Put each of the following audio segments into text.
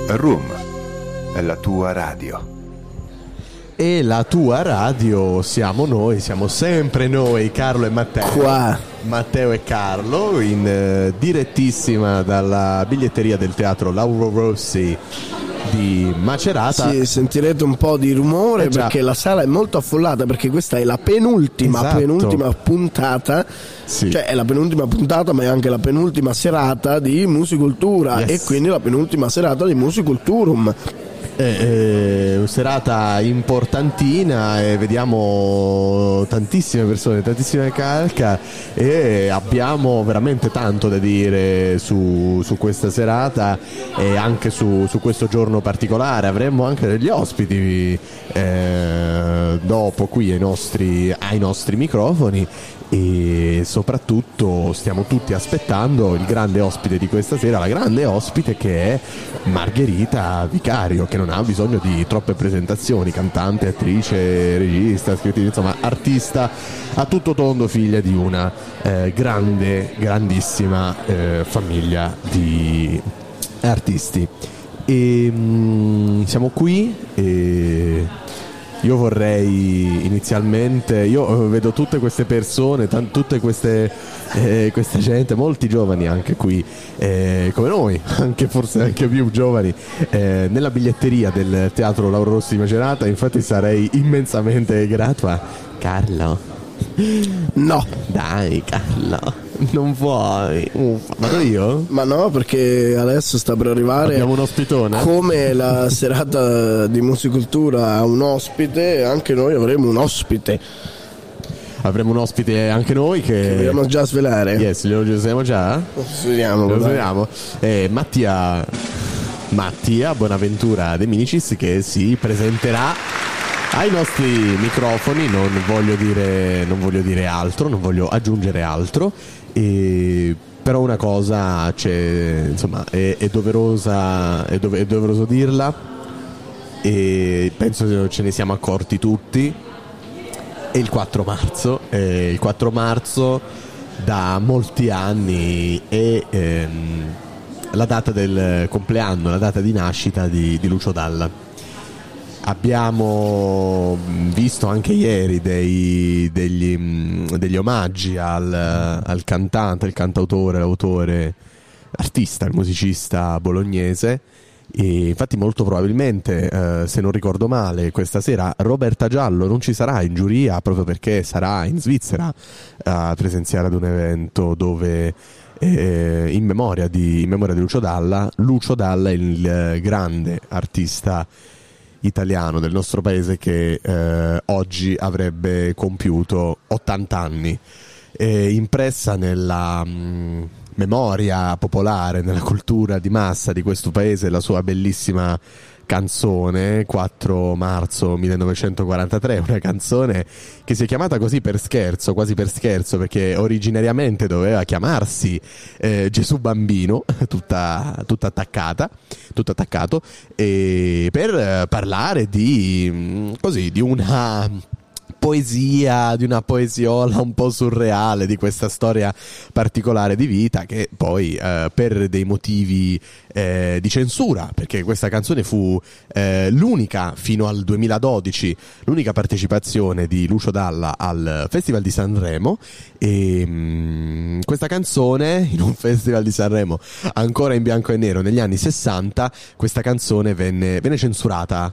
Room è la tua radio. E la tua radio siamo noi, siamo sempre noi, Carlo e Matteo. Qua. Matteo e Carlo, in direttissima dalla biglietteria del teatro Lauro Rossi di Macerata. Sì, sentirete un po' di rumore perché la sala è molto affollata, perché questa è la penultima puntata. Sì. Cioè è la penultima puntata, ma è anche la penultima serata di Musicultura, yes. E quindi la penultima serata di Musiculturum. Serata importantina e vediamo tantissime persone, tantissime calca, e abbiamo veramente tanto da dire su questa serata e anche su questo giorno particolare. Avremo anche degli ospiti dopo qui ai nostri microfoni, e soprattutto stiamo tutti aspettando il grande ospite di questa sera, la grande ospite che è Margherita Vicario, che non ha bisogno di troppe presentazioni, cantante, attrice, regista, scrittrice, insomma artista a tutto tondo, figlia di una grandissima famiglia di artisti. E siamo qui e io vorrei inizialmente, io vedo tutte queste persone, tutte questa gente, molti giovani anche qui, come noi, anche forse anche più giovani, nella biglietteria del teatro Lauro Rossi di Macerata. Infatti sarei immensamente grato a Carlo. No. Dai Carlo, non vuoi? Vado io? Ma no, perché adesso sta per arrivare. Abbiamo un ospitone. Come la serata di Musicultura ha un ospite, anche noi avremo un ospite. Avremo un ospite anche noi che vogliamo già svelare. Yes, lo sveliamo già? Lo sveliamo. Mattia Bonaventura De Minicis, che si presenterà ai nostri microfoni. Non voglio dire altro, non voglio aggiungere altro, però una cosa c'è, insomma, è doveroso dirla, e penso che ce ne siamo accorti tutti. È il 4 marzo da molti anni è la data del compleanno, la data di nascita di Lucio Dalla. Abbiamo visto anche ieri degli omaggi al cantante, il cantautore, l'autore, artista, il musicista bolognese. E infatti molto probabilmente, se non ricordo male, questa sera Roberta Giallo non ci sarà in giuria, proprio perché sarà in Svizzera a presenziare ad un evento dove in memoria di Lucio Dalla è il grande artista italiano del nostro paese che oggi avrebbe compiuto 80 anni. Impressa nella memoria popolare, nella cultura di massa di questo paese, la sua bellissima canzone 4 marzo 1943, una canzone che si è chiamata così per scherzo, quasi per scherzo, perché originariamente doveva chiamarsi Gesù Bambino, tutto attaccato, e per parlare di una poesia, di una poesiola un po' surreale, di questa storia particolare di vita, che poi per dei motivi di censura, perché questa canzone fu l'unica fino al 2012, l'unica partecipazione di Lucio Dalla al Festival di Sanremo, e questa canzone in un Festival di Sanremo ancora in bianco e nero negli anni 60, questa canzone venne censurata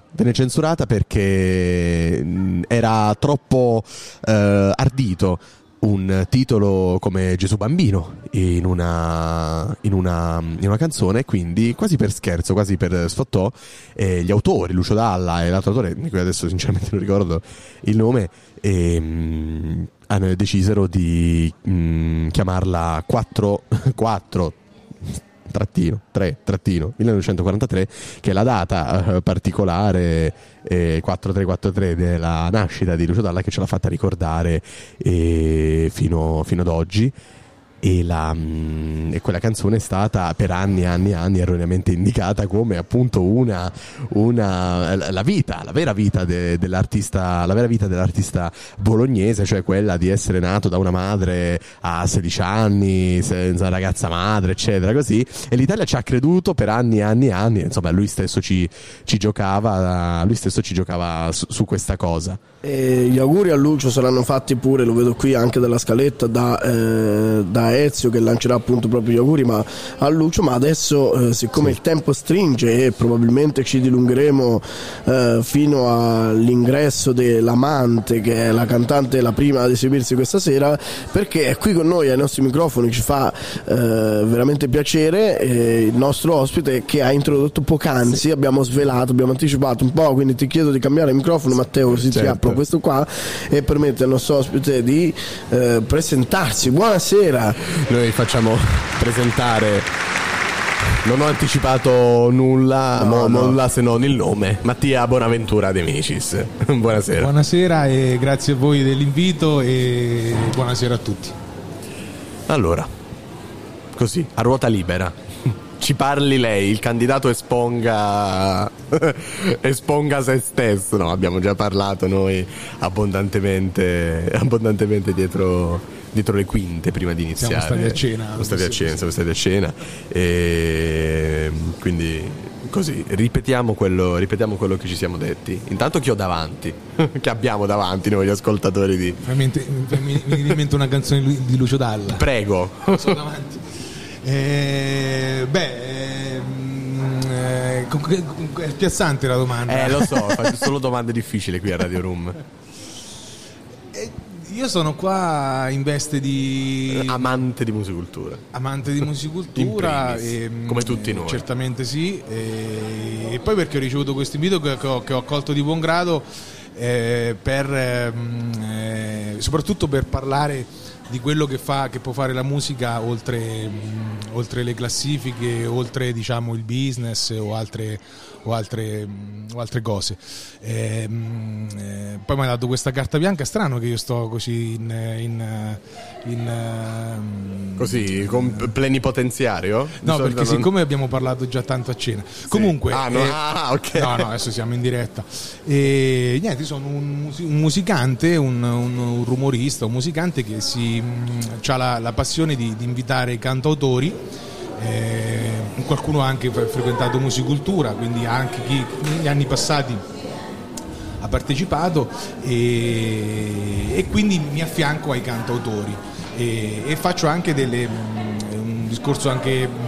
perché era troppo ardito un titolo come Gesù Bambino in una canzone, quindi quasi per scherzo, quasi per sfottò, gli autori, Lucio Dalla e l'altro autore, di cui adesso sinceramente non ricordo il nome, decisero di chiamarla 4-3-1943, che è la data particolare 4343 della nascita di Lucio Dalla, che ce l'ha fatta ricordare fino ad oggi. e quella canzone è stata per anni erroneamente indicata come appunto la vera vita dell'artista bolognese, cioè quella di essere nato da una madre a 16 anni senza ragazza madre, eccetera, così. E l'Italia ci ha creduto per anni, insomma lui stesso ci giocava su questa cosa. E gli auguri a Lucio saranno fatti pure, lo vedo qui anche dalla scaletta, da Ezio, che lancerà appunto proprio gli auguri a Lucio. Ma adesso siccome il tempo stringe e probabilmente ci dilungheremo fino all'ingresso dell'Amante, che è la cantante, la prima ad esibirsi questa sera, perché è qui con noi ai nostri microfoni, ci fa veramente piacere, il nostro ospite che ha introdotto poc'anzi. Abbiamo anticipato un po', quindi ti chiedo di cambiare il microfono, Matteo, così ti apro questo qua e permette al nostro ospite di presentarsi. Buonasera. Noi facciamo presentare, non ho anticipato nulla, nulla se non il nome: Mattia Bonaventura De Minicis. Buonasera. Buonasera e grazie a voi dell'invito e buonasera a tutti. Allora, così, a ruota libera, ci parli lei, il candidato esponga se stesso. No, abbiamo già parlato noi abbondantemente dietro le quinte prima di iniziare. Siamo stati a cena e quindi così ripetiamo quello che ci siamo detti. Intanto chi ho davanti? Che abbiamo davanti noi gli ascoltatori di... Mi viene in mente una canzone di Lucio Dalla. Prego. Sono davanti. È piazzante la domanda. Lo so, faccio solo domande difficili qui a Radio Room. Io sono qua in veste di amante di musicultura, come tutti noi. Certamente sì, e poi perché ho ricevuto questo invito che ho accolto di buon grado, soprattutto per parlare di quello che può fare la musica oltre le classifiche, oltre diciamo il business o altre cose. Poi mi ha dato questa carta bianca, strano che io sto così così con plenipotenziario? No, perché siccome abbiamo parlato già tanto a cena. Sì. Comunque ok. No, adesso siamo in diretta. E niente, io sono un musicante, un rumorista, un musicante che ha la passione di invitare cantautori. Qualcuno ha anche frequentato musicultura, quindi anche chi negli anni passati ha partecipato e quindi mi affianco ai cantautori e faccio anche un discorso anche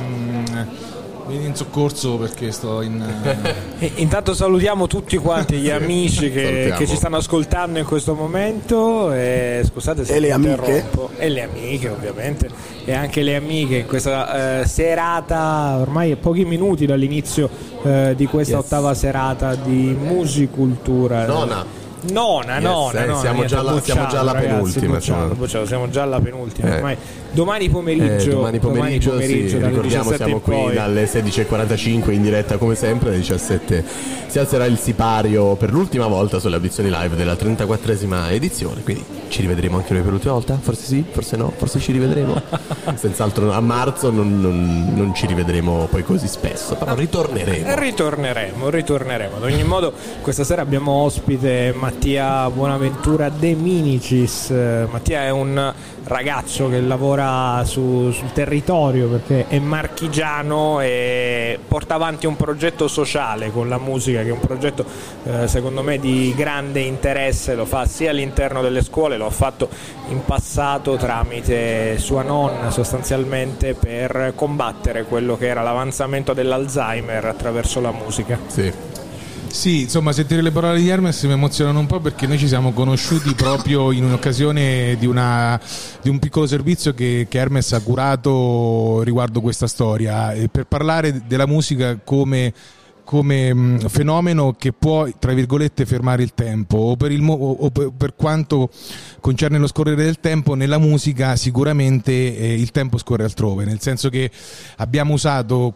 in soccorso perché sto in intanto salutiamo tutti quanti gli amici che ci stanno ascoltando in questo momento scusate se le interrompo. E le amiche ovviamente e anche le amiche in questa serata, ormai a pochi minuti dall'inizio di questa ottava serata di musicultura. Nona, siamo già alla penultima. Siamo già alla penultima. Ormai domani pomeriggio sì, ricordiamo, siamo qui dalle 16:45 in diretta come sempre. Alle 17 si alzerà il sipario per l'ultima volta sulle audizioni live della 34esima edizione. Quindi ci rivedremo anche noi per l'ultima volta? Forse sì, forse no, forse ci rivedremo. Senz'altro a marzo non ci rivedremo poi così spesso, però ritorneremo. Ad ogni modo questa sera abbiamo ospite Mattia Bonaventura De Minicis. Mattia è un ragazzo che lavora sul territorio perché è marchigiano e porta avanti un progetto sociale con la musica, che è un progetto secondo me di grande interesse. Lo fa sia all'interno delle scuole, lo ha fatto in passato tramite sua nonna sostanzialmente per combattere quello che era l'avanzamento dell'Alzheimer attraverso la musica. Sì, insomma, sentire le parole di Hermes mi emozionano un po' perché noi ci siamo conosciuti proprio in un'occasione di un piccolo servizio che Hermes ha curato riguardo questa storia, e per parlare della musica come fenomeno che può, tra virgolette, fermare il tempo, o per quanto concerne lo scorrere del tempo. Nella musica sicuramente il tempo scorre altrove, nel senso che abbiamo usato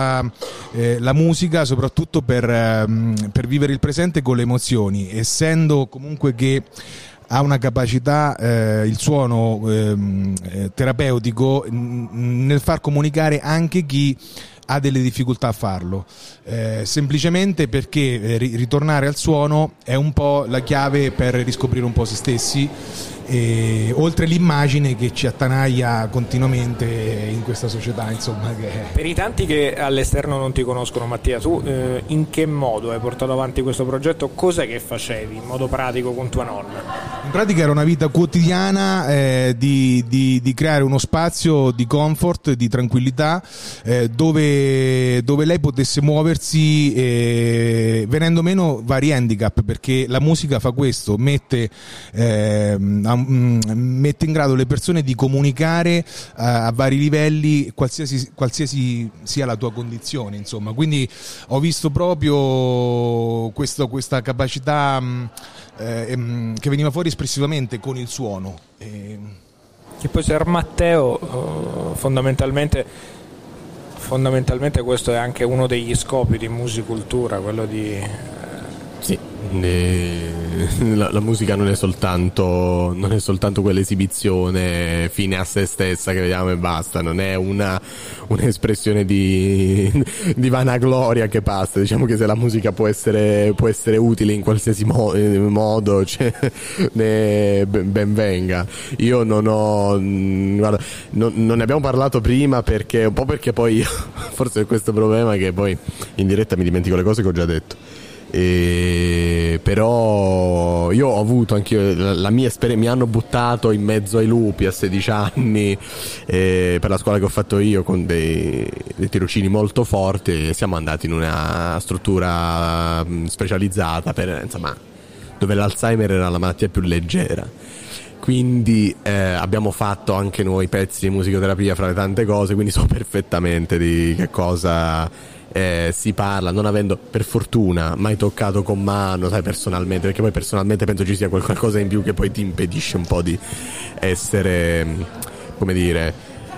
la musica soprattutto per vivere il presente con le emozioni, essendo comunque che ha una capacità, il suono terapeutico, nel far comunicare anche chi ha delle difficoltà a farlo, semplicemente perché ritornare al suono è un po' la chiave per riscoprire un po' se stessi, oltre l'immagine che ci attanaglia continuamente in questa società, insomma. Per i tanti che all'esterno non ti conoscono, Mattia, tu in che modo hai portato avanti questo progetto? Cos'è che facevi in modo pratico con tua nonna? In pratica era una vita quotidiana, di creare uno spazio di comfort, di tranquillità, dove lei potesse muoversi, venendo meno vari handicap, perché la musica fa questo, mette in grado le persone di comunicare a vari livelli, qualsiasi sia la tua condizione, insomma. Quindi ho visto proprio questa capacità che veniva fuori espressivamente con il suono. Che poi ser Matteo, fondamentalmente questo è anche uno degli scopi di Musicultura, quello di... Sì, la musica non è soltanto quell'esibizione fine a se stessa che vediamo e basta, non è un'espressione di vanagloria che passa. Diciamo che se la musica può essere utile in qualsiasi modo, cioè, ben venga. Io non ne abbiamo parlato prima perché poi forse è questo problema che poi in diretta mi dimentico le cose che ho già detto. Però io ho avuto anch'io la mia esperienza, mi hanno buttato in mezzo ai lupi a 16 anni per la scuola che ho fatto io, con dei tirocini molto forti, e siamo andati in una struttura specializzata dove l'Alzheimer era la malattia più leggera. Quindi abbiamo fatto anche noi pezzi di musicoterapia fra le tante cose, quindi so perfettamente di che cosa si parla, non avendo per fortuna mai toccato con mano, sai, personalmente, perché poi personalmente penso ci sia qualcosa in più che poi ti impedisce un po' di essere, come dire,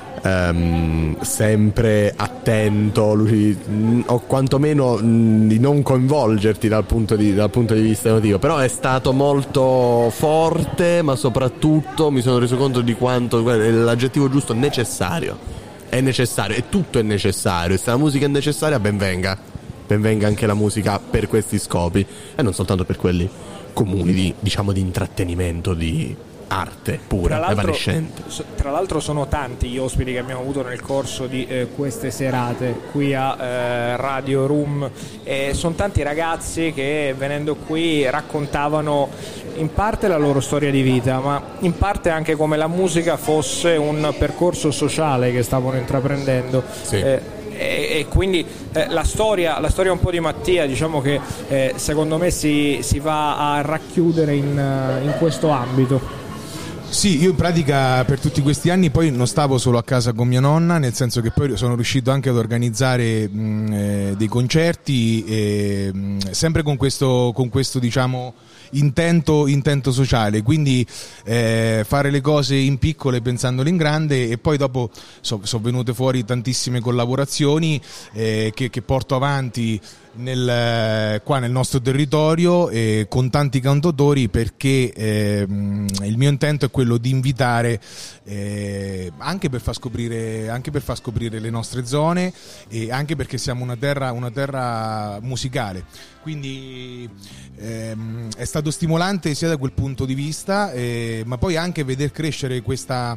sempre attento, o quantomeno di non coinvolgerti dal punto di vista emotivo. Però è stato molto forte, ma soprattutto mi sono reso conto di quanto l'aggettivo giusto, necessario. È necessario, e tutto è necessario, e se la musica è necessaria, ben venga anche la musica per questi scopi, e non soltanto per quelli comuni di intrattenimento, di arte pura, evanescente. Tra l'altro sono tanti gli ospiti che abbiamo avuto nel corso di queste serate qui a Radio Room, e sono tanti ragazzi che venendo qui raccontavano in parte la loro storia di vita, ma in parte anche come la musica fosse un percorso sociale che stavano intraprendendo. Sì. E quindi la storia un po' di Mattia, diciamo che secondo me si va a racchiudere in questo ambito. Sì, io in pratica per tutti questi anni poi non stavo solo a casa con mia nonna, nel senso che poi sono riuscito anche ad organizzare dei concerti, sempre con questo diciamo intento sociale, quindi fare le cose in piccole pensandole in grande, e poi dopo sono venute fuori tantissime collaborazioni che porto avanti qua nel nostro territorio, con tanti cantautori, perché il mio intento è quello di invitare anche per far scoprire le nostre zone, e anche perché siamo una terra musicale, quindi è stato stimolante sia da quel punto di vista, ma poi anche veder crescere questa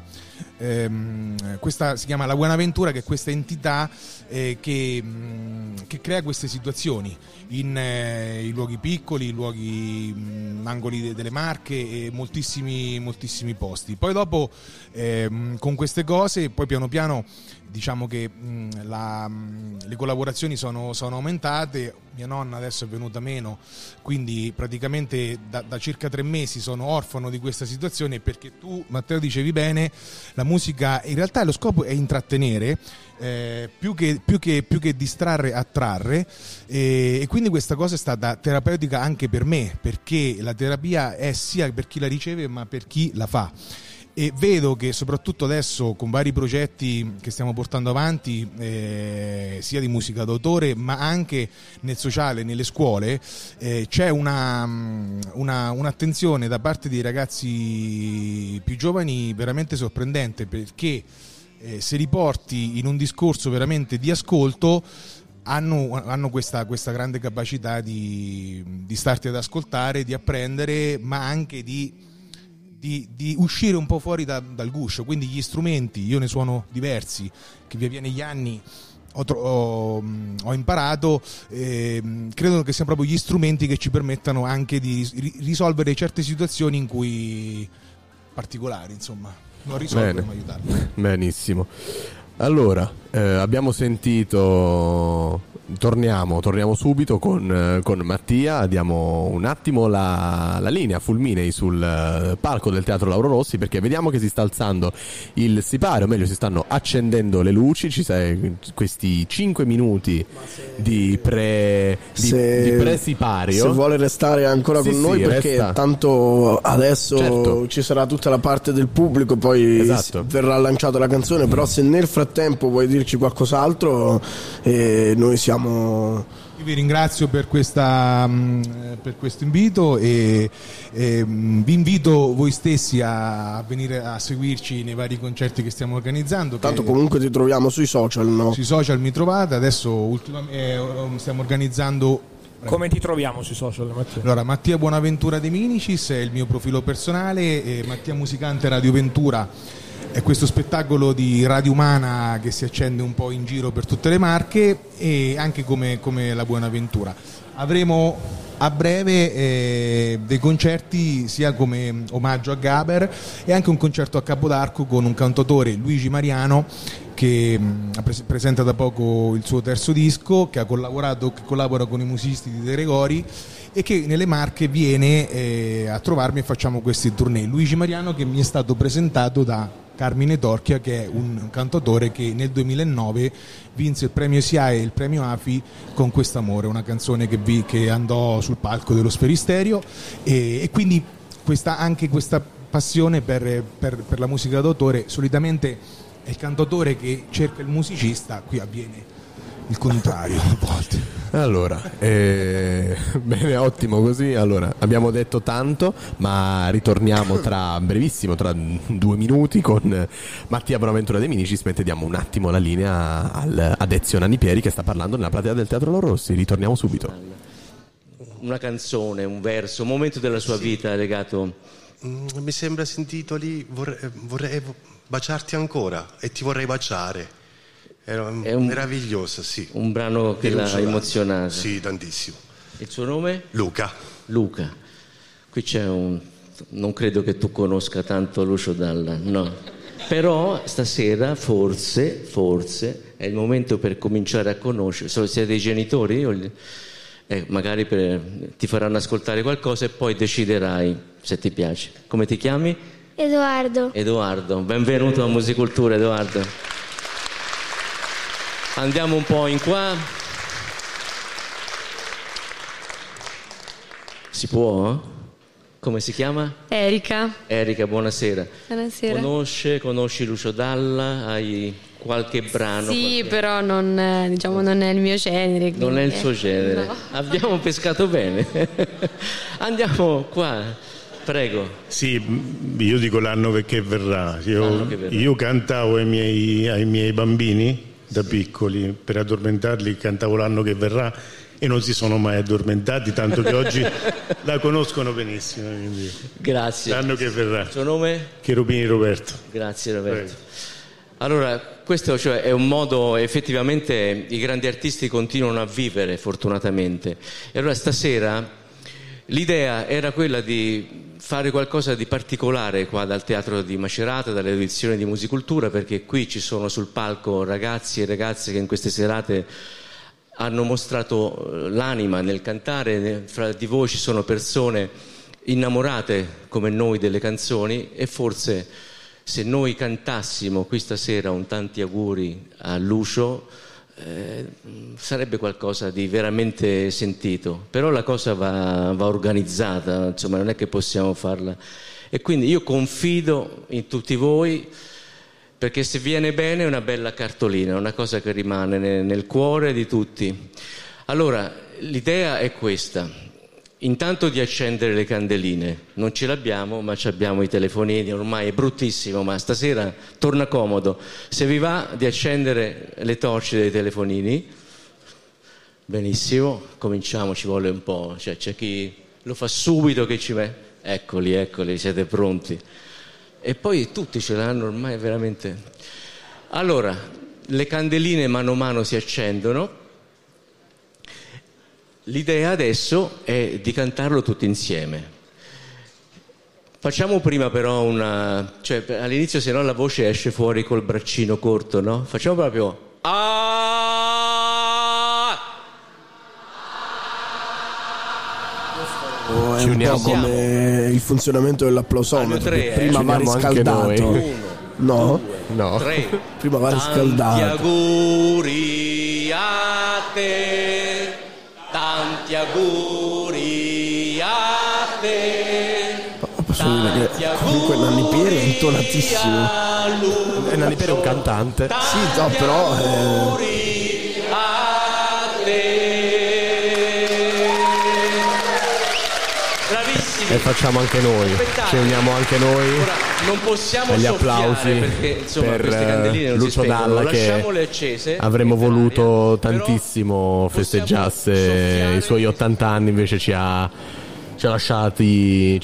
si chiama La Buonaventura, che è questa entità che crea queste situazioni in luoghi piccoli, in luoghi angoli delle Marche, e moltissimi posti. Poi dopo con queste cose poi piano piano diciamo che le collaborazioni sono aumentate. Mia nonna adesso è venuta meno, quindi praticamente da circa 3 mesi sono orfano di questa situazione, perché tu, Matteo, dicevi bene, la musica in realtà lo scopo è intrattenere, più che distrarre, attrarre, e quindi questa cosa è stata terapeutica anche per me, perché la terapia è sia per chi la riceve ma per chi la fa. e vedo che soprattutto adesso con vari progetti che stiamo portando avanti, sia di musica d'autore ma anche nel sociale, nelle scuole, c'è un'attenzione da parte dei ragazzi più giovani veramente sorprendente, perché se li porti in un discorso veramente di ascolto hanno questa grande capacità di starti ad ascoltare, di apprendere, ma anche di uscire un po' fuori dal guscio. Quindi gli strumenti, io ne suono diversi che via via negli anni ho imparato, credo che siano proprio gli strumenti che ci permettano anche di risolvere certe situazioni in cui particolari, insomma, non risolvere ma aiutare. Benissimo. Allora, abbiamo sentito, torniamo subito con Mattia, diamo un attimo la linea fulminei sul palco del Teatro Lauro Rossi, perché vediamo che si sta alzando il sipario, o meglio si stanno accendendo le luci, ci sei questi 5 minuti di pre-sipario. Se vuole restare ancora con noi, perché resta. Tanto adesso certo. Ci sarà tutta la parte del pubblico, poi esatto. verrà lanciata la canzone, però se nel frattempo vuoi dirci qualcos'altro, noi siamo. Io vi ringrazio per questo invito e vi invito voi stessi a venire a seguirci nei vari concerti che stiamo organizzando. Tanto comunque ti troviamo sui social, no? Sui social mi trovate, adesso stiamo organizzando. Come ti troviamo sui social, Mattia? Allora, Mattia Buonaventura De Minicis è il mio profilo personale, e Mattia Musicante Radio Ventura è questo spettacolo di radio umana che si accende un po' in giro per tutte le Marche, e anche come la Buonaventura. Avremo a breve dei concerti sia come omaggio a Gaber e anche un concerto a Capodarco con un cantautore, Luigi Mariano, che presenta da poco il suo terzo disco, che collabora con i musicisti di De Gregori e che nelle Marche viene a trovarmi e facciamo questi tournée. Luigi Mariano, che mi è stato presentato da Carmine Torchia, che è un cantautore che nel 2009 vinse il premio SIAE e il premio AFI con Quest'amore, una canzone che andò sul palco dello Sferisterio, e quindi anche questa passione per la musica d'autore. Solitamente è il cantautore che cerca il musicista, qui avviene il contrario a volte. Allora, bene, ottimo così. Allora, abbiamo detto tanto, ma ritorniamo tra 2 minuti con Mattia Bonaventura De Minicis, mentre diamo un attimo la linea ad Ezio Nanipieri, che sta parlando nella platea del Teatro Lauro Rossi. Ritorniamo subito. Una canzone, un verso, un momento della sua vita legato. Mi sembra sentito lì, vorrei baciarti ancora e ti vorrei baciare. Era meraviglioso, sì. Un brano che l'ha emozionato. Sì, tantissimo. Il suo nome? Luca. Qui c'è non credo che tu conosca tanto Lucio Dalla, no. Però stasera forse è il momento per cominciare a conoscere. Siete dei genitori? Magari ti faranno ascoltare qualcosa e poi deciderai se ti piace. Come ti chiami? Edoardo, benvenuto a Musicultura, Edoardo. Andiamo un po' in qua. Si può? Come si chiama? Erika, buonasera. buonasera. Conosci Lucio Dalla? Hai qualche brano? Sì, però non è il mio genere. Non è il suo genere. No. Abbiamo pescato bene. Andiamo qua. Prego. Sì, io dico L'anno che verrà. Io cantavo ai miei bambini da piccoli, per addormentarli cantavo L'anno che verrà e non si sono mai addormentati, tanto che oggi la conoscono benissimo. Quindi. Grazie. L'anno che verrà. Il suo nome? Cherubini Roberto. Grazie Roberto. Prego. Allora, questo è un modo, effettivamente i grandi artisti continuano a vivere, fortunatamente. E allora stasera l'idea era quella di fare qualcosa di particolare qua dal Teatro di Macerata, dalle edizioni di Musicultura, perché qui ci sono sul palco ragazzi e ragazze che in queste serate hanno mostrato l'anima nel cantare. Fra di voi ci sono persone innamorate come noi delle canzoni, e forse se noi cantassimo qui stasera un tanti auguri a Lucio sarebbe qualcosa di veramente sentito. Però la cosa va organizzata, insomma, non è che possiamo farla. E quindi io confido in tutti voi, perché se viene bene è una bella cartolina, una cosa che rimane nel cuore di tutti. Allora, l'idea è questa: intanto di accendere le candeline. Non ce l'abbiamo, ma abbiamo i telefonini, ormai è bruttissimo, ma stasera torna comodo. Se vi va di accendere le torce dei telefonini, benissimo, cominciamo, ci vuole un po', cioè c'è chi lo fa subito, che ci mette. Eccoli, siete pronti. E poi tutti ce l'hanno ormai veramente. Allora, le candeline mano a mano si accendono. L'idea adesso è di cantarlo tutti insieme. Facciamo prima però cioè all'inizio, se no la voce esce fuori col braccino corto, no? Facciamo proprio È un po' come il funzionamento dell'aplausometro, prima va riscaldato. No? 3. Prima va riscaldato. Tanti auguri a te, tanti auguri a te. Posso dire che comunque Nanni Pieri è intonatissimo. E Nanni Pieri è un cantante. Sì, no, però a te. E facciamo anche noi, ci uniamo anche noi. Ora, non possiamo agli applausi perché, insomma, per queste candeline non Lucio si spengono. Dalla, che Lasciamole accese, avremmo voluto tantissimo festeggiasse i suoi 80 anni, invece ci ha lasciati,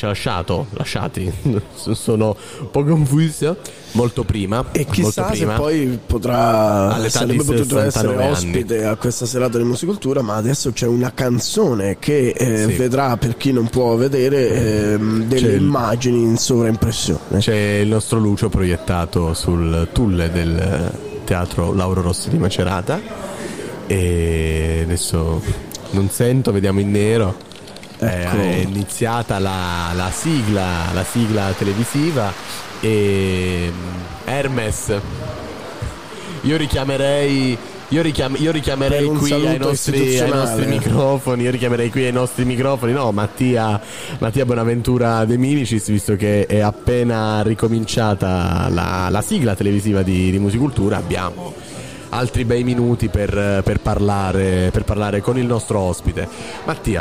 sono un po' confuso, molto prima. E chissà se poi sarebbe potuto essere ospite a questa serata di Musicultura, ma adesso c'è una canzone che vedrà, per chi non può vedere, delle immagini in sovraimpressione. C'è il nostro Lucio proiettato sul tulle del Teatro Lauro Rossi di Macerata, e adesso non sento, vediamo in nero. È iniziata la sigla televisiva, e Hermes, io richiamerei qui ai nostri microfoni. Io richiamerei qui ai nostri microfoni, no, Mattia Bonaventura De Minicis, visto che è appena ricominciata la sigla televisiva di Musicultura. Abbiamo altri bei minuti per parlare con il nostro ospite. Mattia,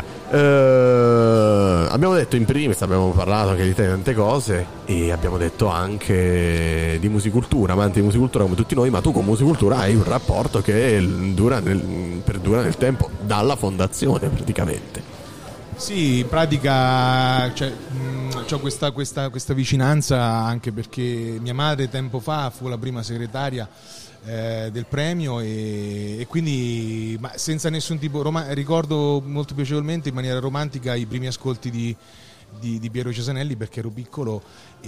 abbiamo detto in primis, abbiamo parlato anche di te, tante cose, e abbiamo detto anche di Musicultura, amanti di Musicultura come tutti noi, ma tu con Musicultura hai un rapporto che perdura nel tempo, dalla fondazione praticamente. Sì, in pratica c'ho questa vicinanza, anche perché mia madre tempo fa fu la prima segretaria del premio, e quindi, ma senza nessun tipo ricordo molto piacevolmente, in maniera romantica, i primi ascolti di Piero Cesanelli, perché ero piccolo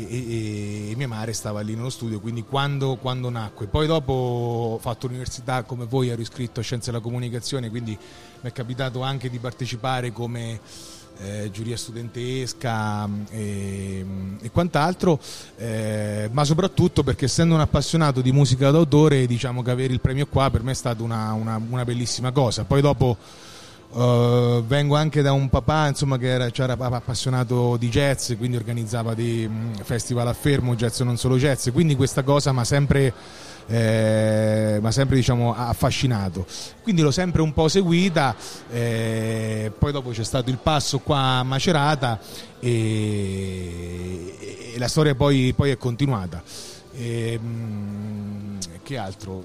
e mia madre stava lì nello studio, quindi quando nacque. Poi dopo ho fatto l'università, come voi ero iscritto a Scienze della Comunicazione, quindi mi è capitato anche di partecipare come giuria studentesca e quant'altro, ma soprattutto perché, essendo un appassionato di musica d'autore, diciamo che avere il premio qua per me è stata una bellissima cosa. Poi dopo vengo anche da un papà, insomma, che era appassionato di jazz, quindi organizzava dei festival a Fermo, jazz non solo jazz, quindi questa cosa mi ha sempre diciamo affascinato, quindi l'ho sempre un po' seguita. Poi dopo c'è stato il passo qua a Macerata, e la storia poi è continuata. Che altro?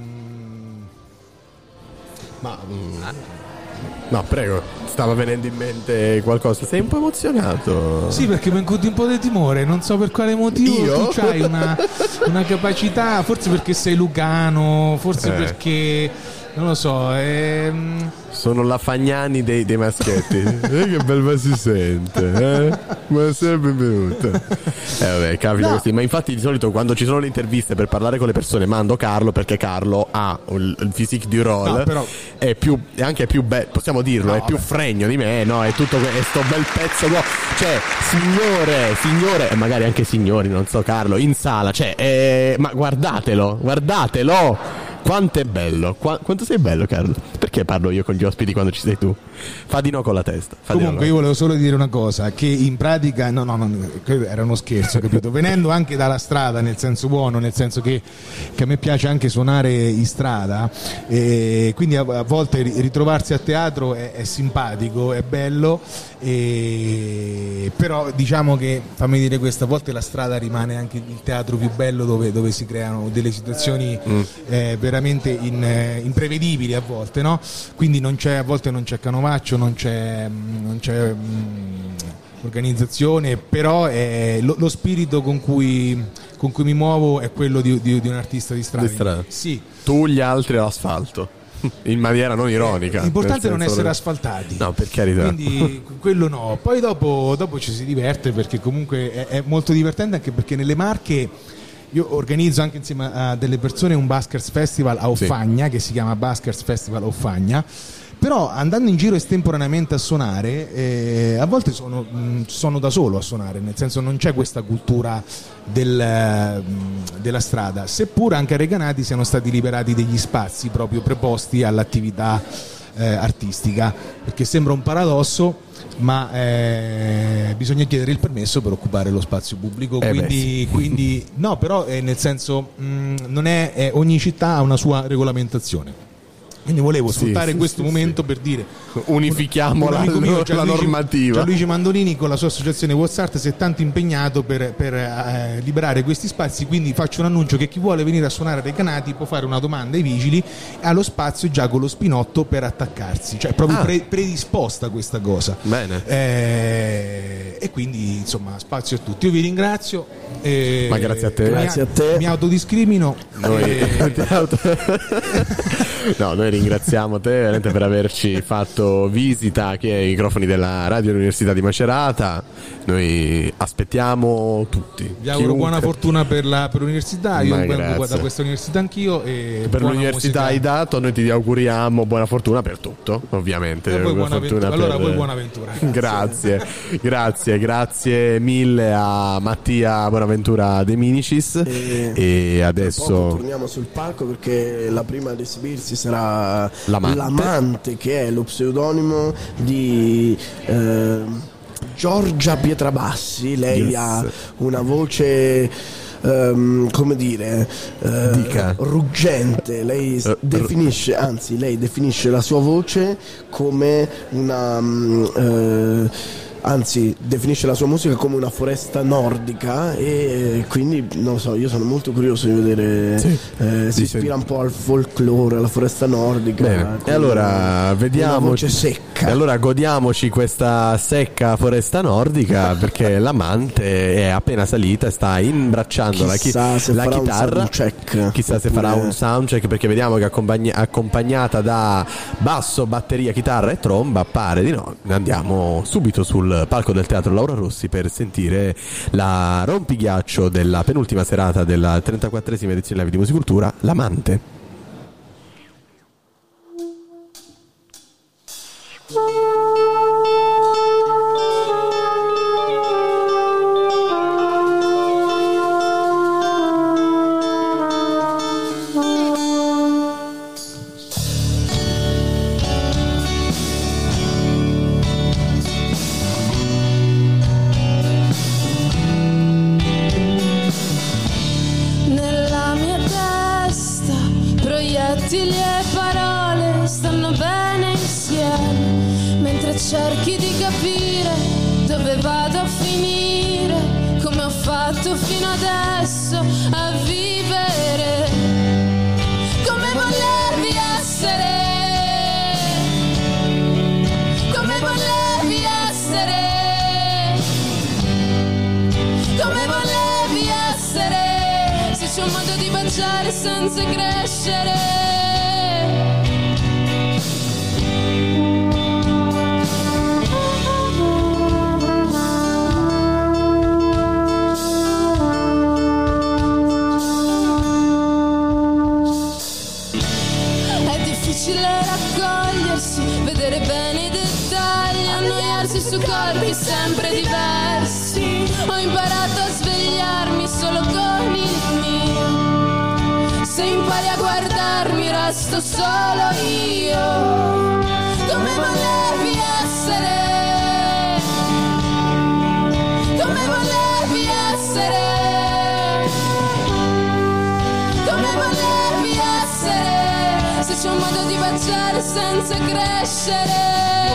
No, prego, stava venendo in mente qualcosa. Sei un po' emozionato? Sì, perché mi incontri un po' di timore, non so per quale motivo. Io? Tu hai una capacità, forse perché sei lucano, forse perché non lo so. Sono la Fagnani dei maschietti. Che bel si sente, buonasera, benvenuto. Vabbè, capita così. Ma infatti di solito quando ci sono le interviste, per parlare con le persone, mando Carlo, perché Carlo ha il physique du rôle, no, però è anche più bello, possiamo dirlo, è più fregno di me, no? È tutto sto bel pezzo cioè, signore, e magari anche signori, non so, Carlo, in sala, cioè, ma guardatelo. Quanto è bello, quanto sei bello, Carlo. Perché parlo io con gli ospiti quando ci sei tu? Fa di no con la testa. Comunque io volevo solo dire una cosa, che in pratica no, era uno scherzo, capito? Venendo anche dalla strada, nel senso buono, nel senso che a me piace anche suonare in strada, e quindi a volte ritrovarsi a teatro è simpatico, è bello, però diciamo che, fammi dire questo, a volte la strada rimane anche il teatro più bello, dove si creano delle situazioni veramente imprevedibili a volte, no? Quindi a volte non c'è canovaccio, non c'è organizzazione, però lo spirito con cui mi muovo è quello di un artista di strada. Sì. Tu gli altri all'asfalto. In maniera non ironica. L'importante è non essere asfaltati. No, per carità. Quindi quello no. Poi dopo ci si diverte, perché comunque è molto divertente, anche perché nelle Marche io organizzo anche insieme a delle persone un Buskers Festival a Offagna, che si chiama Buskers Festival Offagna. Però andando in giro estemporaneamente a suonare, a volte sono da solo a suonare, nel senso non c'è questa cultura della strada, seppur anche a Recanati siano stati liberati degli spazi proprio preposti all'attività artistica, perché sembra un paradosso, ma bisogna chiedere il permesso per occupare lo spazio pubblico, quindi no, però nel senso non è ogni città ha una sua regolamentazione. Quindi volevo sfruttare questo momento per dire unifichiamo la normativa. Gianluigi Mandolini con la sua associazione WhatsApp si è tanto impegnato per liberare questi spazi, quindi faccio un annuncio che chi vuole venire a suonare a Recanati può fare una domanda ai vigili, ha lo spazio già con lo spinotto per attaccarsi, cioè proprio predisposta questa cosa. Bene. E quindi insomma spazio a tutti. Io vi ringrazio, ma grazie a te. Grazie a te. Mi autodiscrimino. Noi ringraziamo te veramente per averci fatto visita qui ai microfoni della Radio dell'Università di Macerata. Noi aspettiamo tutti. Vi auguro buona fortuna per l'università. Io vengo da questa università anch'io, e per l'università hai dato, noi ti auguriamo buona fortuna per tutto, ovviamente. Voi buona ventura. Grazie mille a Mattia Bonaventura De Minicis, e adesso torniamo sul palco, perché la prima ad esibirsi sarà L'Amante, che è lo pseudonimo di Giorgia Pietrabassi. Lei ha una voce come dire ruggente. Lei definisce la sua voce come definisce la sua musica come una foresta nordica, e quindi non lo so, io sono molto curioso di vedere. Si ispira un po' al folklore, alla foresta nordica. E allora vediamo, una voce secca. E allora godiamoci questa secca foresta nordica, perché l'Amante è appena salita e sta imbracciando la chitarra. Chissà se farà un soundcheck, perché vediamo che accompagnata da basso, batteria, chitarra e tromba. Pare di no. Andiamo subito sul palco del Teatro Laura Rossi per sentire la rompighiaccio della penultima serata della 34esima edizione Live di Musicultura, L'Amante. Cerchi di capire dove vado a finire, come ho fatto fino adesso a vivere, come volevi essere, come volevi essere, come volevi essere, se c'è un modo di baciare senza crescere. Vedere bene i dettagli, annoiarsi su corpi sempre diversi. Ho imparato a svegliarmi solo con il mio Se impari a guardarmi resto solo io. Come volevi essere? Come volevi essere? Come volevi essere? Se c'è un modo di baciare senza crescere.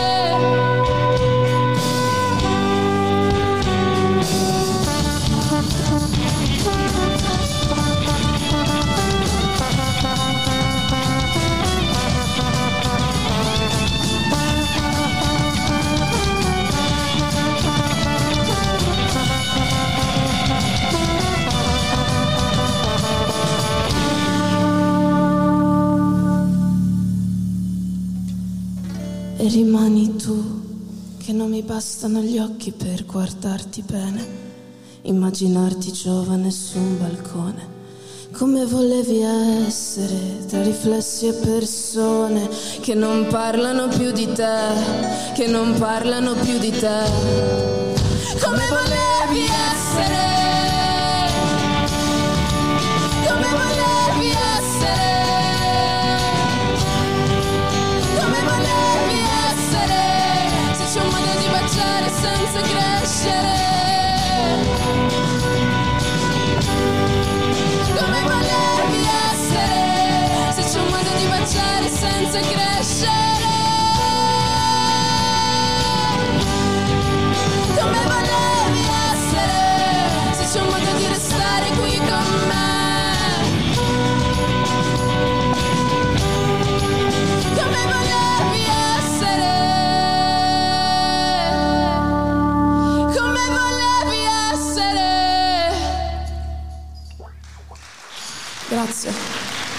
E rimani tu, che non mi bastano gli occhi per guardarti bene, immaginarti giovane su un balcone. Come volevi essere tra riflessi e persone che non parlano più di te, che non parlano più di te. Come volevi essere? Come volevi essere? Come volevi essere? Se c'è un modo di baciare senza crescere. Come volevi essere? Se c'è un modo di baciare senza crescere. Come volevi essere? Se c'è un modo di restare qui con me. Come volevi essere? Come volevi essere? Grazie.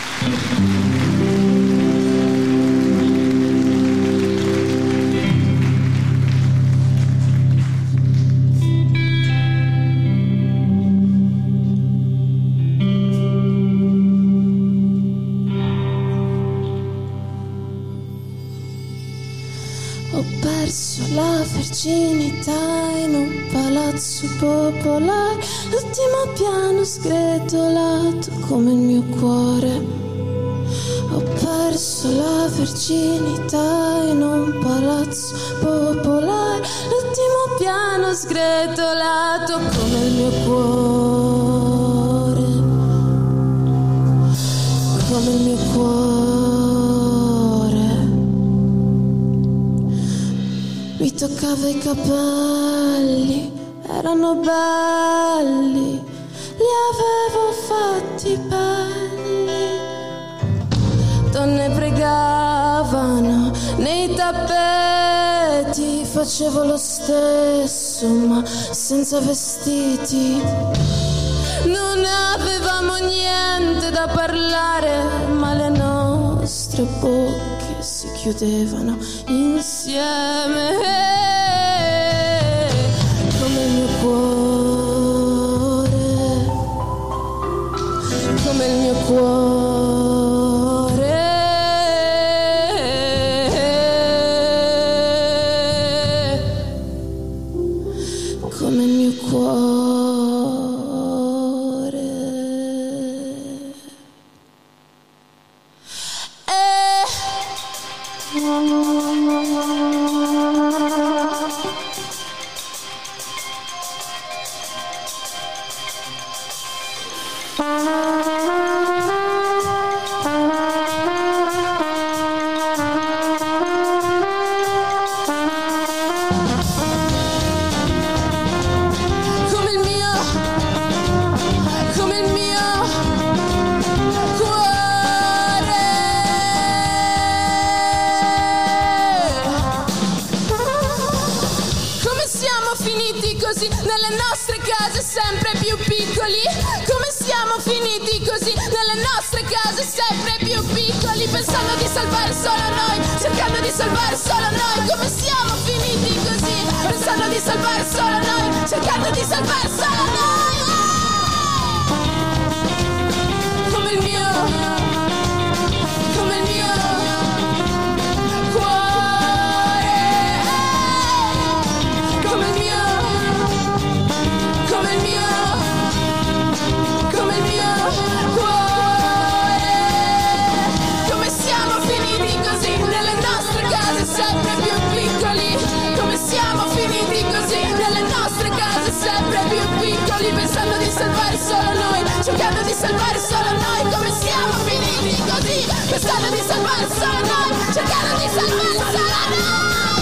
Ho perso la verginità in un palazzo popolare, l'ultimo piano sgretolato come il mio cuore. Ho perso la verginità in un palazzo popolare, l'ultimo piano sgretolato come il mio cuore, come il mio cuore. Mi toccava i capelli, erano belli, li avevo fatti belli. Donne pregavano nei tappeti, facevo lo stesso ma senza vestiti. Non avevamo niente da parlare, ma le nostre bocche si chiudevano insieme come il mio cuore, come il mio cuore, come il mio cuore. Nelle nostre case sempre più piccoli. Come siamo finiti così? Nelle nostre case sempre più piccoli. Pensando di salvare solo noi, cercando di salvare solo noi. Come siamo finiti così? Pensando di salvare solo noi, cercando di salvare solo noi. Come il mio, come il mio cuore, come il mio, come il mio, come il mio cuore. salvare solo noi. Come siamo finiti così, pensando di salvare solo noi, cercando di salvare solo noi.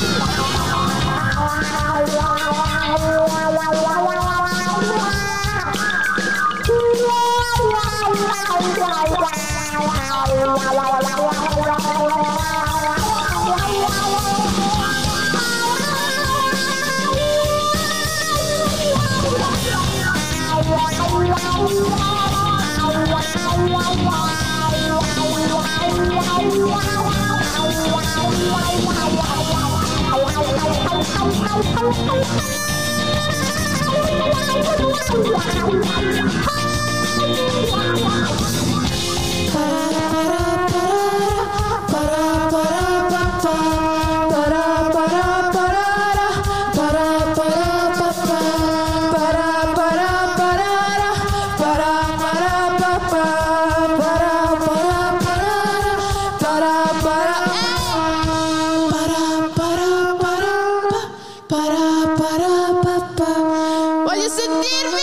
Voglio sentirmi.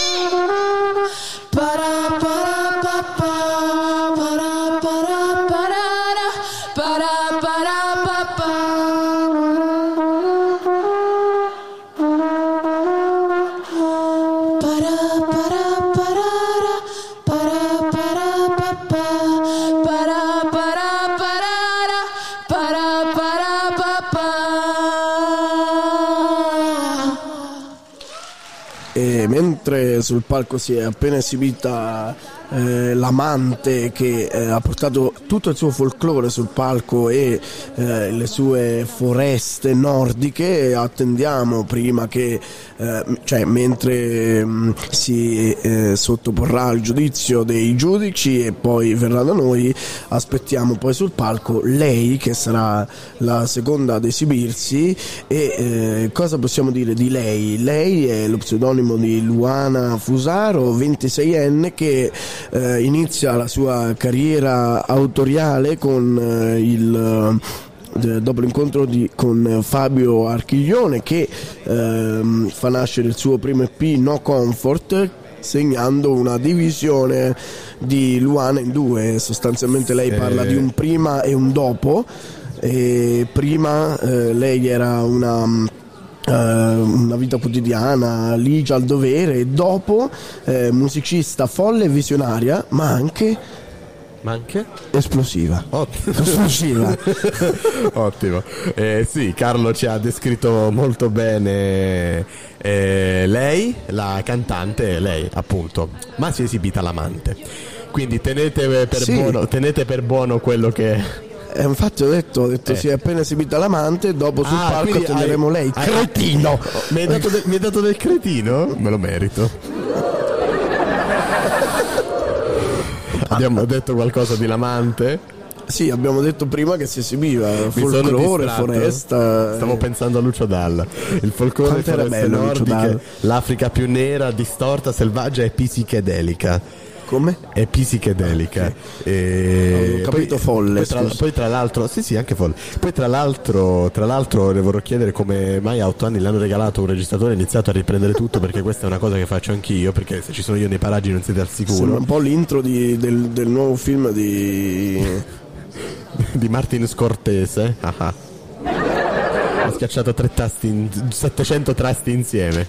E mentre sul palco si è appena esibita l'amante che ha portato tutto il suo folklore sul palco e le sue foreste nordiche, attendiamo prima che mentre si sottoporrà al giudizio dei giudici e poi verrà da noi, aspettiamo poi sul palco lei che sarà la seconda ad esibirsi. E cosa possiamo dire di lei? Lei è lo pseudonimo di Luana Fusaro, 26enne, che inizia la sua carriera autoriale con dopo l'incontro con Fabio Archiglione, che fa nascere il suo primo EP No Comfort, segnando una divisione di Luana in due. Sostanzialmente lei parla di un prima e un dopo. E prima lei era una vita quotidiana, ligia al dovere, e dopo musicista folle e visionaria, ma anche esplosiva. Esplosiva. Ottimo. Sì, Carlo ci ha descritto molto bene lei, la cantante, lei appunto, ma si è esibita l'amante, quindi tenete per buono quello che... infatti ho detto si è appena esibita l'amante, dopo sul palco attenderemo lei. Cretino! Mi hai dato del cretino? Me lo merito. Abbiamo detto qualcosa di l'amante? Sì, abbiamo detto prima che si esibiva folklore, foresta. Stavo pensando a Lucio Dalla. Il folklore, foreste nordiche, l'Africa più nera, distorta, selvaggia e psichedelica. Come? È psichedelica. Okay. Ho capito, folle. Poi tra l'altro, sì, anche folle. Poi tra l'altro le vorrò chiedere come mai a 8 anni le hanno regalato un registratore e ha iniziato a riprendere tutto, perché questa è una cosa che faccio anch'io, perché se ci sono io nei paraggi non siete al sicuro. Sembra un po' l'intro del nuovo film di Martin Scorsese. Ho schiacciato 700 tasti insieme.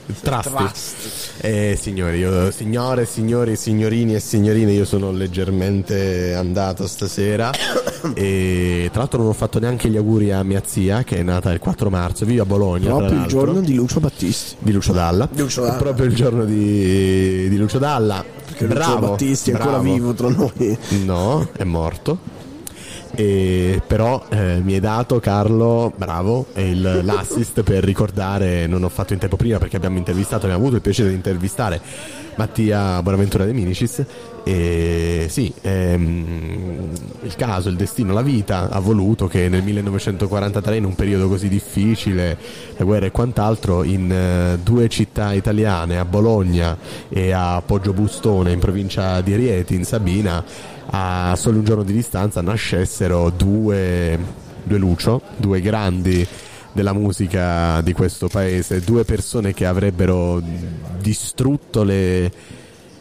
Signore, signori, signorini e signorine, io sono leggermente andato stasera e tra l'altro non ho fatto neanche gli auguri a mia zia, che è nata il 4 marzo, vive a Bologna. Proprio il giorno di Lucio Battisti. Di Lucio Dalla. Proprio il giorno di Lucio Dalla. Perché Lucio Battisti è ancora vivo tra noi. No, è morto. Però mi hai dato, Carlo, bravo, l'assist per ricordare. Non ho fatto in tempo prima perché abbiamo avuto il piacere di intervistare Mattia Bonaventura De Minicis. E sì, il caso, il destino, la vita ha voluto che nel 1943, in un periodo così difficile, la guerra e quant'altro, in due città italiane, a Bologna e a Poggio-Bustone in provincia di Rieti, in Sabina, a solo un giorno di distanza, nascessero due Lucio, due grandi della musica di questo paese, due persone che avrebbero distrutto le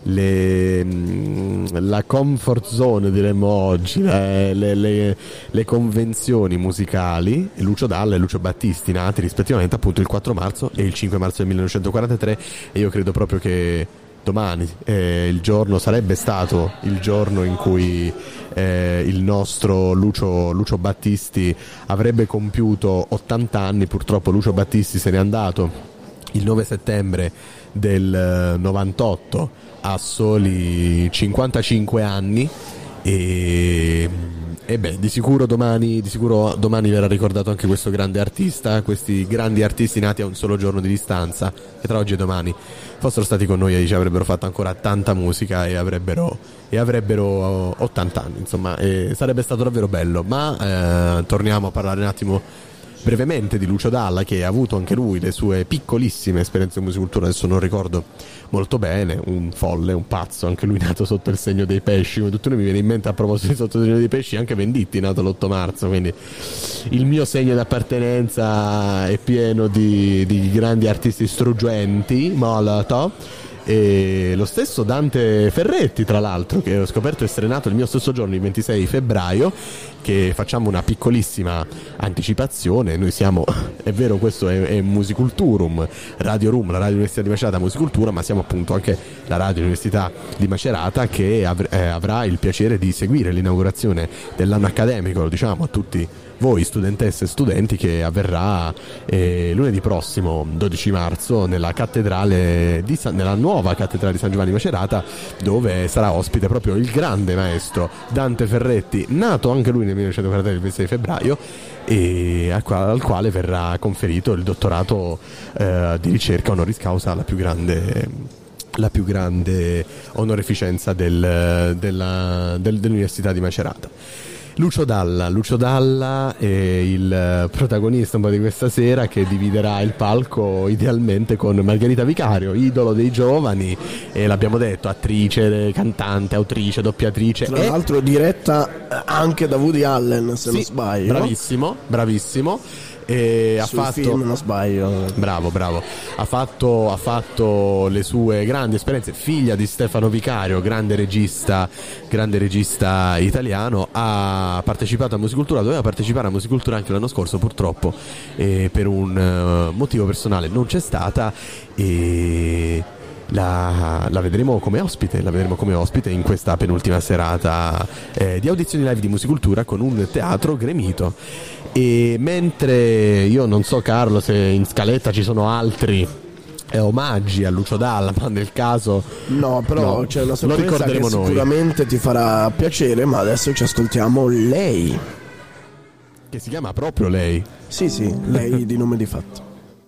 la comfort zone, diremmo oggi, le convenzioni musicali, Lucio Dalla e Lucio Battisti, nati rispettivamente appunto il 4 marzo e il 5 marzo del 1943, e io credo proprio che domani il giorno sarebbe stato il giorno in cui il nostro Lucio Battisti avrebbe compiuto 80 anni. Purtroppo Lucio Battisti se n'è andato il 9 settembre del 98 a soli 55 anni e beh, di sicuro domani verrà ricordato anche questo grande artista, questi grandi artisti nati a un solo giorno di distanza, che tra oggi e domani fossero stati con noi, e avrebbero fatto ancora tanta musica e avrebbero 80 anni, insomma, e sarebbe stato davvero bello. Ma torniamo a parlare un attimo brevemente di Lucio Dalla, che ha avuto anche lui le sue piccolissime esperienze in musicultura. Adesso non ricordo molto bene, un folle, un pazzo, anche lui nato sotto il segno dei pesci, come tutto. Mi viene in mente, a proposito di sotto il segno dei pesci, anche Venditti nato l'8 marzo, quindi il mio segno d'appartenenza è pieno di grandi artisti struggenti, Molotov. E lo stesso Dante Ferretti, tra l'altro, che ho scoperto essere nato il mio stesso giorno, il 26 febbraio, che facciamo una piccolissima anticipazione. Noi siamo, è vero, questo è Musiculturum, Radio Room, la Radio Università di Macerata Musicultura, ma siamo appunto anche la Radio Università di Macerata, che avrà il piacere di seguire l'inaugurazione dell'anno accademico, lo diciamo a tutti voi studentesse e studenti, che avverrà lunedì prossimo 12 marzo nella nella nuova cattedrale di San Giovanni Macerata, dove sarà ospite proprio il grande maestro Dante Ferretti, nato anche lui nel 1943, il 26 febbraio, e al quale verrà conferito il dottorato di ricerca honoris causa, la più grande onorificenza dell'Università di Macerata. Lucio Dalla è il protagonista un po' di questa sera, che dividerà il palco idealmente con Margherita Vicario, idolo dei giovani, e l'abbiamo detto, attrice, cantante, autrice, doppiatrice, tra l'altro diretta anche da Woody Allen, se non sbaglio. Bravissimo. E ha fatto film, non sbaglio. Bravo. Ha fatto le sue grandi esperienze, figlia di Stefano Vicario, grande regista italiano. Ha partecipato a Musicultura, doveva partecipare a Musicultura anche l'anno scorso, purtroppo per un motivo personale non c'è stata, e la vedremo come ospite in questa penultima serata di audizioni live di Musicultura, con un teatro gremito. E mentre io non so, Carlo, se in scaletta ci sono altri omaggi a Lucio Dalla, ma nel caso no, però c'è una sorpresa, lo ricorderemo che noi. Sicuramente ti farà piacere, ma adesso ci ascoltiamo lei, che si chiama proprio lei. Sì, lei di nome di fatto.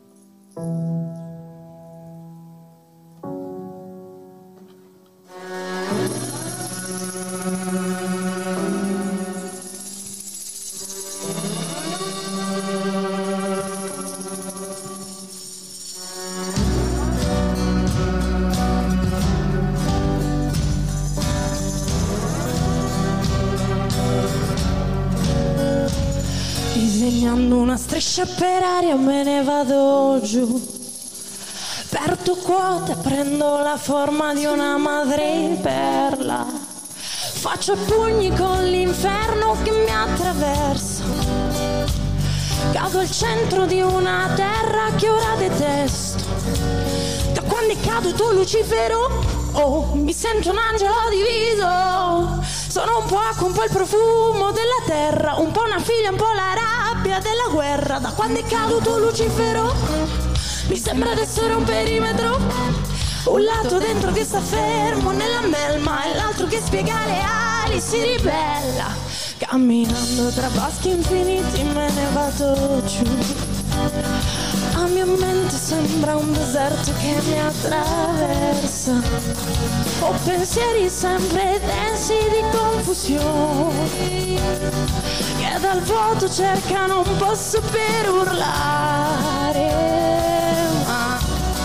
Disegnando una striscia per aria me ne vado giù, perdo quota, prendo la forma di una madreperla, faccio pugni con l'inferno che mi attraversa, cado al centro di una terra che ora detesto. Da quando è caduto Lucifero, mi sento un angelo diviso. Sono un po' acqua, un po' il profumo della terra, un po' una figlia, un po' la rabbia della guerra. Da quando è caduto Lucifero mi sembra d'essere un perimetro, un lato dentro che sta fermo nella melma e l'altro che spiega le ali, si ribella. Camminando tra boschi infiniti me ne vado giù, la mia mente sembra un deserto che mi attraversa, ho pensieri sempre densi di confusione, che dal vuoto cercano un posto per urlare, ma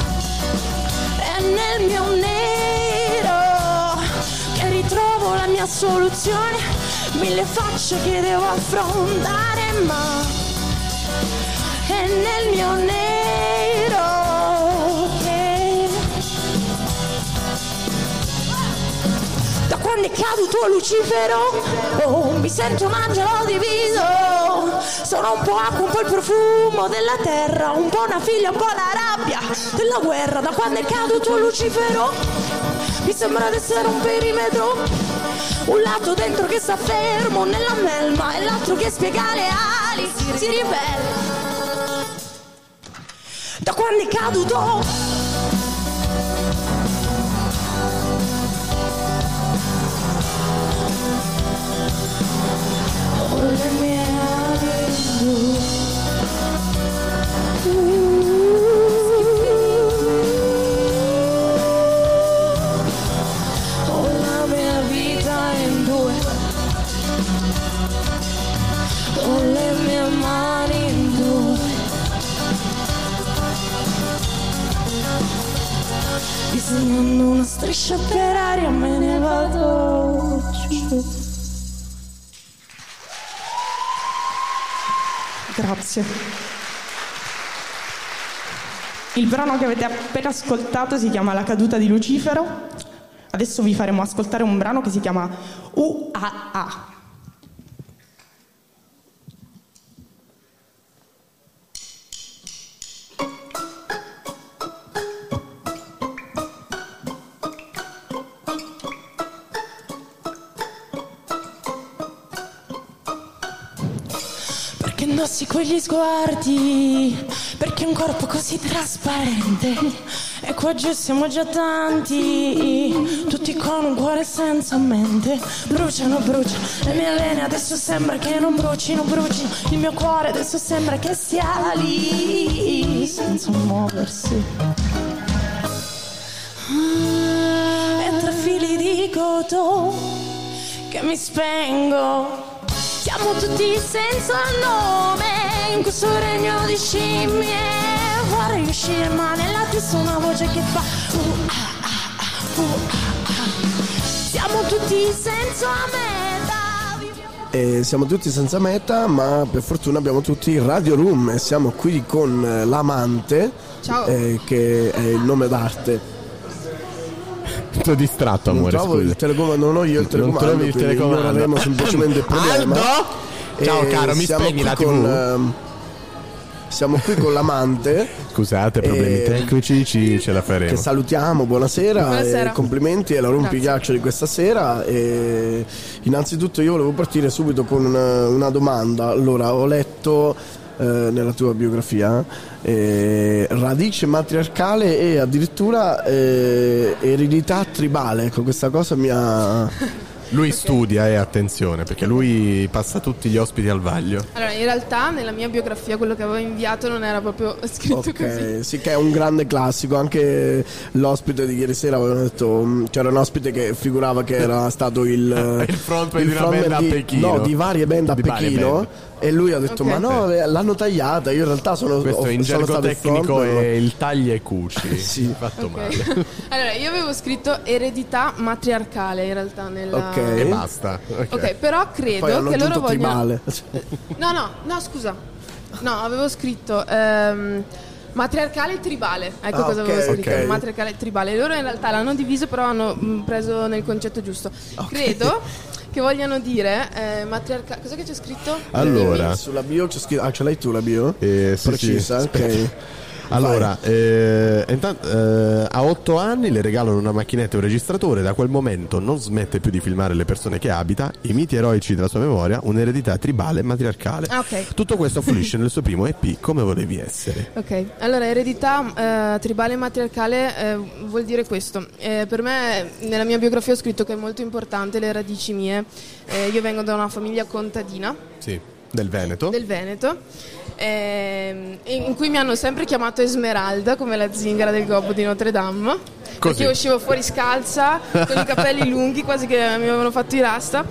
è nel mio nero che ritrovo la mia soluzione, mille facce che devo affrontare, ma è nel mio nero che quando è caduto Lucifero, oh, mi sento un angelo diviso. Sono un po' acqua, un po' il profumo della terra, un po' una figlia, un po' la rabbia della guerra. Da quando è caduto Lucifero mi sembra di essere un perimetro, un lato dentro che sta fermo nella melma e l'altro che spiega le ali, si rivela. Da quando è caduto le mie ali, ho la mia vita in due, ho le mie mani in due, disegnando una striscia per aria me ne vado giù. Grazie. Il brano che avete appena ascoltato si chiama La caduta di Lucifero. Adesso vi faremo ascoltare un brano che si chiama UAA. Perché indossi quegli sguardi, perché un corpo così trasparente, e qua giù siamo già tanti, tutti con un cuore senza mente. Bruciano le mie vene, adesso sembra che non brucino, il mio cuore adesso sembra che sia lì, senza muoversi. E tra fili di cotone che mi spengo, siamo tutti senza nome in questo regno di scimmie. Vorrei uscire ma nella testa una voce che fa siamo tutti senza meta. Siamo tutti senza meta, ma per fortuna abbiamo tutti Radio Room e siamo qui con l'Amante. Ciao. Che è il nome d'arte. Sto distratto, amore. Non trovo il telecomando, non ho io il telecomando. Non trovi il telecomando. Non avremo semplicemente il problema. Aldo? Ciao caro, mi spegni la TV? Siamo qui con l'Amante. Scusate, problemi tecnici, ce la faremo. Che salutiamo, buonasera. Buonasera. Complimenti alla rompighiaccio di questa sera. E innanzitutto io volevo partire subito con una domanda. Allora, ho letto nella tua biografia radice matriarcale e addirittura eredità tribale. Ecco, questa cosa mi ha... Lui studia e attenzione, perché lui passa tutti gli ospiti al vaglio. Allora, in realtà nella mia biografia quello che avevo inviato non era proprio scritto così. Sì, che è un grande classico. Anche l'ospite di ieri sera avevano detto, c'era un ospite che figurava che era stato il frontman di una band a Pechino. No, di varie band a Pechino. E lui ha detto ma no, l'hanno tagliata. Io in realtà questo in gergo tecnico è il taglia e cuci. Sì, fatto male. Allora, io avevo scritto eredità matriarcale in realtà nella... E basta. Ok, però credo poi hanno che loro vogliono... No, scusa. No, avevo scritto matriarcale e tribale. Ecco cosa avevo scritto. Okay. Matriarcale e tribale. Loro in realtà l'hanno diviso, però hanno preso nel concetto giusto. Credo che vogliano dire matriarcale. Cos'è che c'è scritto? Allora, sulla bio c'è scritto. Ce l'hai tu la bio? Sì, precisa, sì. Ok. Allora, a 8 anni le regalano una macchinetta e un registratore. Da quel momento non smette più di filmare le persone che abita, i miti eroici della sua memoria, un'eredità tribale e matriarcale. Tutto questo affluisce nel suo primo EP, Come volevi essere. Ok, allora eredità tribale e matriarcale vuol dire questo. Per me, nella mia biografia ho scritto che è molto importante le radici mie. Io vengo da una famiglia contadina. Sì, del Veneto. In cui mi hanno sempre chiamato Esmeralda, come la zingara del gobbo di Notre Dame. Perché io uscivo fuori scalza con i capelli lunghi, quasi che mi avevano fatto i rasta,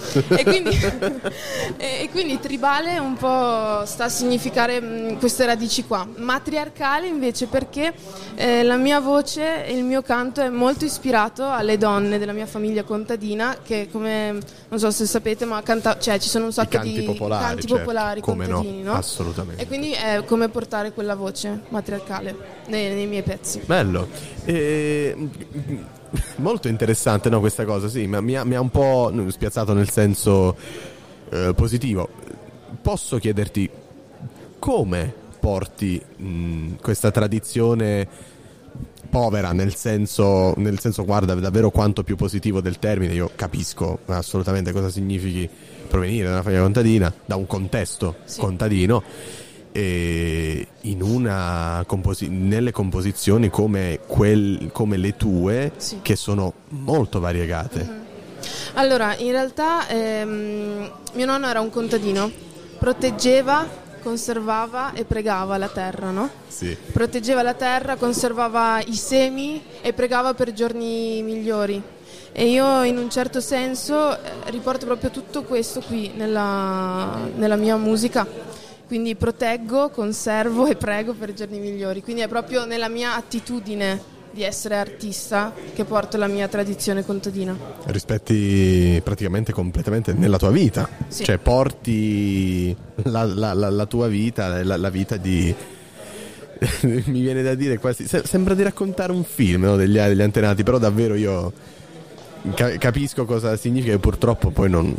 e quindi tribale un po' sta a significare queste radici qua. Matriarcale invece perché la mia voce e il mio canto è molto ispirato alle donne della mia famiglia contadina, che come non so se sapete, ma ci sono un sacco di canti popolari come contadini, no? Assolutamente. E quindi è come portare quella voce matriarcale nei miei pezzi. Bello. Molto interessante, no, questa cosa, sì, ma mi ha un po' spiazzato nel senso positivo. Posso chiederti come porti questa tradizione povera, nel senso guarda davvero quanto più positivo del termine, io capisco assolutamente cosa significhi provenire da una famiglia contadina, da un contesto contadino, e in una nelle composizioni come le tue, che sono molto variegate. Allora, in realtà mio nonno era un contadino, proteggeva, conservava e pregava la terra, no? Sì. Proteggeva la terra, conservava i semi e pregava per giorni migliori. E io in un certo senso riporto proprio tutto questo qui nella mia musica. Quindi proteggo, conservo e prego per giorni migliori. Quindi è proprio nella mia attitudine di essere artista che porto la mia tradizione contadina. Rispetti praticamente completamente nella tua vita, sì. Cioè porti la tua vita, la vita di mi viene da dire quasi, sembra di raccontare un film, no? degli antenati, però davvero io capisco cosa significa, e purtroppo poi non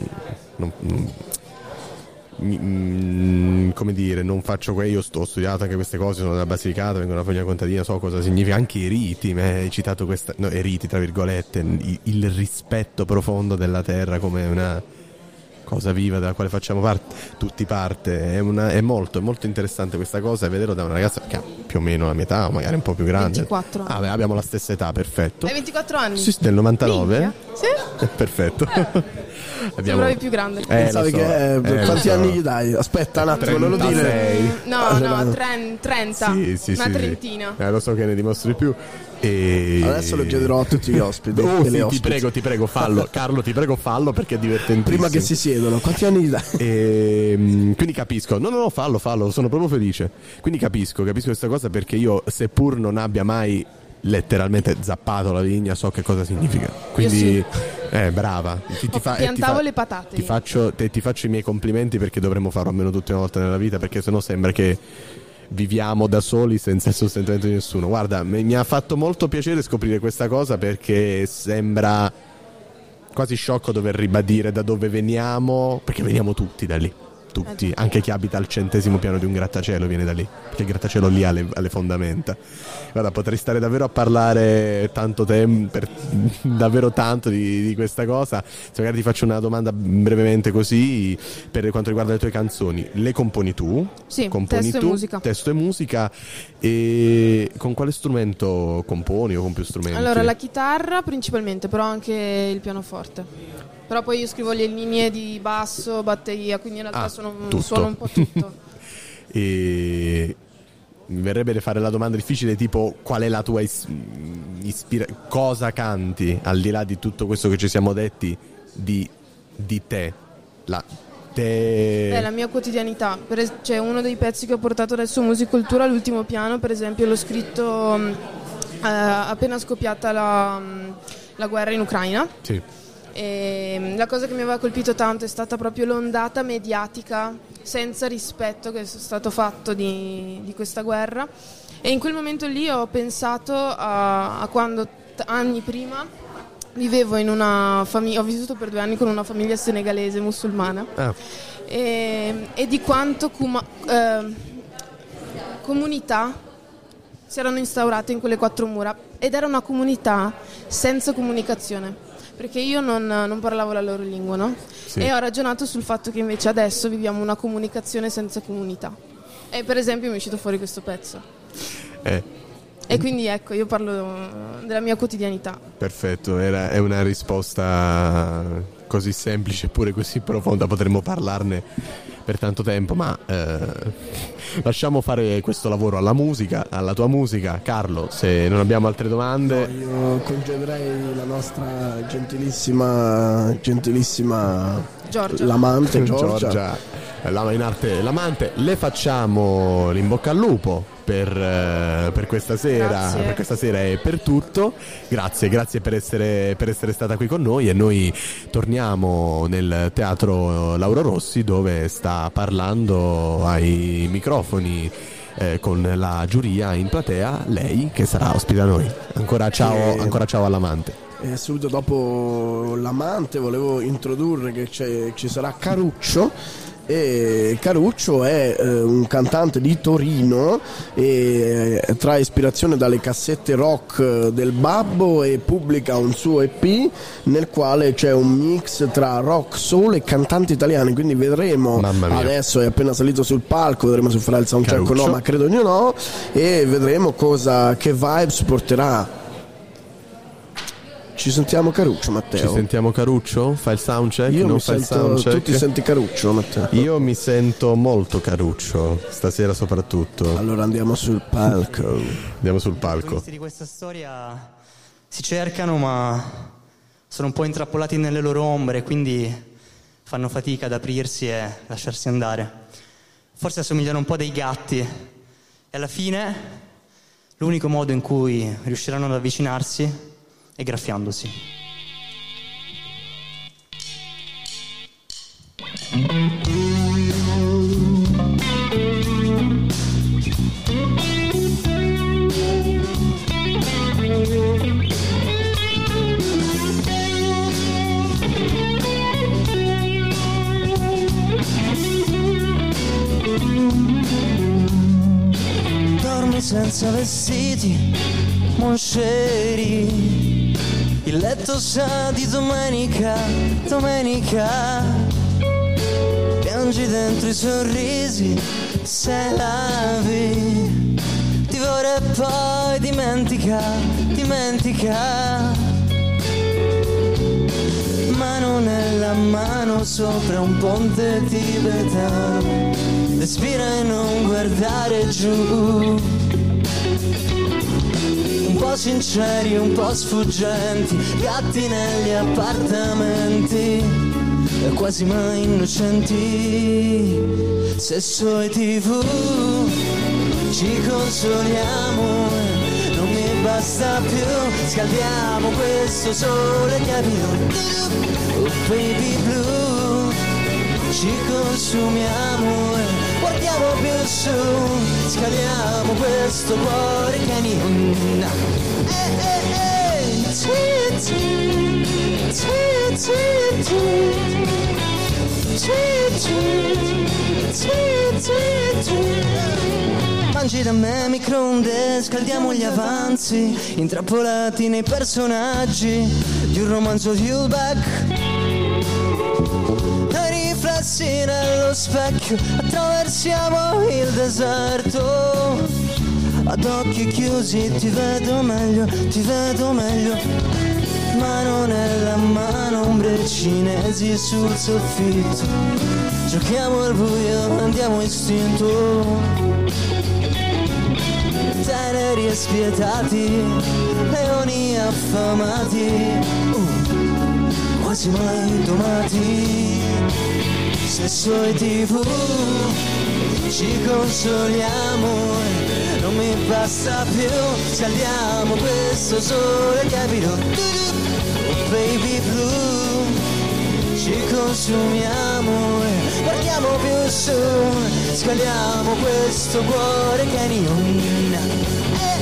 come dire, non faccio io ho studiato anche queste cose, sono della Basilicata, vengo da una famiglia contadina, so cosa significa anche i riti, hai citato i riti tra virgolette, il rispetto profondo della terra come una cosa viva della quale facciamo tutti parte, è molto interessante questa cosa, e vederlo da una ragazza che ha più o meno la mia età, o magari un po' più grande. 24 anni. Abbiamo la stessa età, perfetto. Hai 24 anni? Sì, del 99. Minchia. Sì? Perfetto. Sembravi più grande. Pensavi quanti anni gli dai? Aspetta un attimo, non lo dire. No, 30. Sì, una trentina. Lo so che ne dimostri più. Adesso lo chiederò a tutti gli ospiti. Ti prego, fallo. Carlo, ti prego, fallo, perché è divertentissimo. Prima che si siedono, quanti anni gli dai? Quindi capisco. No, fallo, sono proprio felice. Quindi capisco questa cosa, perché io, seppur non abbia mai letteralmente zappato la vigna, so che cosa significa. Quindi brava. Piantavo le patate. Ti faccio i miei complimenti, perché dovremmo farlo almeno tutte una volta nella vita, perché sennò sembra che viviamo da soli senza il sostentamento di nessuno. Guarda, mi ha fatto molto piacere scoprire questa cosa, perché sembra quasi sciocco dover ribadire da dove veniamo, perché veniamo tutti da lì. Tutti, anche chi abita al 100° piano di un grattacielo viene da lì, perché il grattacielo lì ha le fondamenta. Guarda, potrei stare davvero a parlare tanto tempo, davvero tanto di questa cosa. Se magari ti faccio una domanda brevemente così, per quanto riguarda le tue canzoni, le componi tu? Sì, testo e musica. E con quale strumento componi, o con più strumenti? Allora, la chitarra principalmente, però anche il pianoforte. Però poi io scrivo le linee di basso, batteria, quindi in realtà suono un po' tutto. E mi verrebbe da fare la domanda difficile, tipo qual è la tua cosa canti, al di là di tutto questo che ci siamo detti, di te? La mia quotidianità. Cioè, uno dei pezzi che ho portato adesso, Musicultura, all'ultimo piano, per esempio, l'ho scritto appena scoppiata la guerra in Ucraina. Sì. E la cosa che mi aveva colpito tanto è stata proprio l'ondata mediatica senza rispetto che è stato fatto di questa guerra, e in quel momento lì ho pensato a quando anni prima vivevo in una famiglia, ho vissuto per 2 anni con una famiglia senegalese musulmana, e di quanto comunità si erano instaurate in quelle 4 mura, ed era una comunità senza comunicazione, perché io non parlavo la loro lingua, no? Sì. E ho ragionato sul fatto che invece adesso viviamo una comunicazione senza comunità. E per esempio mi è uscito fuori questo pezzo. E quindi ecco, io parlo della mia quotidianità. Perfetto, è una risposta così semplice eppure così profonda, potremmo parlarne per tanto tempo, ma lasciamo fare questo lavoro alla musica, alla tua musica. Carlo, se non abbiamo altre domande... No, io concederei la nostra gentilissima Giorgia. L'amante Giorgia. In arte l'amante, le facciamo l'in bocca al lupo per questa sera. Grazie. Per questa sera e per tutto. Grazie per essere stata qui con noi, e noi torniamo nel teatro Lauro Rossi, dove sta parlando ai microfoni con la giuria in platea, lei che sarà ospite da noi. Ancora ciao all'amante. Subito dopo l'amante volevo introdurre che ci sarà Caruccio. E Caruccio è un cantante di Torino e trae ispirazione dalle cassette rock del babbo e pubblica un suo EP nel quale c'è un mix tra rock, soul e cantanti italiani, quindi vedremo, adesso è appena salito sul palco, vedremo se farà il soundcheck o no, ma credo di no, e vedremo che vibes porterà. Ci sentiamo Caruccio, Matteo. Ci sentiamo Caruccio? Fa il soundcheck? Io non mi fa il sento, soundcheck? tu ti senti Caruccio, Matteo? Io mi sento molto Caruccio, stasera soprattutto. Allora andiamo sul palco. Andiamo sul I palco. protagonisti di questa storia si cercano, ma sono un po' intrappolati nelle loro ombre, quindi fanno fatica ad aprirsi e lasciarsi andare. Forse assomigliano un po' a dei gatti e alla fine l'unico modo in cui riusciranno ad avvicinarsi è graffiandosi. Dormi senza vestiti, mosceri, il letto sa di domenica, piangi dentro i sorrisi, se lavi, divora e poi dimentica, mano nella mano sopra un ponte tibetano, respira e non guardare giù. Un po' sinceri, un po' sfuggenti, gatti negli appartamenti, e quasi mai innocenti. Sesso e TV, ci consoliamo, non mi basta più, scaldiamo questo sole, capito? Oh baby blue, ci consumiamo, guardiamo più su, scaliamo questo cuore che mi mangi da me microonde, scaldiamo gli avanzi, intrappolati nei personaggi di un romanzo di Hulbeck. Riflessi nello specchio, attraversiamo il deserto, ad occhi chiusi ti vedo meglio, mano nella mano, ombre cinesi sul soffitto, giochiamo al buio, andiamo istinto, teneri e spietati, leoni affamati, quasi mai domati. Sesso e TV, ci consoliamo, non mi basta più, scaldiamo questo sole, capito? Oh baby blue, ci consumiamo, guardiamo più su, scaldiamo questo cuore che non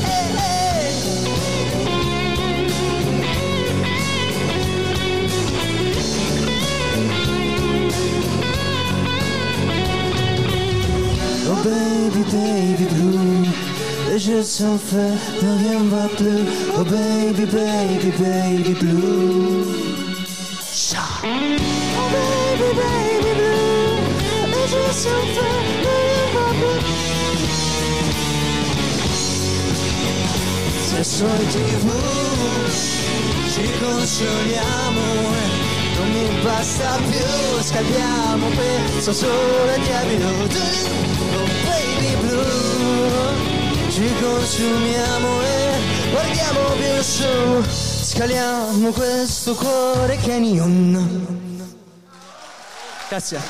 oh baby, baby blue, les yeux sont faits de rien va plus. Oh baby, baby, baby blue. Oh baby, baby blue, les yeux sont faits de rien va plus. Se soy TV, ci consoliamo, non mi basta più, scaldiamo questo sole che abito. Ci consumiamo e guardiamo più su, scaliamo questo cuore canyon. Grazie.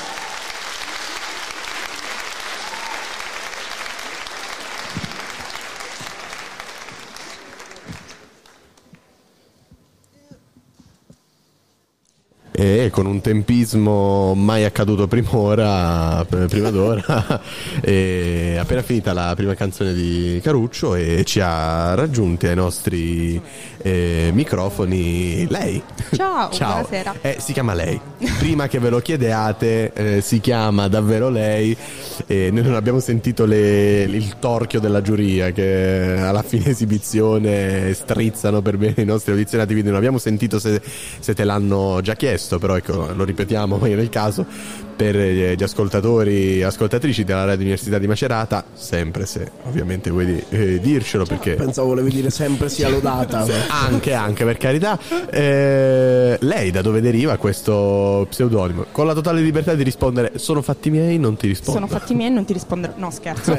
E con un tempismo mai accaduto prima d'ora, è appena finita la prima canzone di Caruccio e ci ha raggiunti ai nostri microfoni lei. Ciao. Buonasera. Si chiama lei. Prima che ve lo chiediate, si chiama davvero lei. Noi non abbiamo sentito il torchio della giuria che alla fine esibizione strizzano per bene i nostri audizionati, quindi non abbiamo sentito se te l'hanno già chiesto, però ecco, lo ripetiamo poi nel caso per gli ascoltatori e ascoltatrici della Radio Università di Macerata, sempre se ovviamente vuoi dircelo, perché pensavo volevi dire sempre sia lodata. anche per carità. Lei da dove deriva questo pseudonimo? Con la totale libertà di rispondere sono fatti miei, non ti rispondo. Sono fatti miei, non ti risponderò. No, scherzo.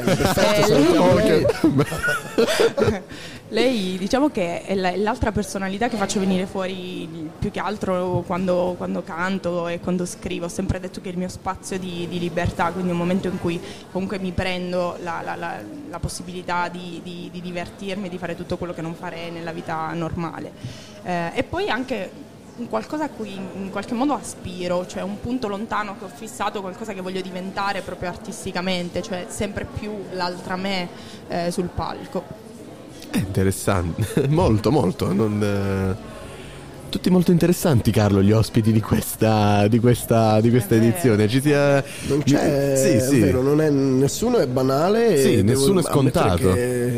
Lei diciamo che è l'altra personalità che faccio venire fuori più che altro quando canto e quando scrivo. Ho sempre detto che è il mio spazio di libertà, quindi è un momento in cui comunque mi prendo la possibilità di divertirmi, di fare tutto quello che non farei nella vita normale. E poi anche qualcosa a cui in qualche modo aspiro, cioè un punto lontano che ho fissato, qualcosa che voglio diventare proprio artisticamente, cioè sempre più l'altra me sul palco. È interessante, molto. Tutti molto interessanti, Carlo, gli ospiti di questa edizione. Ci sia... Non c'è, sì. È vero, non è, nessuno è banale. Sì, nessuno è scontato.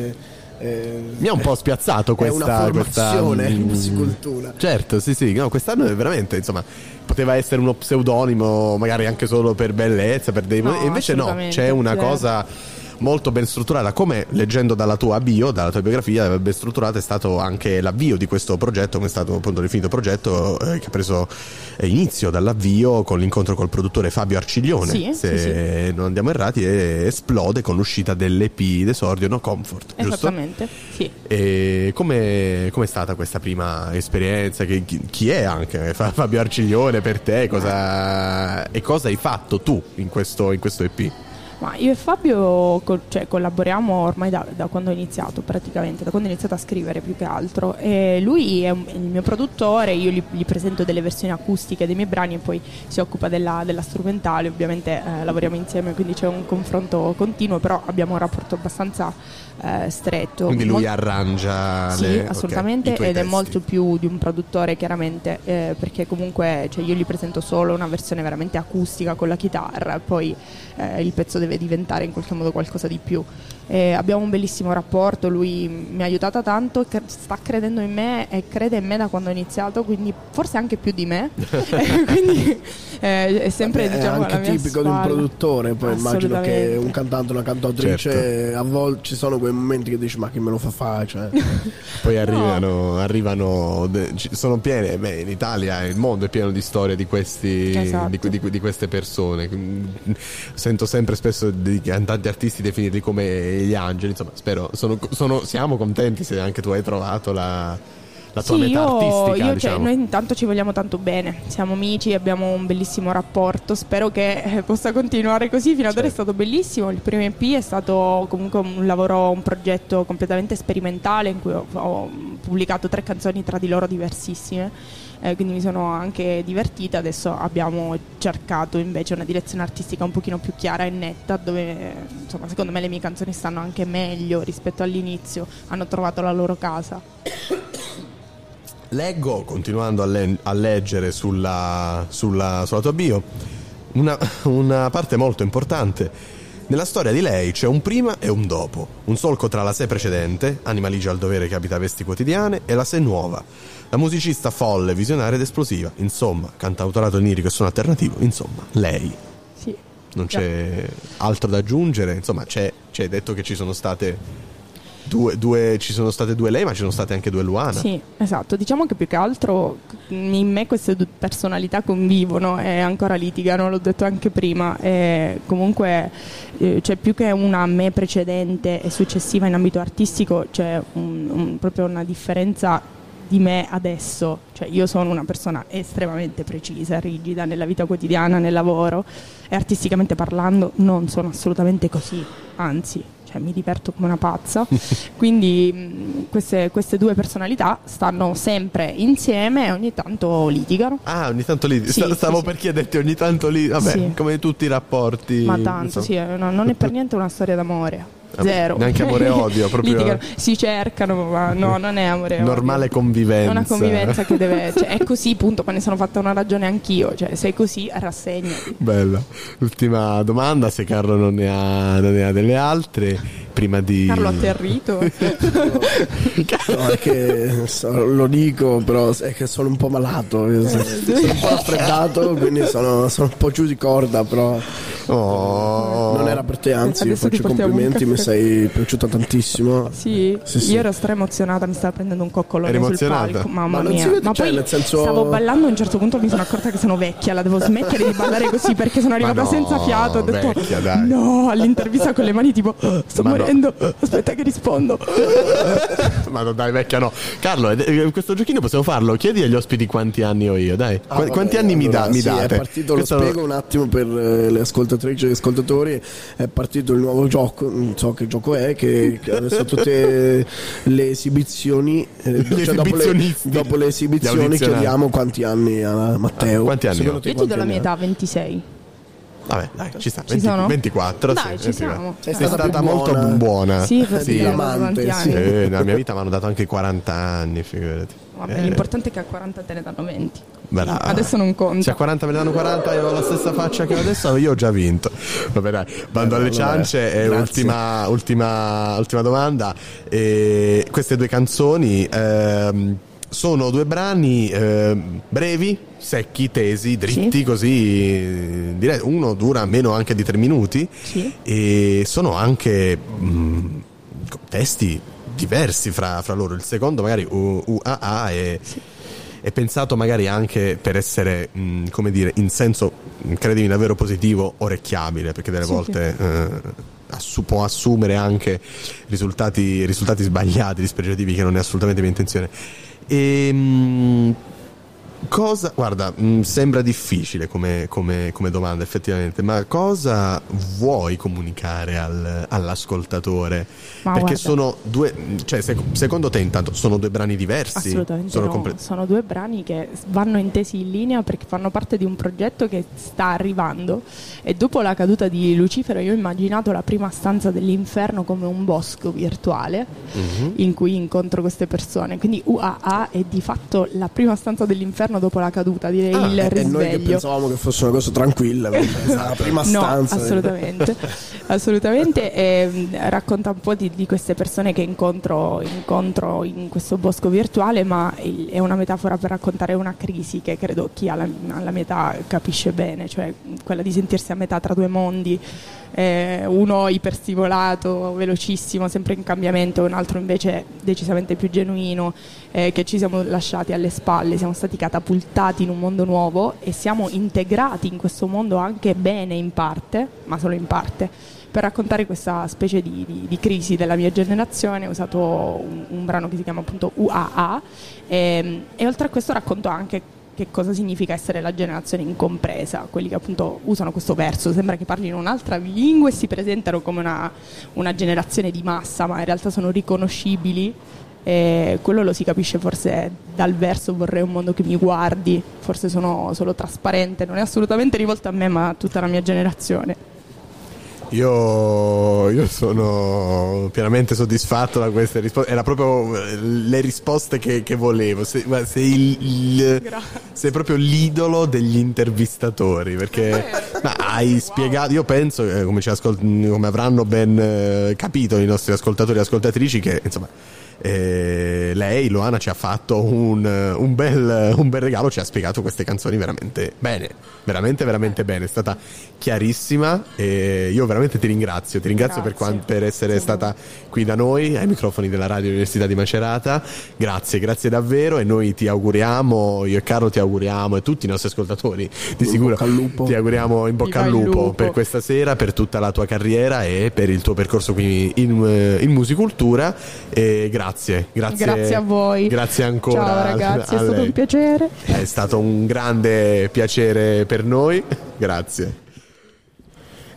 Mi ha un po' spiazzato questa in musicultura. Certo, sì. No, quest'anno è veramente, insomma, poteva essere uno pseudonimo, magari anche solo per bellezza, per dei e invece no, c'è una cosa molto ben strutturata, come leggendo dalla tua bio, dalla tua biografia, ben strutturata è stato anche l'avvio di questo progetto, come è stato appunto definito progetto, che ha preso inizio dall'avvio con l'incontro col produttore Fabio Arciglione, se non andiamo errati, e esplode con l'uscita dell'EP d'esordio No Comfort, giusto? Esattamente, sì. E come è stata questa prima esperienza? Chi è anche Fabio Arciglione per te? Cosa hai fatto tu in questo EP? Ma io e Fabio collaboriamo ormai da quando ho iniziato, praticamente da quando ho iniziato a scrivere più che altro, e lui è il mio produttore, io gli presento delle versioni acustiche dei miei brani e poi si occupa della strumentale, ovviamente lavoriamo insieme, quindi c'è un confronto continuo, però abbiamo un rapporto abbastanza stretto. Quindi lui arrangia sì, assolutamente, ed è molto più di un produttore, chiaramente, perché comunque io gli presento solo una versione veramente acustica con la chitarra, poi il pezzo deve diventare in qualche modo qualcosa di più. Abbiamo un bellissimo rapporto, lui mi ha aiutata tanto, sta credendo in me e crede in me da quando ho iniziato, quindi forse anche più di me. Quindi è sempre è anche la mia tipico spalla. Di un produttore, poi immagino che un cantante, una cantautrice, certo, a volte ci sono quei momenti che dici ma chi me lo fa fare, cioè. Poi arrivano sono piene, in Italia il mondo è pieno di storie di questi, esatto, di queste persone. Sento sempre spesso di cantanti artisti definirli come gli angeli, insomma, siamo contenti se anche tu hai trovato la tua metà artistica, diciamo. Noi intanto ci vogliamo tanto bene, siamo amici, abbiamo un bellissimo rapporto, spero che possa continuare così. Fino ad ora è stato bellissimo, il primo EP è stato comunque un progetto completamente sperimentale in cui ho pubblicato 3 canzoni tra di loro diversissime, quindi mi sono anche divertita. Adesso abbiamo cercato invece una direzione artistica un pochino più chiara e netta, dove insomma secondo me le mie canzoni stanno anche meglio rispetto all'inizio, hanno trovato la loro casa. Leggo, continuando a leggere sulla tua bio, una parte molto importante. Nella storia di lei c'è un prima e un dopo, un solco tra la sé precedente, anima ligia al dovere che abita vesti quotidiane, e la sé nuova, la musicista folle, visionaria ed esplosiva, insomma, cantautorato onirico e suono alternativo, insomma, lei. Sì. Non c'è altro da aggiungere, insomma, ci hai detto che ci sono state ci sono state 2 lei, ma ci sono state anche 2 Luana. Sì, esatto, diciamo che più che altro in me queste 2 personalità convivono e ancora litigano, l'ho detto anche prima, e comunque c'è più che una me precedente e successiva in ambito artistico, c'è proprio una differenza di me adesso, cioè io sono una persona estremamente precisa, rigida nella vita quotidiana, nel lavoro, e artisticamente parlando non sono assolutamente così, anzi, cioè mi diverto come una pazza. Quindi queste due personalità stanno sempre insieme e ogni tanto litigano. Ah, ogni tanto litigano. Stavo per chiederti, ogni tanto vabbè, come tutti i rapporti. Ma tanto, sì, non è per niente una storia d'amore. Zero. Neanche amore e odio, proprio. Litigano, si cercano, ma no, non è amore e odio. Normale convivenza. È una convivenza che deve, cioè, è così, punto, ma ne sono fatta una ragione anch'io, cioè sei così, rassegnati. Bella. Ultima domanda, se Carlo non ne ha delle altre, prima di... Carlo atterrito. No, è che lo dico, però è che sono un po' malato, sono un po' raffreddato, quindi sono un po' giù di corda, però non era per te, anzi io faccio complimenti, mi sei piaciuta tantissimo. Sì. Io ero stra emozionata, mi stava prendendo un coccolone sul palco, mamma mia. Vede, ma poi nel senso... stavo ballando, a un certo punto mi sono accorta che sono vecchia, la devo smettere di ballare così perché sono arrivata senza fiato, ho detto vecchia, no, all'intervista con le mani tipo sto morendo, aspetta che rispondo. Ma dai, vecchia, no. Carlo, questo giochino possiamo farlo? Chiedi agli ospiti quanti anni ho io, dai. Quanti anni mi date? È partito, lo spiego un attimo per le ascoltatrici e gli ascoltatori, è partito il nuovo gioco, non so che gioco è, che adesso tutte le esibizioni, dopo le esibizioni chiediamo quanti anni ha Matteo. Quanti anni ho? Io ti do la mia età, 26. Vabbè, dai, ci sta. 24. Dai, ci siamo. Sei stata molto buona. Sì, amante, sì. Nella mia vita mi hanno dato anche 40 anni, figurati. Vabbè, l'importante è che a 40 te ne danno 20. Bella. Adesso non conta. Se a 40 me ne danno 40 io ho la stessa faccia che ho adesso, io ho già vinto. Vabbè, dai, bando alle ciance. E ultima domanda. Queste due canzoni sono due brani brevi, secchi, tesi, dritti, così direi. Uno dura meno anche di 3 minuti e sono anche testi diversi fra loro. Il secondo magari UAA è pensato magari anche per essere come dire, in senso, credimi, davvero positivo, orecchiabile, perché delle volte può assumere anche risultati sbagliati, dispregiativi, che non è assolutamente mia intenzione. Guarda, sembra difficile come domanda effettivamente, ma cosa vuoi comunicare all'ascoltatore? Perché guarda, sono due, cioè secondo te intanto sono due brani diversi? Assolutamente sono due brani che vanno intesi in linea perché fanno parte di un progetto che sta arrivando, e dopo la caduta di Lucifero io ho immaginato la prima stanza dell'inferno come un bosco virtuale in cui incontro queste persone, quindi UAA è di fatto la prima stanza dell'inferno dopo la caduta, direi il risveglio. E noi che pensavamo che fosse una cosa tranquilla, la prima stanza. No, assolutamente. E racconta un po' di queste persone che incontro in questo bosco virtuale, ma è una metafora per raccontare una crisi che credo chi ha la metà capisce bene, cioè quella di sentirsi a metà tra due mondi. Uno iperstimolato, velocissimo, sempre in cambiamento, un altro invece decisamente più genuino, che ci siamo lasciati alle spalle, siamo stati catapultati in un mondo nuovo e siamo integrati in questo mondo anche bene in parte, ma solo in parte. Per raccontare questa specie di crisi della mia generazione ho usato un brano che si chiama appunto UAA e oltre a questo racconto anche che cosa significa essere la generazione incompresa, quelli che appunto usano questo verso, sembra che parlino un'altra lingua e si presentano come una generazione di massa, ma in realtà sono riconoscibili, e quello lo si capisce forse dal verso vorrei un mondo che mi guardi, forse sono solo trasparente, non è assolutamente rivolto a me ma a tutta la mia generazione. Io sono pienamente soddisfatto da queste risposte. Era proprio le risposte che volevo. Sei proprio l'idolo degli intervistatori, perché hai spiegato. Io penso, come avranno ben capito i nostri ascoltatori e ascoltatrici, che insomma lei, Loana, ci ha fatto un bel regalo, ci ha spiegato queste canzoni veramente bene, veramente bene, è stata chiarissima e io veramente ti ringrazio per essere stata qui da noi ai microfoni della Radio Università di Macerata. Grazie davvero, e noi ti auguriamo, io e Carlo ti auguriamo, e tutti i nostri ascoltatori di sicuro ti auguriamo in bocca al lupo per questa sera, per tutta la tua carriera e per il tuo percorso qui in musicultura. E grazie a voi, grazie ancora. Ciao ragazzi, è stato un piacere, è stato un grande piacere per noi, grazie.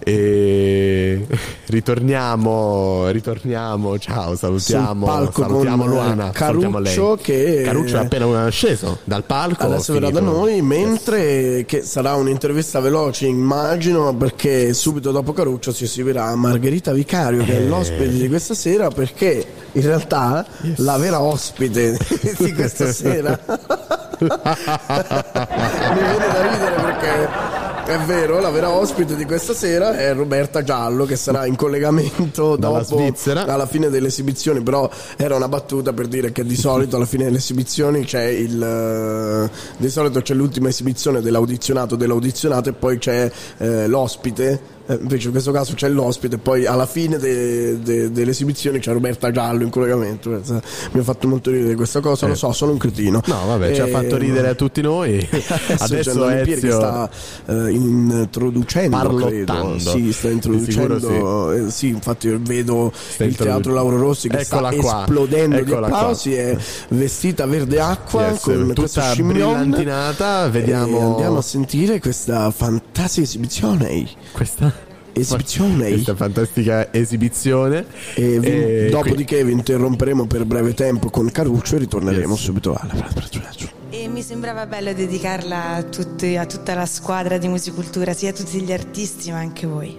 E ritorniamo, ciao, salutiamo Luana, salutiamo lei. Che Caruccio è appena sceso dal palco, adesso verrà da noi, mentre che sarà un'intervista veloce, immagino, perché subito dopo Caruccio si seguirà Margherita Vicario, che è l'ospite di questa sera, perché in realtà la vera ospite di questa sera mi viene da ridere perché è vero, la vera ospite di questa sera è Roberta Giallo, che sarà in collegamento dalla dopo Svizzera, alla fine delle esibizioni. Però era una battuta per dire che di solito alla fine delle esibizioni di solito c'è l'ultima esibizione dell'audizionato e poi c'è l'ospite. Invece in questo caso c'è l'ospite e poi alla fine delle esibizioni c'è Roberta Giallo in collegamento. Mi ha fatto molto ridere questa cosa, lo so, sono un cretino. No, vabbè, ci ha fatto ridere a tutti noi. Adesso Ezio che sta introducendo, parlottando. Credo. Sì, sta introducendo. Sì, infatti vedo il Teatro Lauro Rossi che sta esplodendo di applausi. È vestita verde acqua con questa brillantinata. Vediamo. Andiamo a sentire questa fantastica esibizione. Questa fantastica esibizione. Dopodiché vi interromperemo per breve tempo con Caruccio e ritorneremo subito alla E mi sembrava bello dedicarla a tutta la squadra di Musicultura, sia a tutti gli artisti ma anche voi.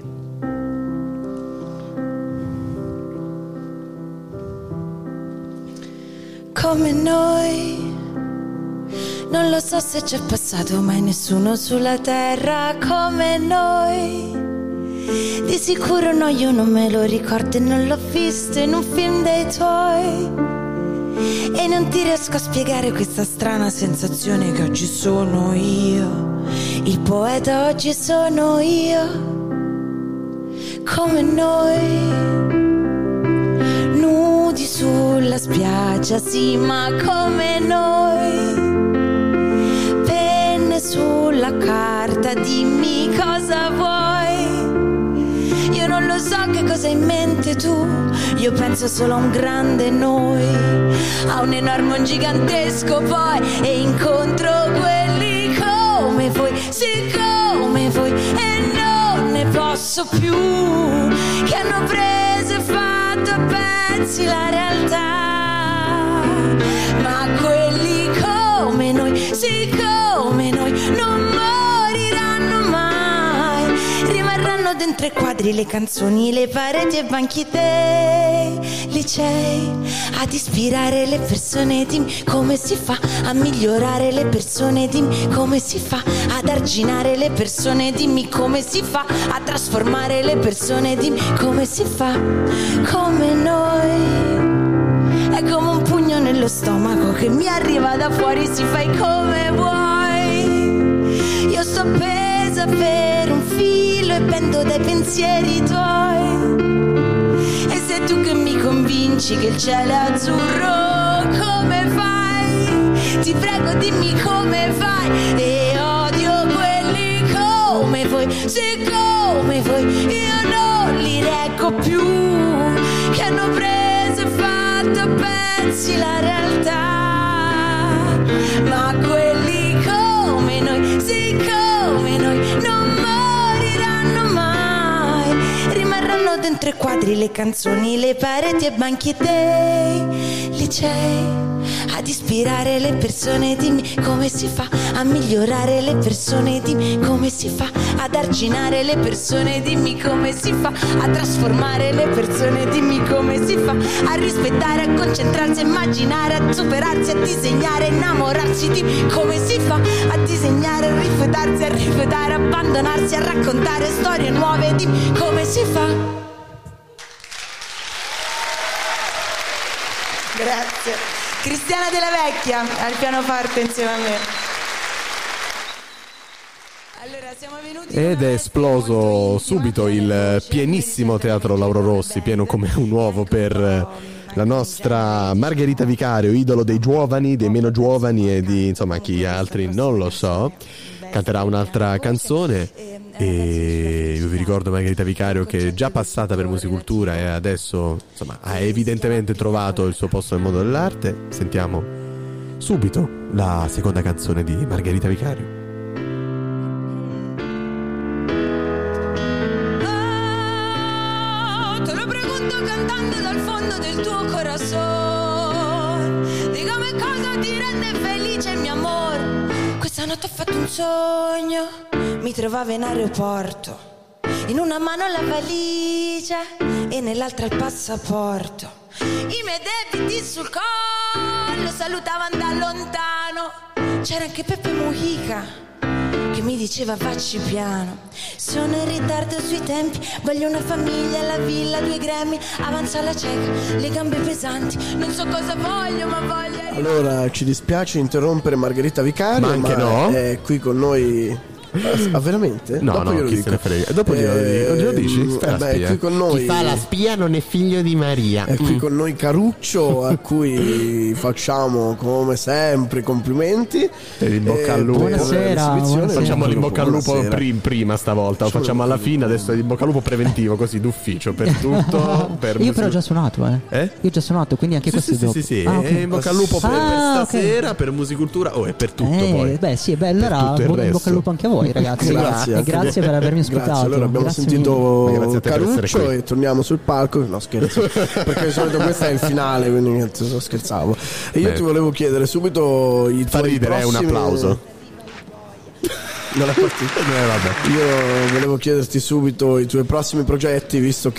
Come noi, non lo so se c'è passato mai nessuno sulla terra come noi. Di sicuro no, io non me lo ricordo e non l'ho visto in un film dei tuoi. E non ti riesco a spiegare questa strana sensazione che oggi sono io. Il poeta oggi sono io. Come noi, nudi sulla spiaggia, sì, ma come noi. Penne sulla carta, dimmi cosa vuoi. Io non lo so che cosa hai in mente tu, io penso solo a un grande noi, a un enorme, un gigantesco poi, e incontro quelli come voi, sì come voi, e non ne posso più, che hanno preso e fatto a pezzi la realtà, ma quelli come noi, sì come noi, non moriranno mai, rimarranno dentro i quadri, le canzoni, le pareti e banchi dei licei, ad ispirare le persone. Dimmi come si fa a migliorare le persone, dimmi come si fa ad arginare le persone, dimmi come si fa a trasformare le persone, dimmi come si fa. Come noi, è come un pugno nello stomaco che mi arriva da fuori, si fai come vuoi, io sto appesa per un filo e pendo dai pensieri tuoi, e sei tu che mi convinci che il cielo è azzurro, come fai? Ti prego dimmi come fai, e odio quelli come voi, sì come voi, io non li reggo più, che hanno preso e fatto a pezzi la realtà, ma quelli come noi, sì come noi, non moriranno mai, rimarranno dentro i quadri, le canzoni, le pareti e banchi dei licei, ad ispirare le persone, dimmi come si fa a migliorare le persone, dimmi come si fa ad arginare le persone, dimmi come si fa a trasformare le persone, dimmi come si fa a rispettare, a concentrarsi, a immaginare, a superarsi, a disegnare, a innamorarsi, dimmi come si fa a disegnare, a rifiutarsi, a rifiutare, a abbandonarsi, a raccontare storie nuove, dimmi come si fa. Grazie. Cristiana Della Vecchia al pianoforte insieme a me. Allora, siamo venuti ed è esploso subito il pienissimo Teatro Lauro Rossi, pieno come un uovo per la nostra Margherita Vicario, idolo dei giovani, dei meno giovani e di insomma chi altri non lo so. Canterà un'altra canzone e io vi ricordo Margherita Vicario che è già passata per Musicultura e adesso insomma ha evidentemente trovato il suo posto nel mondo dell'arte. Sentiamo subito la seconda canzone di Margherita Vicario. Te lo pregunto cantando dal fondo del tuo corazon. Dígame cosa ti rende felice, mio amor. Questa notte ho fatto un sogno. Mi trovavo in aeroporto, in una mano la valigia e nell'altra il passaporto. I miei debiti sul collo salutavano da lontano. C'era anche Peppe Mujica che mi diceva facci piano. Sono in ritardo sui tempi, voglio una famiglia, la villa, 2 Grammy, avanza la cieca, le gambe pesanti, non so cosa voglio ma voglio. Allora ci dispiace interrompere Margherita Vicario, ma anche no. È qui con noi. Ah, veramente? No, dopo no, chi se ne frega. Dopo glielo dici? Fai qui con noi. Chi fa la spia non è figlio di Maria. È qui con noi Caruccio, a cui facciamo come sempre complimenti. E in bocca al lupo. Buonasera. Facciamo l'in bocca al lupo prima stavolta, lo facciamo alla fine, adesso è l'in bocca al lupo preventivo, così d'ufficio per tutto. Io però ho già suonato, Io ho già suonato, quindi anche questo è dopo. Sì. Okay. In bocca al lupo per stasera, per Musicultura, e per tutto poi. Beh, sì, è bello, allora in bocca al lupo anche a voi, ragazzi. Grazie per avermi ascoltato. Grazie. Allora abbiamo sentito Caruccio e torniamo sul palco. No, scherzo, perché di solito questo è il finale, quindi scherzavo. E io ti volevo chiedere subito i tuoi prossimi... un applauso. Non è partito. Vabbè. Io volevo chiederti subito i tuoi prossimi progetti, visto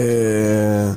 che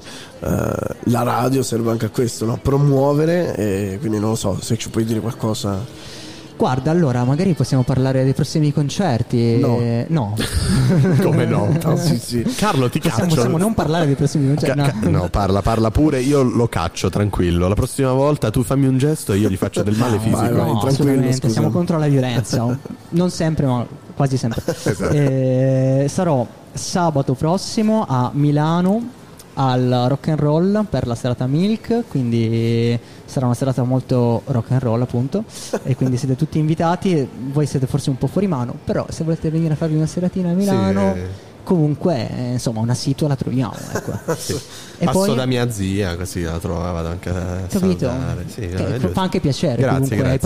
la radio serve anche a questo, no? Promuovere, e quindi non lo so se ci puoi dire qualcosa. Guarda, allora magari possiamo parlare dei prossimi concerti. No. Come no? Sì. Carlo, ti caccio. Possiamo non parlare dei prossimi concerti. No, parla pure. Io lo caccio, tranquillo. La prossima volta tu fammi un gesto e io gli faccio del male fisico. No, assolutamente. Siamo contro la violenza. Non sempre, ma quasi sempre. Esatto. Sarò sabato prossimo a Milano al Rock and Roll per la serata Milk, quindi sarà una serata molto rock and roll, appunto, e quindi siete tutti invitati. Voi siete forse un po' fuori mano, però se volete venire a farvi una seratina a Milano, comunque insomma una situa la troviamo, ecco. Sì. E passo poi da mia zia, così la trovavo, vado anche a salutare. Fa anche piacere. Grazie. Ai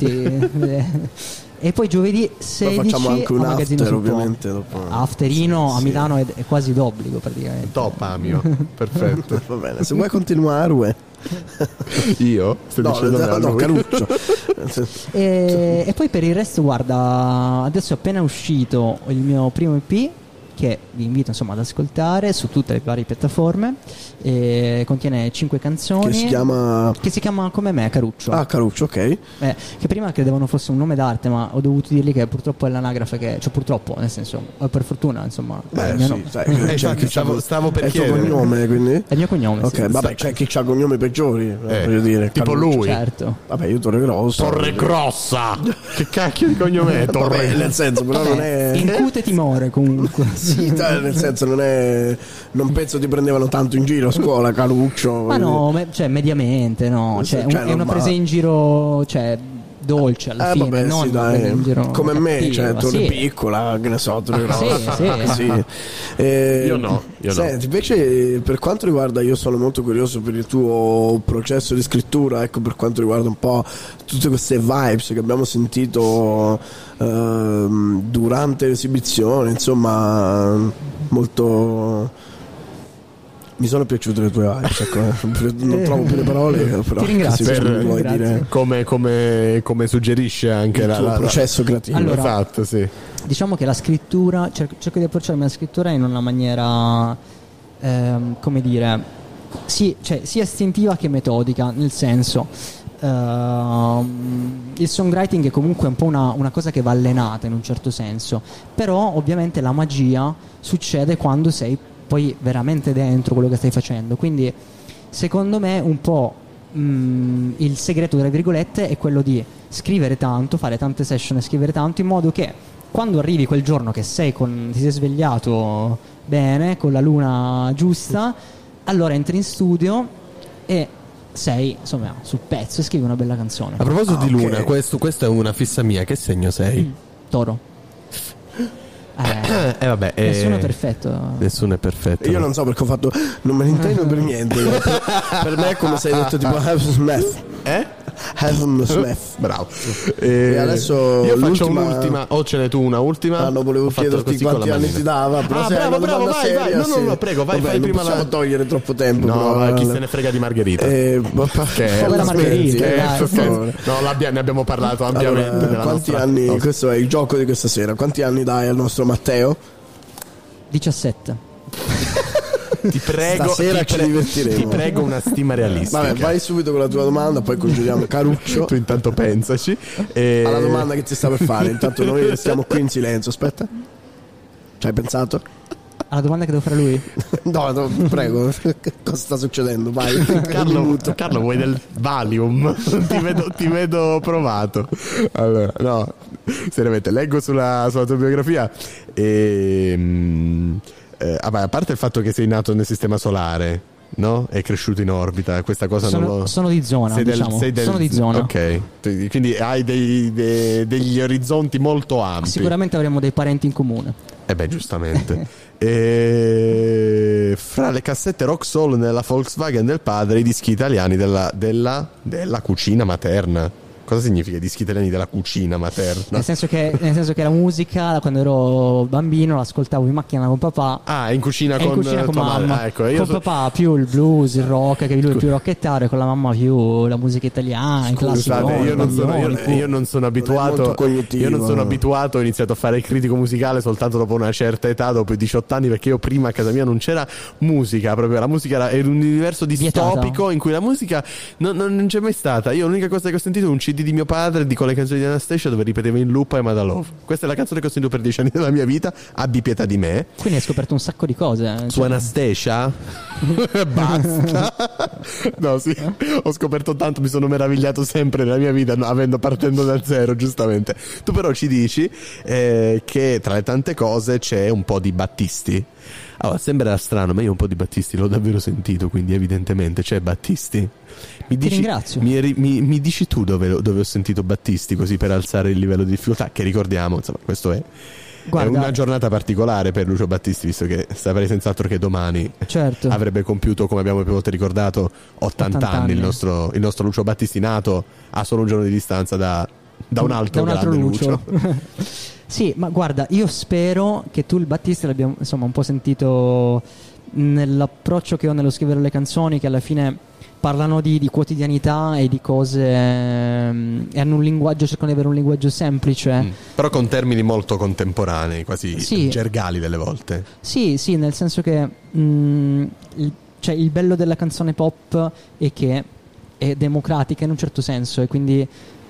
parenti. E poi giovedì 16 facciamo anche un a Magazzino after, ovviamente dopo. Afterino a Milano è quasi d'obbligo praticamente. Top, Amio. Perfetto. Va bene, se vuoi continuare. Io? No, Caruccio. E poi per il resto, guarda, adesso è appena uscito il mio primo EP, che vi invito insomma ad ascoltare su tutte le varie piattaforme, contiene 5 canzoni che si chiama come me, Caruccio. Caruccio, ok. Che prima credevano fosse un nome d'arte, ma ho dovuto dirgli che purtroppo è l'anagrafe purtroppo, nel senso, per fortuna insomma. Stavo per chiedere. È il tuo cognome, quindi? È il mio cognome. Ok, sì. Vabbè, c'è chi c'ha cognomi peggiori, voglio dire. Tipo Caruccio. lui. Certo. Vabbè, io Torre Grossa. Che cacchio di cognome è? Vabbè, nel senso, però non è. Incute timore comunque. Sì, nel senso non penso ti prendevano tanto in giro a scuola, Caruccio. Ma no, mediamente no, è una presa in giro, dolce alla fine, vabbè, non in giro come cattiva. me, Torre piccola, che ne so, Torre Grossa. Sì. Io no. Senti, invece per quanto riguarda, io sono molto curioso per il tuo processo di scrittura, ecco, per quanto riguarda un po' tutte queste vibes che abbiamo sentito durante l'esibizione, insomma, molto. Mi sono piaciute le tue vibes, ecco. Non trovo più le parole, però ti ringrazio. Vuoi dire come suggerisce anche il tuo processo creativo. Allora, esatto, sì. Diciamo che la scrittura, cerco di approcciarmi alla scrittura in una maniera come dire, sia istintiva che metodica, nel senso il songwriting è comunque un po' una cosa che va allenata in un certo senso, però ovviamente la magia succede quando sei poi veramente dentro quello che stai facendo, quindi secondo me un po' il segreto tra virgolette è quello di scrivere tanto, fare tante session e scrivere tanto, in modo che quando arrivi quel giorno che ti sei svegliato bene con la luna giusta, allora entri in studio e sei insomma sul pezzo e scrivi una bella canzone. A proposito di luna, questo è una fissa mia. Che segno sei? Toro. Vabbè, nessuno è perfetto. Nessuno è perfetto. Io non so perché ho fatto. Non me ne intendo per niente. Per me è come se hai detto tipo have some meth. Adam Smith. Bravo. E adesso io faccio l'ultima... un'ultima, o ce n'è tu una ultima? Ah, no, volevo chiederti quanti anni ti dava. Però bravo, vai. No, prego, vai, fai prima. Non possiamo togliere troppo tempo. No, però, chi se ne frega di Margherita. Povera Margherita. No, ne abbiamo parlato ampiamente. Allora, quanti anni? Cosa. Questo è il gioco di questa sera. Quanti anni dai al nostro Matteo? 17. Ti prego, stasera ci divertiremo. Ti prego una stima realistica. Vabbè, vai subito con la tua domanda, poi congiuriamo Caruccio. Tu intanto pensaci. Alla domanda che ti sta per fare. Intanto noi stiamo qui in silenzio. Aspetta. Ci hai pensato? Alla domanda che devo fare a lui? No, prego. Cosa sta succedendo? Vai. Carlo, vuoi del Valium? ti vedo provato. Allora, no, seriamente, leggo sulla tua biografia a parte il fatto che sei nato nel sistema solare, no? È cresciuto in orbita, questa cosa sono di zona, sono di zona. Ok, quindi hai degli orizzonti molto ampi. Sicuramente avremo dei parenti in comune. Giustamente. Fra le cassette Rock Soul nella Volkswagen del padre, i dischi italiani della cucina materna. Cosa significa i dischi italiani della cucina materna? Nel senso che la musica, quando ero bambino, l'ascoltavo in macchina con papà. Ah, in cucina con mamma. Madre. Ecco, con papà più il blues, il rock, che lui è più rockettaro, e con la mamma più la musica italiana, il classico. Io non sono abituato. Io non sono abituato, ho iniziato a fare il critico musicale soltanto dopo una certa età, dopo i 18 anni, perché io prima a casa mia non c'era musica, proprio la musica era un universo distopico in cui la musica non c'è mai stata. Io l'unica cosa che ho sentito è un CD di mio padre con le canzoni di Anastasia, dove ripeteva in loop I'm a Love. Questa è la canzone che ho sentito per 10 anni della mia vita. Abbi pietà di me. Quindi hai scoperto un sacco di cose. Su Anastasia? Basta. No, sì, ho scoperto tanto, mi sono meravigliato sempre nella mia vita, partendo da zero, giustamente. Tu però ci dici che tra le tante cose c'è un po' di Battisti. Allora, sembrerà strano, ma io un po' di Battisti l'ho davvero sentito, quindi evidentemente c'è Battisti. Ti ringrazio. Mi dici tu dove ho sentito Battisti, così per alzare il livello di difficoltà, che ricordiamo, insomma, questo è una giornata particolare per Lucio Battisti, visto che saprei senz'altro che domani avrebbe compiuto, come abbiamo più volte ricordato, 80 anni. Il nostro Lucio Battisti, nato a solo un giorno di distanza da un altro Lucio. Sì, ma guarda, io spero che tu il Battisti l'abbia insomma un po' sentito nell'approccio che ho nello scrivere le canzoni, che alla fine parlano di quotidianità e di cose e hanno un linguaggio, cercano di avere un linguaggio semplice, però con termini molto contemporanei, quasi gergali delle volte. Sì, nel senso che il bello della canzone pop è che è democratica in un certo senso, e quindi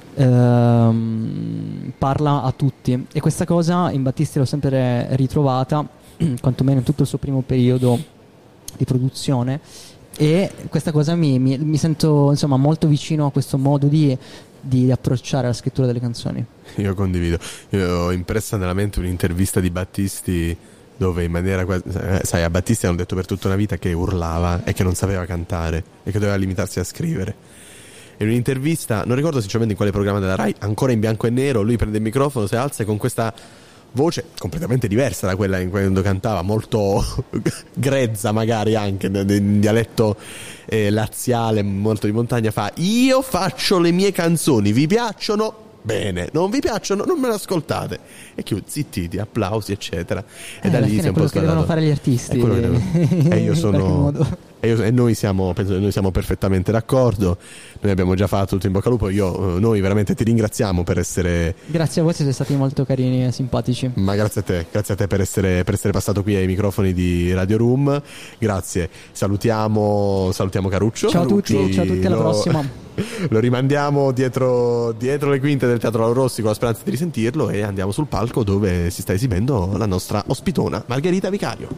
parla a tutti, e questa cosa in Battisti l'ho sempre ritrovata, quantomeno in tutto il suo primo periodo di produzione, e questa cosa mi sento insomma molto vicino a questo modo di approcciare la scrittura delle canzoni. Io condivido. Io ho impressa nella mente un'intervista di Battisti dove in maniera sai, a Battisti hanno detto per tutta una vita che urlava e che non sapeva cantare e che doveva limitarsi a scrivere. In un'intervista, non ricordo sinceramente in quale programma della Rai, ancora in bianco e nero, lui prende il microfono, si alza e con questa voce completamente diversa da quella in quando cantava, molto grezza magari anche, in dialetto laziale, molto di montagna, fa: io faccio le mie canzoni, vi piacciono? Bene, non vi piacciono? Non me le ascoltate. E chiude, zittiti, applausi eccetera. E da lì si è un po' che devono fare gli artisti. E io sono e noi siamo, penso che noi siamo perfettamente d'accordo. Noi abbiamo già fatto tutto in bocca al lupo. Noi veramente ti ringraziamo per essere. Grazie a voi, siete stati molto carini e simpatici. Ma grazie a te per essere passato qui ai microfoni di Radio Room. Grazie. Salutiamo Caruccio. Ciao a tutti, alla prossima. Lo rimandiamo dietro le quinte del Teatro Lauro Rossi con la speranza di risentirlo, e andiamo sul palco dove si sta esibendo la nostra ospitona Margherita Vicario.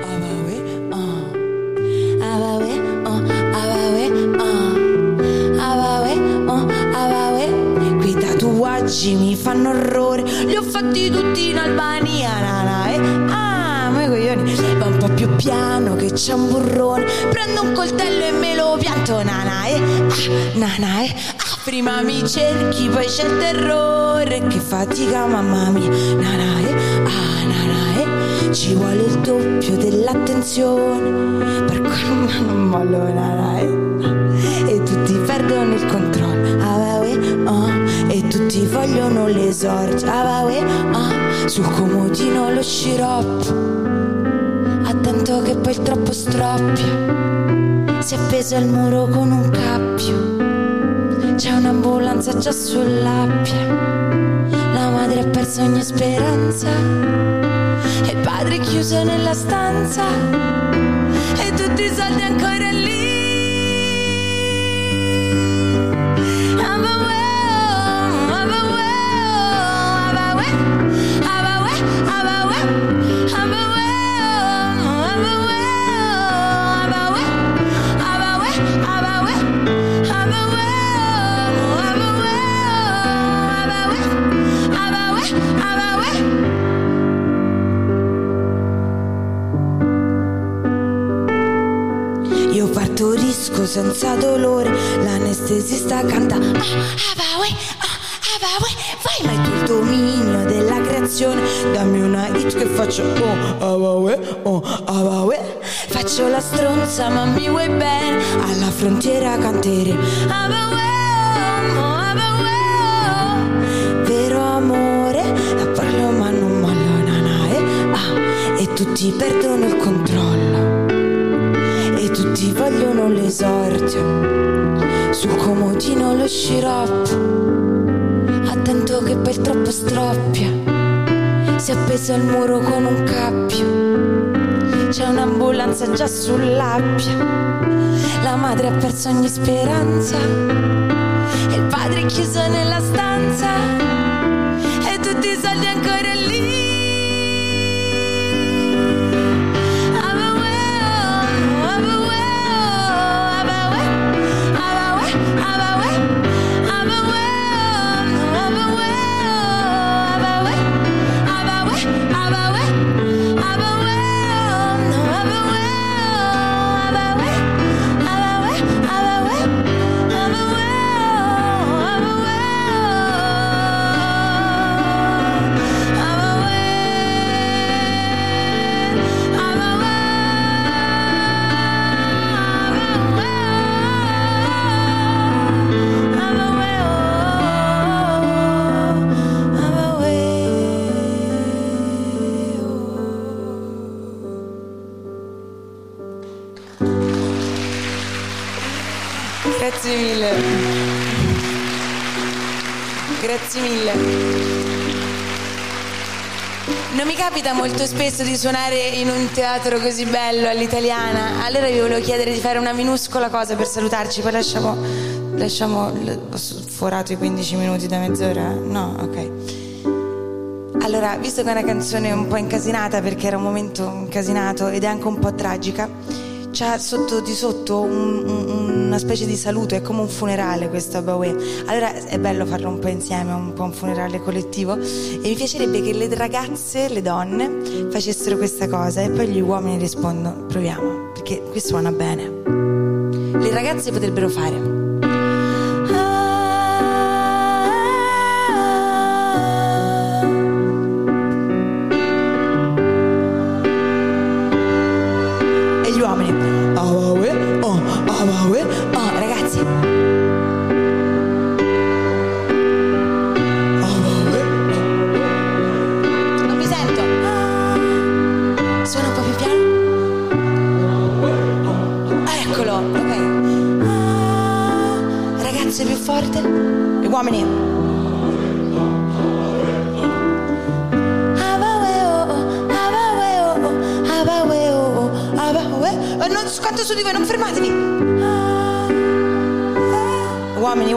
Quei tatuaggi mi fanno orrore, li ho fatti tutti in Albania, me coglioni. Va un po' più piano che c'è un burrone, prendo un coltello e me lo pianto, prima mi cerchi poi c'è il terrore, che fatica mamma mia, ci vuole il doppio dell'attenzione per quando non mollo, e tutti perdono il controllo. sorti. Sul comodino lo sciroppo, attento che poi il troppo stroppia. Si è appeso al muro con un cappio, c'è un'ambulanza già sull'appia. La madre ha perso ogni speranza e il padre è chiuso nella stanza e tutti i soldi ancora lì. Io partorisco senza dolore, l'anestesista canta vai, ma è tu il dominio della creazione. Dammi una hit che faccio faccio la stronza ma mi vuoi bene, alla frontiera canteremo vero amore, la parlo ma non malona e tutti perdono il controllo e tutti vogliono l'esordio. Sul comodino lo sciroppo, attento che poi il troppo stroppia. Si è appeso al muro con un cappio, c'è un'ambulanza già sull'appia. La madre ha perso ogni speranza e il padre è chiuso nella stanza e tutti i soldi ancora lì. Grazie mille. Grazie mille. Non mi capita molto spesso di suonare in un teatro così bello all'italiana. Allora vi volevo chiedere di fare una minuscola cosa per salutarci, poi lasciamo ho sforato i 15 minuti da mezz'ora? No? Ok. Allora, visto che è una canzone un po' incasinata perché era un momento incasinato ed è anche un po' tragica, c'ha sotto di sotto una specie di saluto, è come un funerale questo Abaway. Allora è bello farlo un po' insieme, un po' un funerale collettivo, e mi piacerebbe che le ragazze, le donne facessero questa cosa e poi gli uomini rispondono. Proviamo, perché qui suona bene. Le ragazze potrebbero fare ragazzi. Non mi sento. Suona un po' più piano. Eccolo, ok. Ragazze, più forte. E uomini. Quanto su di voi, non fermatevi. Uomini.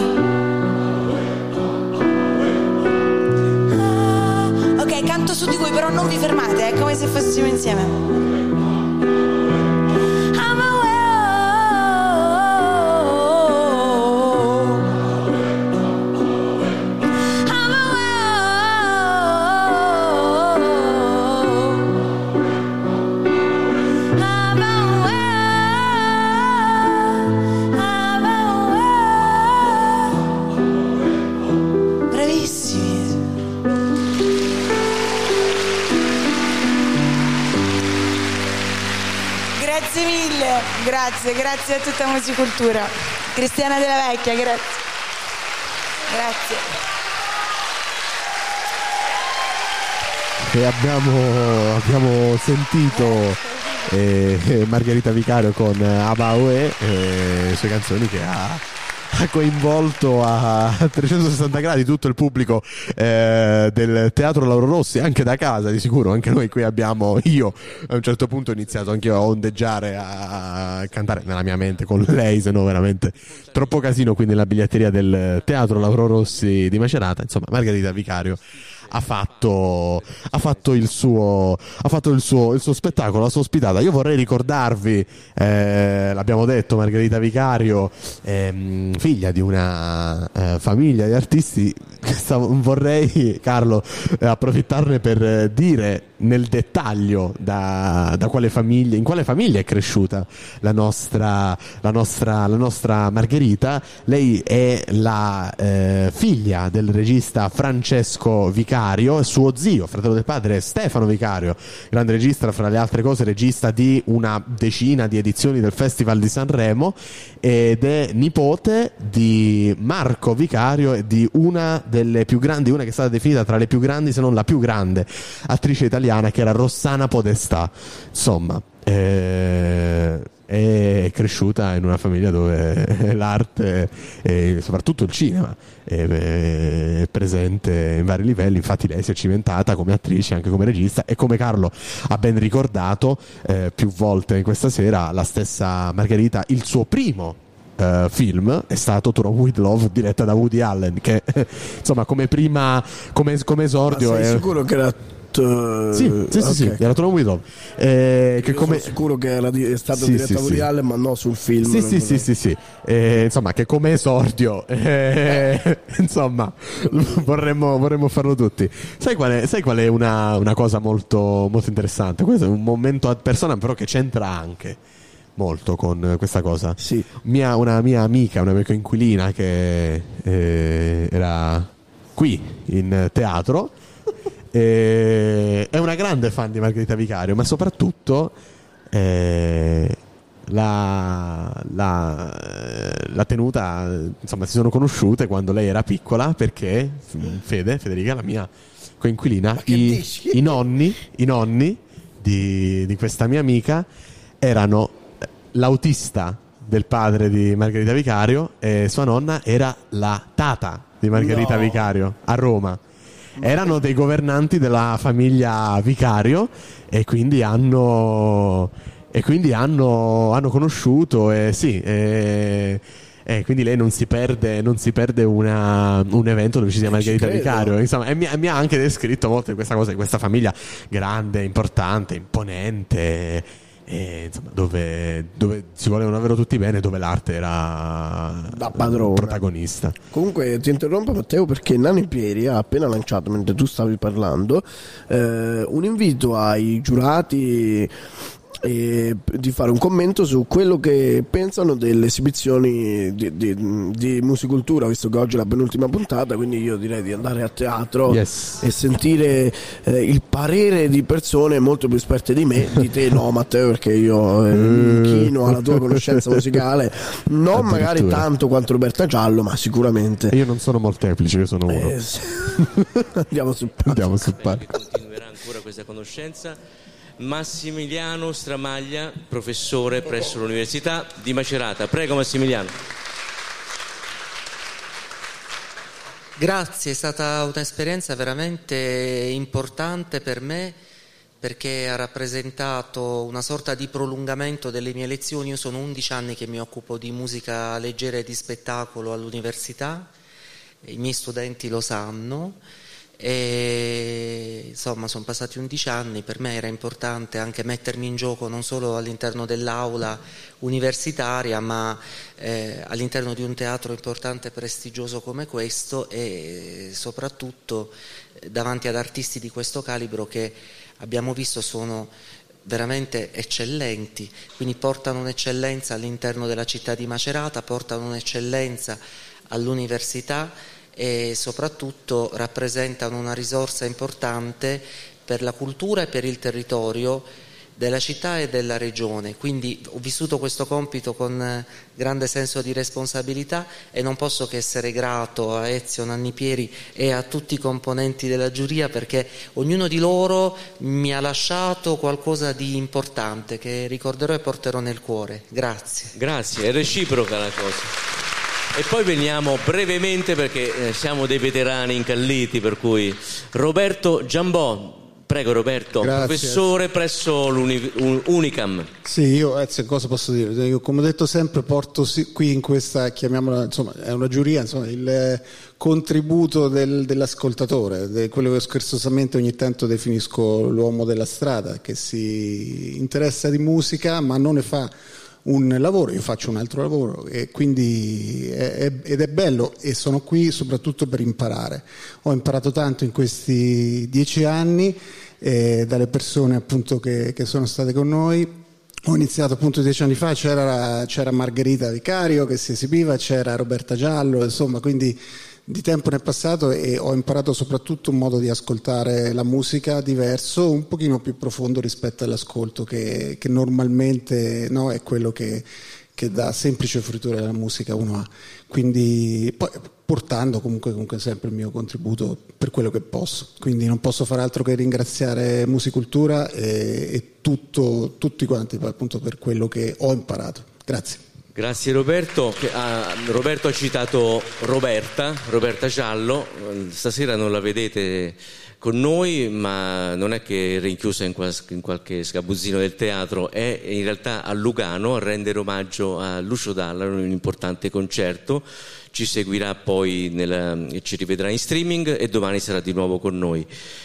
Ok, canto su di voi, però non vi fermate, è come se fossimo insieme. Grazie a tutta Musicultura. Cristiana Della Vecchia, grazie. che abbiamo sentito Margherita Vicario con Abaoe, le sue canzoni che ha coinvolto a 360 gradi tutto il pubblico del Teatro Lauro Rossi, anche da casa di sicuro. Anche noi qui io a un certo punto ho iniziato anche io a ondeggiare, a cantare nella mia mente con lei, se no veramente troppo casino. Quindi la biglietteria del Teatro Lauro Rossi di Macerata, insomma, Margherita Vicario ha fatto il suo spettacolo, la sua ospitata. Io vorrei ricordarvi, l'abbiamo detto, Margherita Vicario, figlia di una famiglia di artisti. Vorrei, Carlo, approfittarne per dire nel dettaglio in quale famiglia è cresciuta la nostra Margherita. Lei è la figlia del regista Francesco Vicario, suo zio, fratello del padre, Stefano Vicario, grande regista, fra le altre cose regista di una decina di edizioni del Festival di Sanremo, ed è nipote di Marco Vicario e di una delle più grandi, una che è stata definita tra le più grandi, se non la più grande attrice italiana, che era Rossana Podestà. Insomma, è cresciuta in una famiglia dove l'arte e soprattutto il cinema è presente in vari livelli. Infatti lei si è cimentata come attrice, anche come regista, e come Carlo ha ben ricordato più volte in questa sera, la stessa Margherita, il suo primo film è stato To Rome With Love, diretta da Woody Allen, che insomma come esordio. Ma sei sicuro che era Sì, era To Rome With Love, che sono sicuro che è stato diretta da Woody Allen, ma no sul film. Insomma, che come esordio insomma vorremmo farlo tutti. Sai qual è una cosa molto, molto interessante? Questo è un momento ad persona, però che c'entra anche molto con questa cosa. Sì. Una mia amica, una mia coinquilina che era qui in teatro, è una grande fan di Margherita Vicario, ma soprattutto l'ha tenuta, insomma, si sono conosciute quando lei era piccola, perché Federica, la mia coinquilina, i nonni di questa mia amica erano l'autista del padre di Margherita Vicario, e sua nonna era la tata di Margherita Vicario a Roma. Erano dei governanti della famiglia Vicario, e quindi hanno conosciuto, quindi lei non si perde un evento dove ci sia Margherita Vicario. Insomma, e mi ha anche descritto molto di questa cosa, di questa famiglia grande, importante, imponente, insomma, dove si volevano davvero tutti bene, dove l'arte era da padrone, protagonista. Comunque ti interrompo, Matteo, perché Nani Pieri ha appena lanciato, mentre tu stavi parlando, un invito ai giurati di fare un commento su quello che pensano delle esibizioni di musicultura, visto che oggi è la penultima puntata. Quindi io direi di andare a teatro e sentire il parere di persone molto più esperte di me, di te no Matteo, perché io mi inchino alla tua conoscenza musicale, non magari tanto quanto Roberta Giallo, ma sicuramente. Io non sono molteplice, io sono uno. Andiamo sul palco. Continuerà ancora questa conoscenza. Massimiliano Stramaglia, professore presso l'Università di Macerata. Prego Massimiliano. Grazie, è stata un'esperienza veramente importante per me, perché ha rappresentato una sorta di prolungamento delle mie lezioni. Io sono 11 anni che mi occupo di musica leggera e di spettacolo all'università, i miei studenti lo sanno. E insomma sono passati 11 anni, per me era importante anche mettermi in gioco non solo all'interno dell'aula universitaria, ma all'interno di un teatro importante e prestigioso come questo, e soprattutto davanti ad artisti di questo calibro che abbiamo visto sono veramente eccellenti, quindi portano un'eccellenza all'interno della città di Macerata, portano un'eccellenza all'università e soprattutto rappresentano una risorsa importante per la cultura e per il territorio della città e della regione, quindi ho vissuto questo compito con grande senso di responsabilità e non posso che essere grato a Ezio Nannipieri e a tutti i componenti della giuria, perché ognuno di loro mi ha lasciato qualcosa di importante che ricorderò e porterò nel cuore. Grazie, è reciproca la cosa. E poi veniamo brevemente, perché siamo dei veterani incalliti, per cui Roberto Giambò. Prego Roberto. Grazie. Professore presso l'Unicam. Sì, io cosa posso dire? Io, come ho detto sempre, porto qui in questa, chiamiamola, insomma, è una giuria, insomma, il contributo dell'ascoltatore, quello che scherzosamente ogni tanto definisco l'uomo della strada, che si interessa di musica ma non ne fa un lavoro. Io faccio un altro lavoro e quindi ed è bello, e sono qui soprattutto per imparare. Ho imparato tanto in questi 10 anni dalle persone appunto che sono state con noi. Ho iniziato appunto 10 anni fa, c'era Margherita Vicario che si esibiva, c'era Roberta Giallo, insomma, quindi di tempo ne è passato e ho imparato soprattutto un modo di ascoltare la musica diverso, un pochino più profondo rispetto all'ascolto che normalmente è quello che da semplice fruitore della musica uno ha. Quindi poi portando comunque sempre il mio contributo per quello che posso. Quindi non posso fare altro che ringraziare Musicultura e tutti quanti appunto per quello che ho imparato. Grazie. Grazie Roberto. Roberto ha citato Roberta Giallo. Stasera non la vedete con noi, ma non è che è rinchiusa in qualche sgabuzzino del teatro, è in realtà a Lugano a rendere omaggio a Lucio Dalla in un importante concerto. Ci seguirà poi ci rivedrà in streaming e domani sarà di nuovo con noi.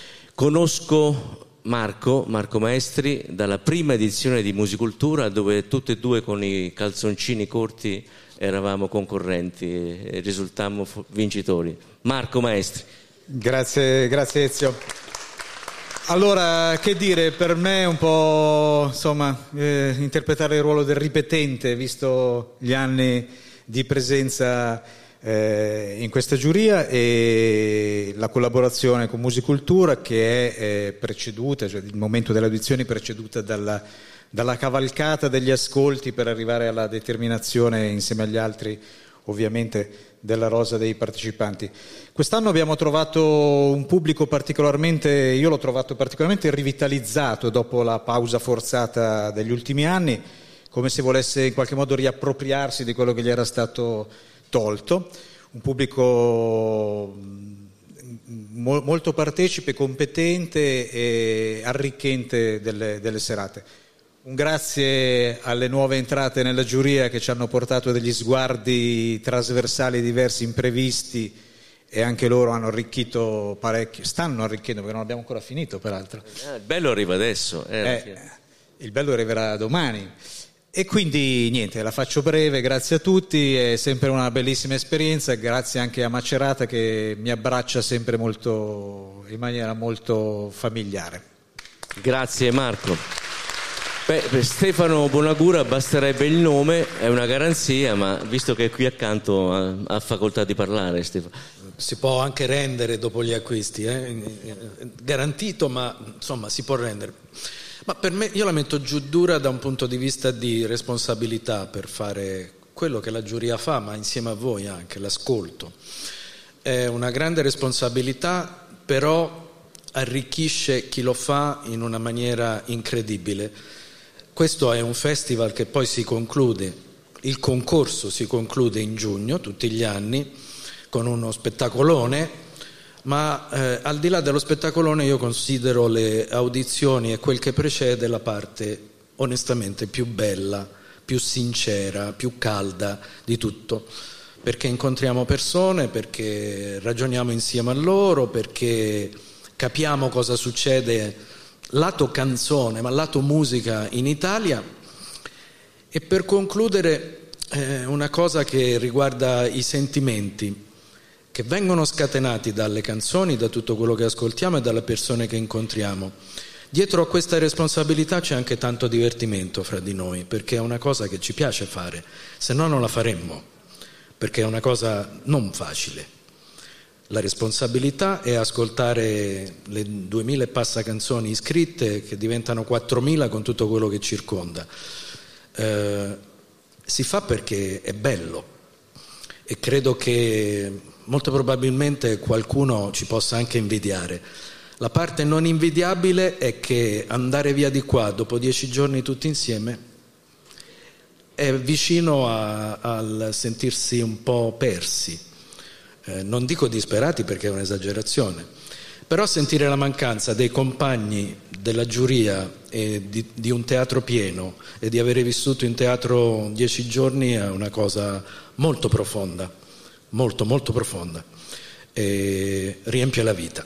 Conosco Marco Maestri dalla prima edizione di Musicultura, dove tutte e due con i calzoncini corti eravamo concorrenti e risultammo vincitori. Marco Maestri. Grazie Ezio. Allora, che dire, per me è un po' interpretare il ruolo del ripetente, visto gli anni di presenza in questa giuria e la collaborazione con Musicultura, che è preceduta, cioè il momento delle audizioni preceduta dalla cavalcata degli ascolti per arrivare alla determinazione insieme agli altri, ovviamente, della rosa dei partecipanti. Quest'anno abbiamo trovato un pubblico io l'ho trovato particolarmente rivitalizzato dopo la pausa forzata degli ultimi anni, come se volesse in qualche modo riappropriarsi di quello che gli era stato tolto. Un pubblico molto partecipe, competente e arricchente delle serate. Un grazie alle nuove entrate nella giuria che ci hanno portato degli sguardi trasversali diversi, imprevisti, e anche loro hanno arricchito parecchio, stanno arricchendo perché non abbiamo ancora finito peraltro. Il bello arriva adesso. Il bello arriverà domani. E quindi niente, la faccio breve, grazie a tutti, è sempre una bellissima esperienza, grazie anche a Macerata che mi abbraccia sempre in maniera molto familiare. Grazie Marco. Per Stefano Bonagura basterebbe il nome, è una garanzia, ma visto che è qui accanto ha facoltà di parlare. Stefano. Si può anche rendere dopo gli acquisti, garantito, ma insomma si può rendere. Ma per me, io la metto giù dura da un punto di vista di responsabilità per fare quello che la giuria fa, ma insieme a voi anche, l'ascolto. È una grande responsabilità, però arricchisce chi lo fa in una maniera incredibile. Questo è un festival che poi si conclude, il concorso si conclude in giugno, tutti gli anni, con uno spettacolone, ma al di là dello spettacolone io considero le audizioni e quel che precede la parte onestamente più bella, più sincera, più calda di tutto, perché incontriamo persone, perché ragioniamo insieme a loro, perché capiamo cosa succede lato canzone ma lato musica in Italia. E per concludere una cosa che riguarda i sentimenti che vengono scatenati dalle canzoni, da tutto quello che ascoltiamo e dalle persone che incontriamo. Dietro a questa responsabilità c'è anche tanto divertimento fra di noi, perché è una cosa che ci piace fare, se no non la faremmo, perché è una cosa non facile. La responsabilità è ascoltare le 2000 e passa canzoni iscritte che diventano 4000 con tutto quello che circonda. Si fa perché è bello e credo che molto probabilmente qualcuno ci possa anche invidiare. La parte non invidiabile è che andare via di qua dopo 10 giorni tutti insieme è vicino al sentirsi un po' persi. Non dico disperati perché è un'esagerazione, però sentire la mancanza dei compagni della giuria e di un teatro pieno e di avere vissuto in teatro 10 giorni è una cosa molto profonda, molto molto profonda, e riempie la vita.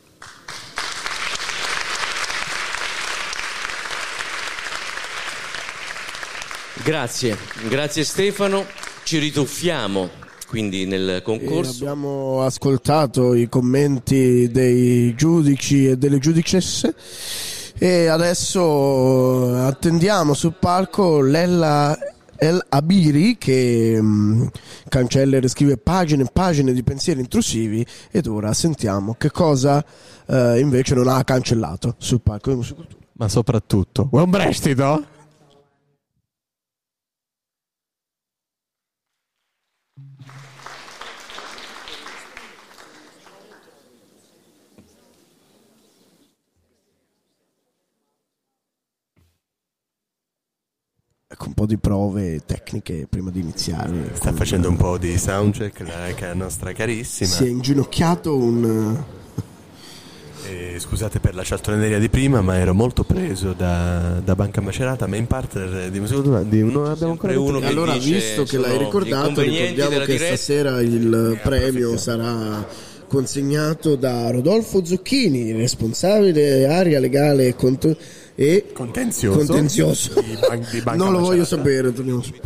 Grazie Stefano, ci rituffiamo quindi nel concorso. Abbiamo ascoltato i commenti dei giudici e delle giudicesse e adesso attendiamo sul palco Lella El Abiri che cancella e riscrive pagine e pagine di pensieri intrusivi, ed ora sentiamo che cosa invece non ha cancellato sul palco di Musicultura. Ma soprattutto, vuoi un prestito? Ecco, un po' di prove tecniche prima di iniziare. Sta facendo un po' di soundcheck la nostra carissima. Si è inginocchiato un... Scusate per la cialtroneria di prima, ma ero molto preso da Banca Macerata, ma in parte di Musicultura non abbiamo ancora uno che allora, dice, visto che l'hai ricordato, ricordiamo che stasera il premio sarà consegnato da Rodolfo Zucchini, responsabile area legale e contenzioso. Di Banca non lo voglio Macerata. sapere, torniamo su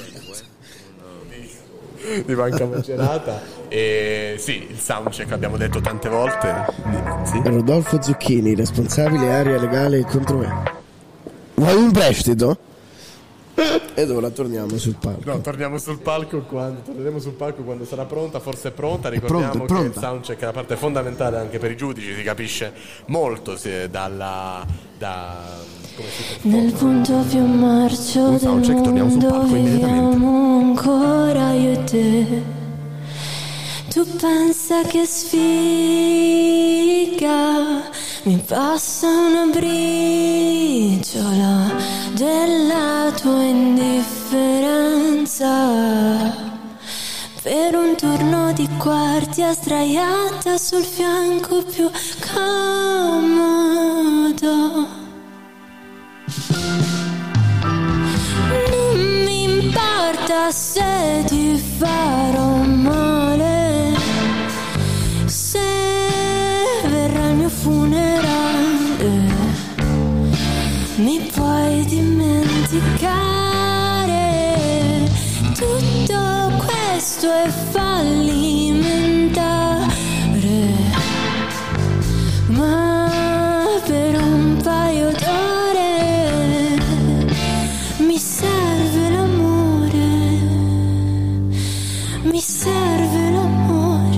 di Banca Macerata. E sì, il soundcheck abbiamo detto tante volte. Sì. Rodolfo Zucchini, responsabile area legale e controversia. Vuoi un prestito? Ed ora torniamo sul palco. No, torneremo sul palco quando sarà pronta, forse è pronta. Ricordiamo pronta. che il soundcheck è la parte fondamentale anche per i giudici, si capisce molto come si nel punto più marcio del mondo viviamo ancora io e te. Tu pensa che sfiga mi passa una briciola della tua indifferenza per un turno di guardia sdraiata sul fianco più comodo. Non mi importa se ti farò male, se verrà il mio funerale, mi puoi dimenticare. Tutto questo è fallimentare, ma per un paio d'ore mi serve l'amore, mi serve l'amore.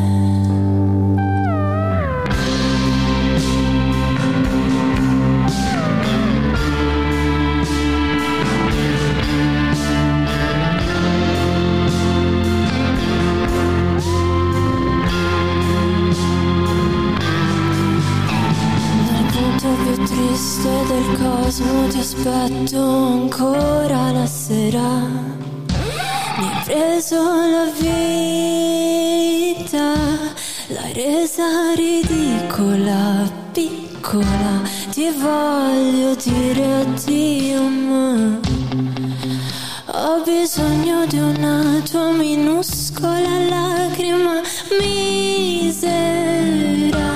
Nel punto più triste del cosmo ti aspetto ancora la sera. Mi hai preso la vita, l'hai resa ridicola, piccola. Ti voglio dire addio, ma ho bisogno di una tua minuscola lacrima misera.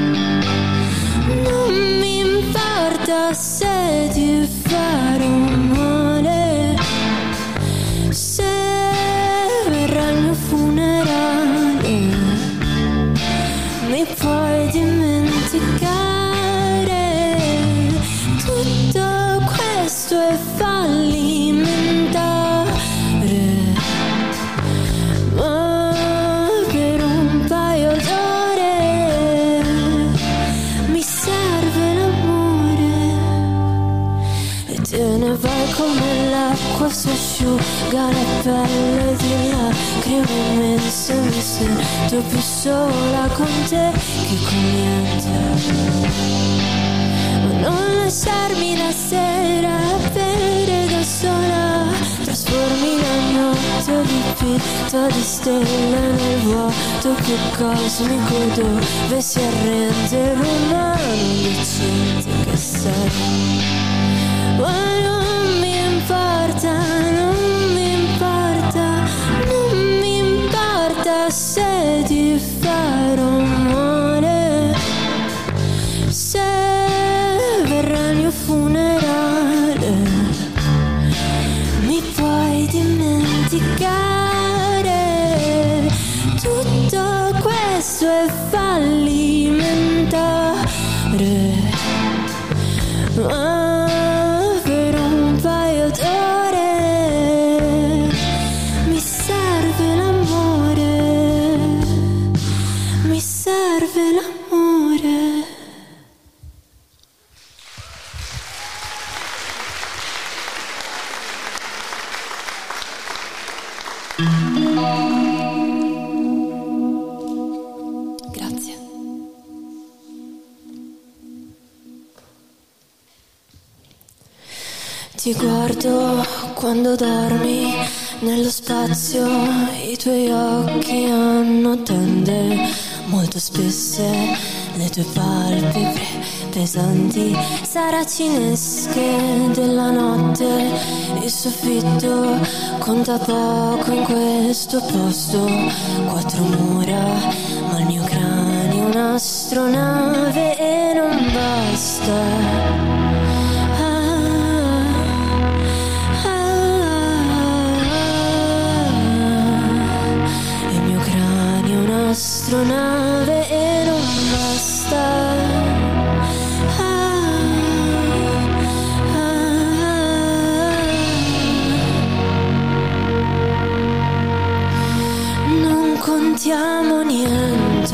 Non mi importa se ti farò male, se verrà il mio funerale, mi puoi dimenticare. Tutto questo è fallimentare, ma per un paio asciuga la pelle di lacrime immense, mi sento più sola con te che con niente. Ma non lasciarmi la sera bere da sola, trasformi la notte dipinta di stelle nel vuoto più cosmico dove si arrende l'umano indecente che sei. Ma non mi importa, non mi importa, non mi importa se ti farò male, se verrà il mio funerale, mi puoi dimenticare. Tutto questo è fallimentare, ma per un paio d'ore mi serve l'amore, mi serve l'amore. Grazie. Ti guardo quando dormi nello spazio, i tuoi occhi hanno tende molto spesse, le tue palpebre pesanti, saracinesche della notte, il soffitto conta poco in questo posto, 4 mura, ma il mio cranio è un'astronave e non basta. Astronave e non basta. Non contiamo niente,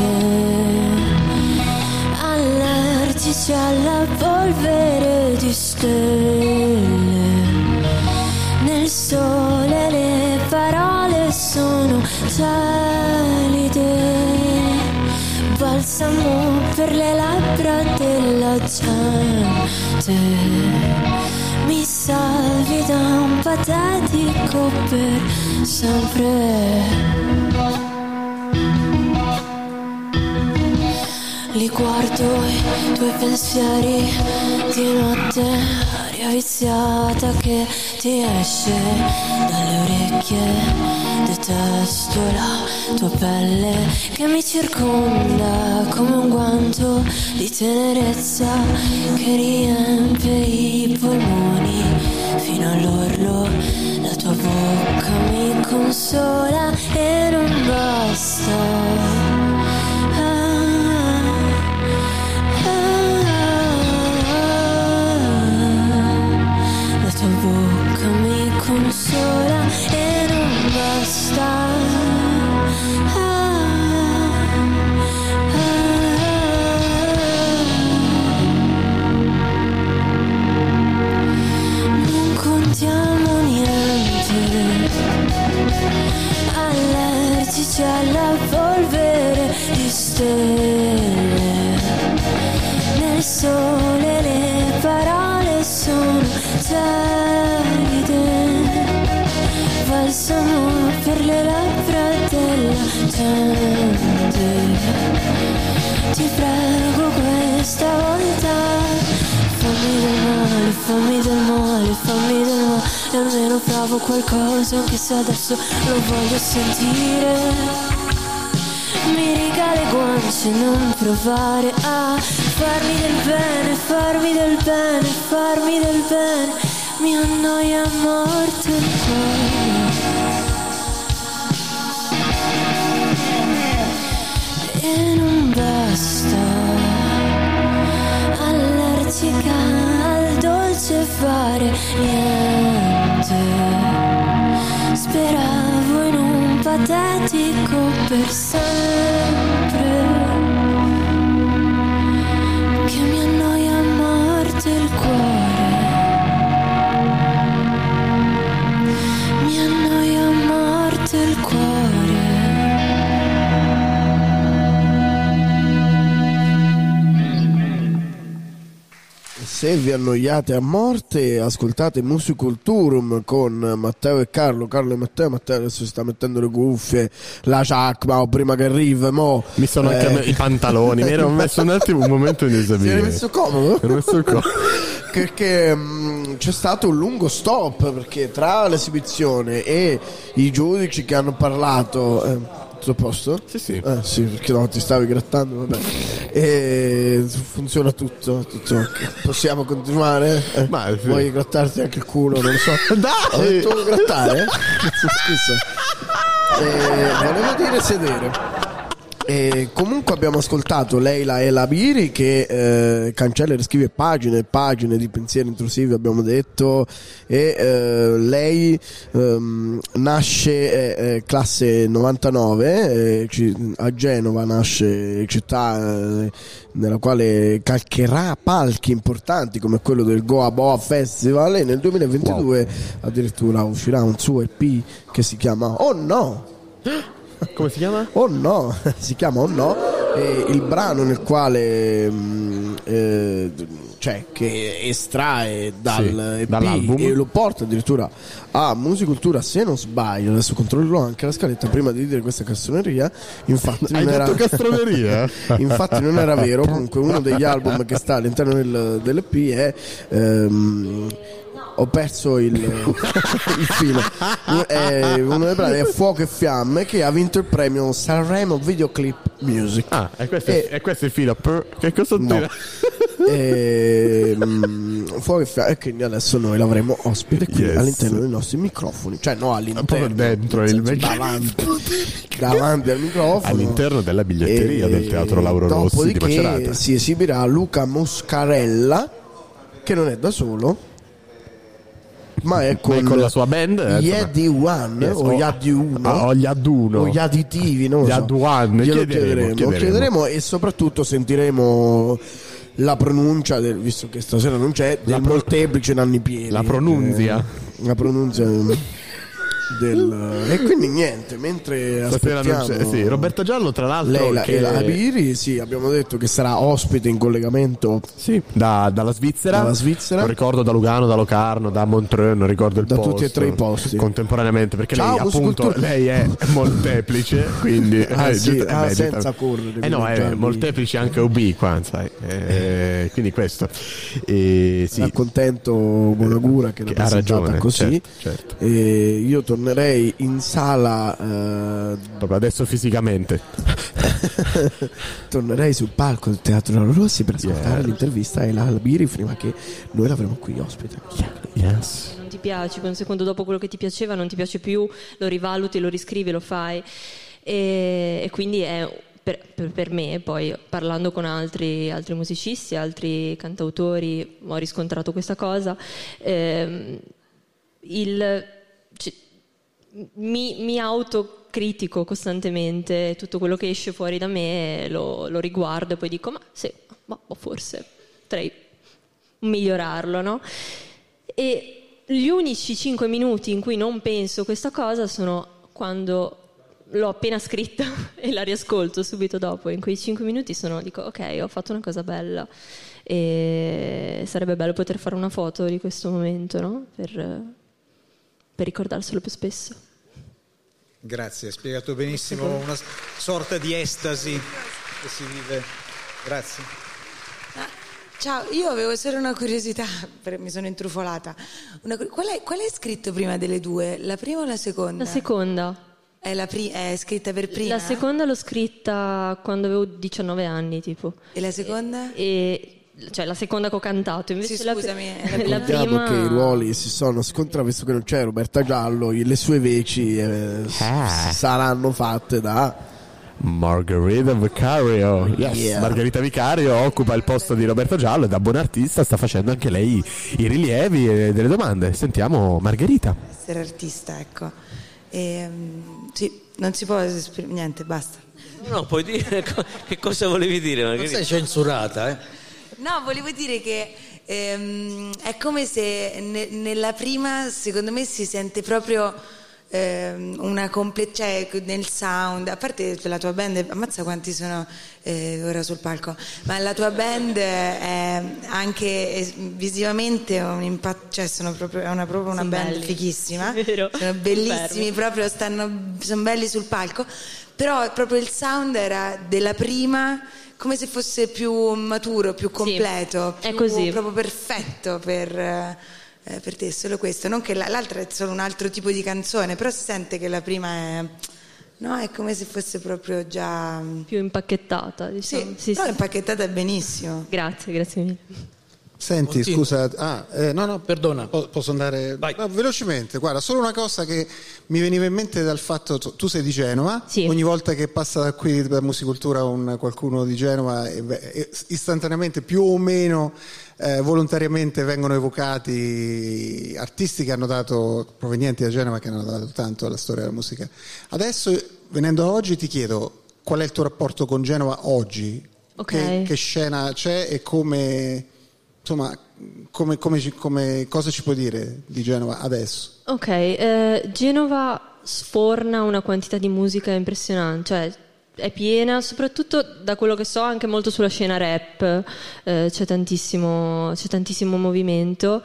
allergici alla polvere di stelle. Nel sole le parole sono gelide, balsamo per le labbra della gente. Mi salvi da un patetico per sempre. Li guardo i tuoi pensieri di notte, aria viziata che ti esce dalle orecchie. Detesto la tua pelle che mi circonda come un guanto di tenerezza che riempie i polmoni fino all'orlo. La tua bocca mi consola e non basta. Consola e non basta. Non contiamo niente, allergici alla polvere di stelle. Nel sole le parole sono gelide, balsamo per le labbra della gente. Ti prego questa volta, fammi del male, fammi del male, fammi del male, almeno provo qualcosa anche se adesso lo voglio sentire. Mi riga le guance, non provare a farmi del bene, farmi del bene, farmi del bene. Mi annoia a morte il cuore e non basta. Allergica al dolce fare niente. Speravo in un patetico per sempre che mi annoia a morte il cuore. Se vi annoiate a morte, ascoltate Musiculturum con Matteo e Carlo e Matteo adesso si sta mettendo le cuffie, la giacca, prima che arriva, mi sono anche i pantaloni, mi ero messo un attimo un momento di disabilità. Ti eri messo comodo? Ero messo comodo. Perché c'è stato un lungo stop, perché tra l'esibizione e i giudici che hanno parlato... Tutto a posto? Sì. Sì, perché no, ti stavi grattando, vabbè. E funziona tutto. Possiamo continuare? Ma, sì. Vuoi grattarti anche il culo? Non lo so. Dai! Ho detto grattare? Scusa. Volevo dire sedere. Comunque abbiamo ascoltato Leila El Abiri che cancella e riscrive pagine e pagine di pensieri intrusivi, abbiamo detto, e lei nasce classe 99 a Genova, nasce città nella quale calcherà palchi importanti come quello del Goa Boa Festival, e nel 2022 addirittura uscirà un suo EP che si chiama Oh No. Come si chiama? Oh No, si chiama Oh No, e il brano nel quale che estrae EP dall'album e lo porta addirittura a Musicultura, se non sbaglio, adesso controllerò anche la scaletta prima di dire questa castroneria, infatti non era castroneria? Infatti non era vero. Comunque uno degli album che sta all'interno dell'EP è ho perso il filo. Uno dei brani è Fuoco e Fiamme, che ha vinto il premio Sanremo Videoclip Music. E questo è il filo. Che cosa no. Fuoco e Fiamme, e quindi adesso noi l'avremo ospite qui all'interno dei nostri microfoni, cioè no all'interno, dentro il davanti al microfono, all'interno della biglietteria del Teatro Lauro Rossi di Macerata. Dopodiché si esibirà Luca Moscarella, che non è da solo, ma è con la sua band Yadi One o Yadi Uno o gli Ad1 o gli Additivi, non lo so. Glielo chiederemo e soprattutto sentiremo la pronuncia visto che stasera non c'è, del molteplice Nanni Pieri, la pronunzia e quindi niente, mentre aspettiamo Roberta Giallo, tra l'altro, Leila e la Abiri, abbiamo detto che sarà ospite in collegamento dalla Svizzera. Non ricordo da Lugano, da Locarno, da Montreux, non ricordo il posto, tutti e tre i posti contemporaneamente, perché lei appunto lei è molteplice, quindi senza correre, è molteplice anche ubiqua, sai, quindi questo accontento Bonagura che l'ha presentata così, certo. Io tornerei in sala proprio adesso fisicamente tornerei sul palco del Teatro Lauro Rossi per ascoltare l'intervista a Leila Abiri prima che noi l'avremo qui ospite. Yes. Non ti piace, poi un secondo dopo quello che ti piaceva non ti piace più, lo rivaluti, lo riscrivi, lo fai, e quindi è per me, poi parlando con altri musicisti, altri cantautori, ho riscontrato questa cosa. Mi autocritico costantemente, tutto quello che esce fuori da me lo riguardo e poi dico ma forse potrei migliorarlo, no? E gli unici 5 minuti in cui non penso questa cosa sono quando l'ho appena scritta e la riascolto subito dopo. In quei 5 minuti dico ok, ho fatto una cosa bella e sarebbe bello poter fare una foto di questo momento, no? Per ricordarselo più spesso. Grazie, hai spiegato benissimo una sorta di estasi che si vive. Grazie. Ciao, io avevo solo una curiosità, mi sono intrufolata. Qual è scritto prima delle due? La prima o la seconda? La seconda. È scritta per prima? La seconda l'ho scritta quando avevo 19 anni, tipo. E la seconda? Cioè la seconda che ho cantato, invece scusami, la prima che i ruoli si sono scontrati, visto che non c'è Roberta Giallo, le sue veci saranno fatte da Margherita Vicario. Margherita Vicario occupa il posto di Roberta Giallo e da buon artista sta facendo anche lei i rilievi e delle domande. Sentiamo Margherita. Essere artista, ecco. Non si può niente, basta. No, puoi dire che cosa volevi dire, Margherita? Non sei censurata, No, volevo dire che è come se nella prima, secondo me, si sente proprio una cioè nel sound, a parte la tua band, ammazza quanti sono ora sul palco, ma la tua band è anche visivamente un impatto, cioè è proprio una band belli. Fighissima, sono bellissimi, proprio sono belli sul palco, però proprio il sound era della prima, come se fosse più maturo, più completo, sì, è così. Proprio perfetto per te, è solo questo, non che l'altra è solo un altro tipo di canzone, però si sente che la prima è come se fosse proprio già più impacchettata, diciamo. Sì, però impacchettata benissimo. Grazie mille. Senti, scusa, no, perdona. Posso andare? No, velocemente, guarda, solo una cosa che mi veniva in mente dal fatto, tu sei di Genova, sì. Ogni volta che passa da qui da Musicultura qualcuno di Genova, istantaneamente più o meno volontariamente vengono evocati artisti che hanno dato, provenienti da Genova, che hanno dato tanto alla storia della musica. Adesso, venendo a oggi, ti chiedo qual è il tuo rapporto con Genova oggi? Okay. Che scena c'è e come... Insomma, cosa ci puoi dire di Genova adesso? Ok, Genova sforna una quantità di musica impressionante, cioè è piena, soprattutto da quello che so anche molto sulla scena rap, c'è tantissimo movimento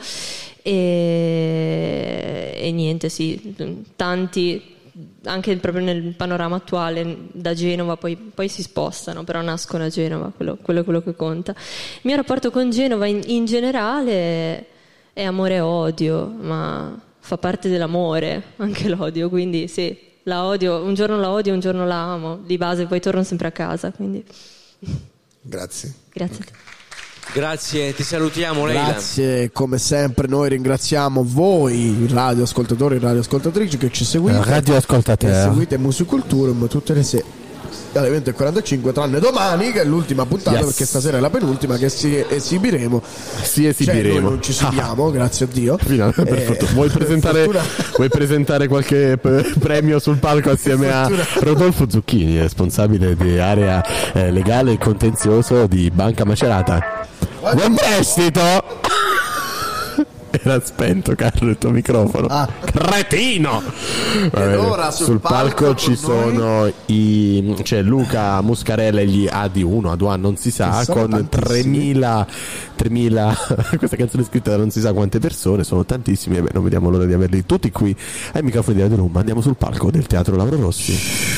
e niente, sì, tanti anche proprio nel panorama attuale da Genova poi si spostano, però nascono a Genova, quello è quello che conta. Il mio rapporto con Genova in generale è amore e odio, ma fa parte dell'amore anche l'odio, quindi sì, la odio, un giorno la odio, un giorno la amo, di base poi torno sempre a casa, quindi grazie. Grazie, ti salutiamo Leila. Grazie, come sempre noi ringraziamo voi radioascoltatori e radioascoltatrici che ci seguite, radioascoltatori, che seguite Musiculturum tutte le sere alle 20:45, tranne domani che è l'ultima puntata, perché stasera è la penultima che esibiremo. Cioè, noi non ci esibiamo, grazie a Dio. Vuoi presentare qualche premio sul palco assieme a Rodolfo Zucchini, responsabile di area legale e contenzioso di Banca Macerata? Buon prestito! Era spento, Carlo, il tuo microfono. Cretino! Ed ora sul palco ci sono c'è Luca Muscarella e gli AD1, A2A non si sa, con 3.000 questa canzone scritta da non si sa quante persone, sono tantissimi e non vediamo l'ora di averli tutti qui ai microfoni di Radio Roma. Andiamo sul palco del Teatro Lauro Rossi.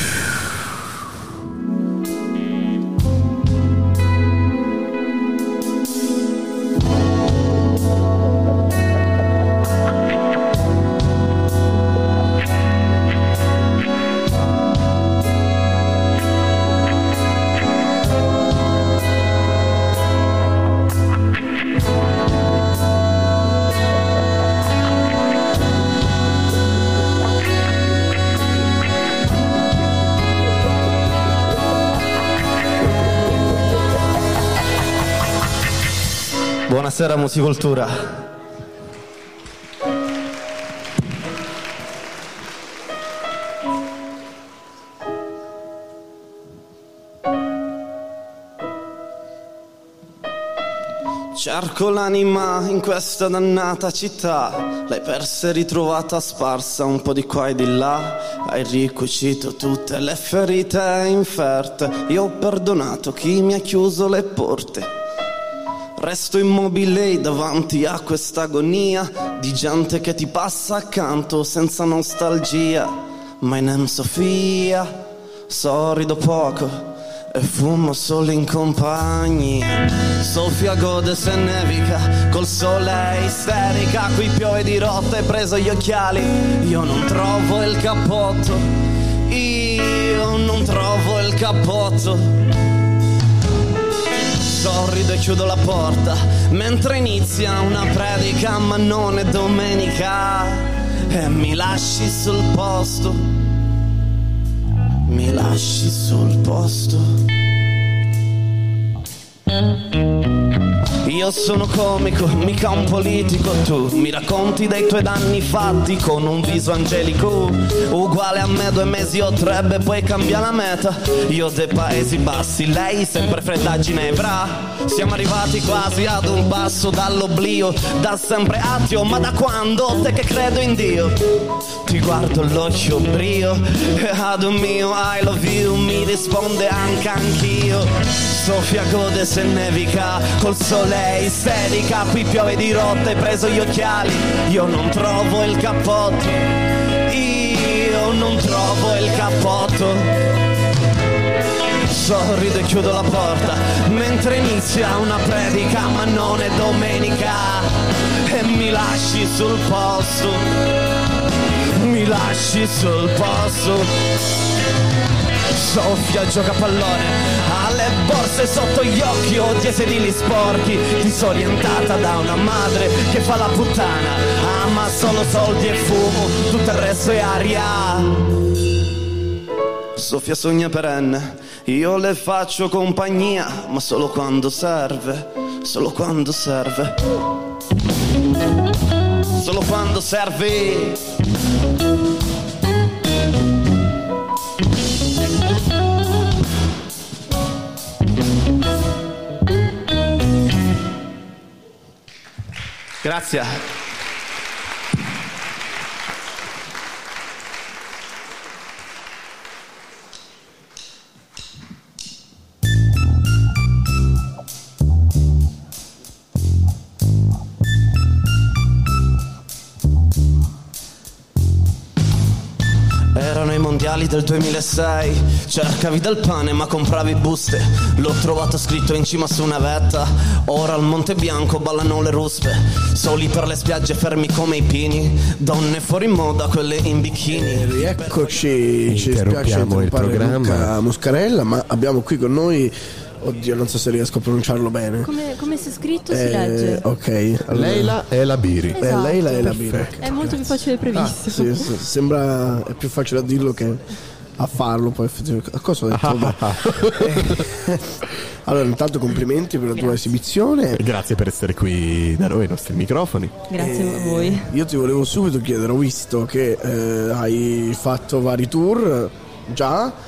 Buonasera Musicultura. Cerco l'anima in questa dannata città, l'hai persa e ritrovata sparsa un po' di qua e di là. Hai ricucito tutte le ferite inferte, io ho perdonato chi mi ha chiuso le porte. Resto immobile davanti a questa agonia di gente che ti passa accanto senza nostalgia. My name Sofia, sorrido poco e fumo solo in compagnia. Sofia gode se nevica, col sole è isterica, qui piove di rotta, hai preso gli occhiali. Io non trovo il cappotto, io non trovo il cappotto. Sorrido e chiudo la porta mentre inizia una predica, ma non è domenica. E mi lasci sul posto, mi lasci sul posto. Io sono comico, mica un politico. Tu mi racconti dei tuoi danni fatti con un viso angelico, uguale a me 2 mesi o 3, beh poi cambia la meta. Io dei Paesi Bassi, lei sempre fredda a Ginevra. Siamo arrivati quasi ad un passo dall'oblio, da sempre ateo, ma da quando? Te che credo in Dio. Ti guardo l'occhio brio e ad un mio I love you mi risponde anch'io. Sofia gode se nevica, col sole isterica, qui piove di rotta, hai preso gli occhiali, io non trovo il cappotto, io non trovo il cappotto. Sorrido e chiudo la porta mentre inizia una predica, ma non è domenica, e mi lasci sul posto, mi lasci sul posto. Sofia gioca a pallone, ha le borse sotto gli occhi, odia i sedili sporchi, disorientata da una madre che fa la puttana, ama solo soldi e fumo, tutto il resto è aria. Sofia sogna perenne, io le faccio compagnia, ma solo quando serve, solo quando serve, solo quando serve. Grazie. Erano i mondiali del 2006, cercavi del pane ma compravi buste, l'ho trovato scritto in cima su una vetta, ora al Monte Bianco ballano le ruspe, soli per le spiagge fermi come i pini, donne fuori moda quelle in bikini. Rieccoci, ci spiace il programma Luca Muscarella, ma abbiamo qui con noi, oddio non so se riesco a pronunciarlo bene. Come si è scritto si legge. Ok, allora. Leila Elabiri. Esatto. Leila Elabiri. È molto più facile previsto. Sì, sembra è più facile a dirlo che a farlo poi effettivamente. Cosa ho detto? Allora intanto complimenti per la tua esibizione. Grazie per essere qui da noi ai nostri microfoni. Grazie a voi. Io ti volevo subito chiedere, ho visto che hai fatto vari tour già,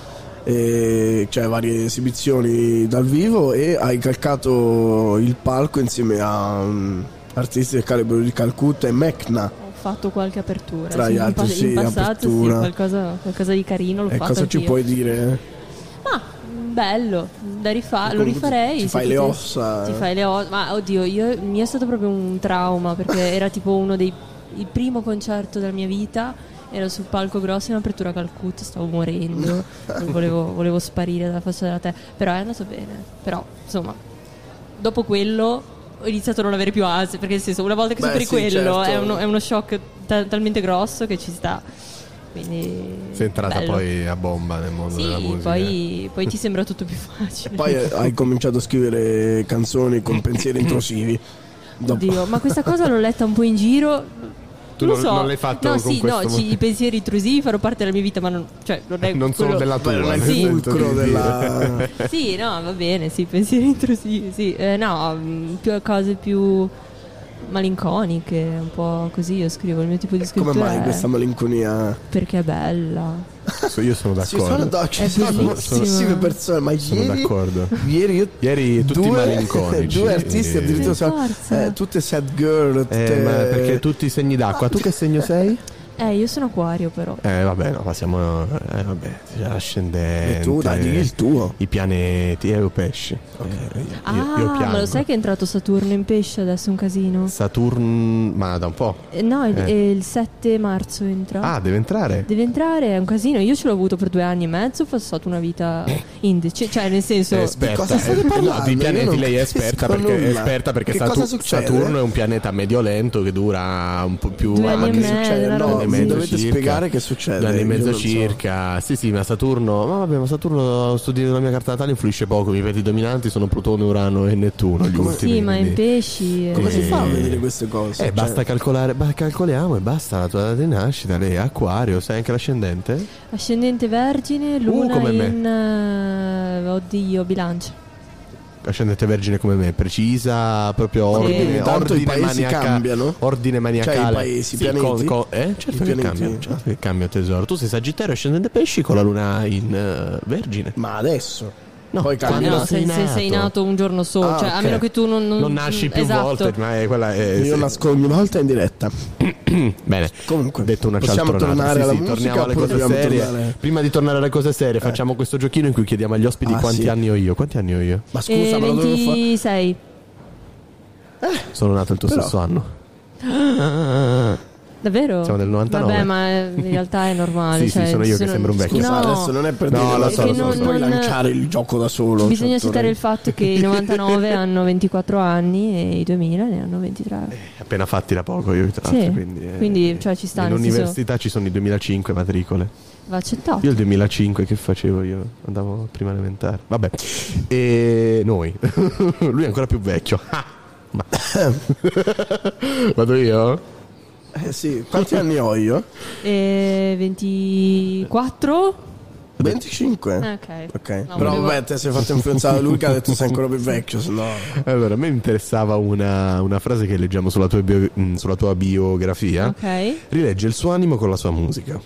cioè varie esibizioni dal vivo, e hai calcato il palco insieme a artisti del calibro di Calcutta e Mecna. Ho fatto qualche apertura tra gli altri, in passato, apertura. sì, qualcosa di carino l'ho fatto cosa anch'io. ci puoi dire? Ma bello da rifare, lo rifarei. Ti fai le ossa. Ti fai le ossa, ma oddio, mi è stato proprio un trauma perché era tipo il primo concerto della mia vita. Ero sul palco grosso in apertura a Calcutta, stavo morendo, volevo sparire dalla faccia della terra, però è andato bene. Però insomma, dopo quello ho iniziato a non avere più ansia, perché nel senso, una volta che superi quello, certo, è uno shock talmente grosso che ci sta. Quindi sei entrata bello. Poi a bomba nel mondo della musica. Poi ti sembra tutto più facile. Poi hai cominciato a scrivere canzoni con pensieri intrusivi. Oddio, ma questa cosa l'ho letta un po' in giro. Tu non l'hai fatto con questo i pensieri intrusivi fanno parte della mia vita, ma non è non sono della tua, non è il fulcro della... Sì, no, va bene, sì, pensieri intrusivi, sì. Più cose più malinconiche, un po' così io scrivo, il mio tipo di scrittura. Come mai questa malinconia? Perché è bella. Io sono d'accordo. Ci sono moltissime persone, ma sono d'accordo. Ieri tutti malinconici. Due artisti addirittura tutte sad girl. Ma perché tutti segni d'acqua. Tu che segno sei? Io sono acquario però. Vabbè, no, passiamo. Ascendente. E tu dai, digli il tuo. I pianeti, io pesci. Io ma lo sai che è entrato Saturno in pesce adesso, è un casino. Saturno, ma da un po'. No, il 7 marzo entra. Ah, deve entrare? Deve entrare, è un casino. Io ce l'ho avuto per 2 anni e mezzo, ho passato una vita indecente, cioè nel senso. È esperta. Cosa state parlando? No, di pianeti lei è esperta perché Saturno è un pianeta medio lento che dura un po' più. 2 anni e mezzo. Dovete spiegare che succede. 2 anni e mezzo circa. Sì, ma Saturno. Ma vabbè, ma Saturno, studio la mia carta natale, influisce poco. I pianeti dominanti sono Plutone, Urano e Nettuno. Gli ultimi. Sì, ma in pesci. Come si fa a vedere queste cose? Basta calcolare. Calcoliamo e basta. La tua data di nascita, lei è Acquario, sai anche l'ascendente? Ascendente Vergine, Luna come in oddio, Bilancia. ascendente vergine come me, precisa, proprio ordine, Tanto i paesi cambiano. Ordine maniacale. Cioè i paesi, pianeti. Certo che cambia, certo che cambia, tesoro. Tu sei Sagittario, ascendente pesci con la luna in Vergine. Ma adesso? No, poi quando sei nato un giorno solo, cioè, ok. a meno che tu non nasci più esatto. volte, ma quella è. Io nasco ogni volta in diretta. Bene, comunque detto una possiamo cialtronata. tornare alla musica, torniamo alle cose dobbiamo serie. tornare... Prima di tornare alle cose serie, facciamo questo giochino in cui chiediamo agli ospiti quanti anni ho io. Quanti anni ho io? Ma scusa, ma lo devo fare? 26. Sono nato il tuo stesso anno. Davvero? Siamo del 99. Vabbè, ma in realtà è normale. Sì, cioè, sono io che sembro un vecchio. Scusa, No. adesso non è per No, dire, lo so, non lo so. puoi lanciare il gioco da solo. Bisogna cioè, citare il fatto che i 99 hanno 24 anni e i 2000 ne hanno 23. Appena fatti da poco io, tra Sì, l'altro, quindi cioè, ci sta. nel All'università senso, ci sono i 2005 matricole. va accettato. Io il 2005 che facevo io? Andavo prima elementare. Vabbè. E noi. Lui è ancora più vecchio. Ma... Vado io? Sì, quanti anni ho io? 24? 25. Ok. No, Però volevo- vabbè, te sei fatto influenzare da lui che ha detto sei ancora più vecchio, sennò... Allora, a me interessava una frase che leggiamo sulla tua biografia. Ok. Rilegge il suo animo con la sua musica.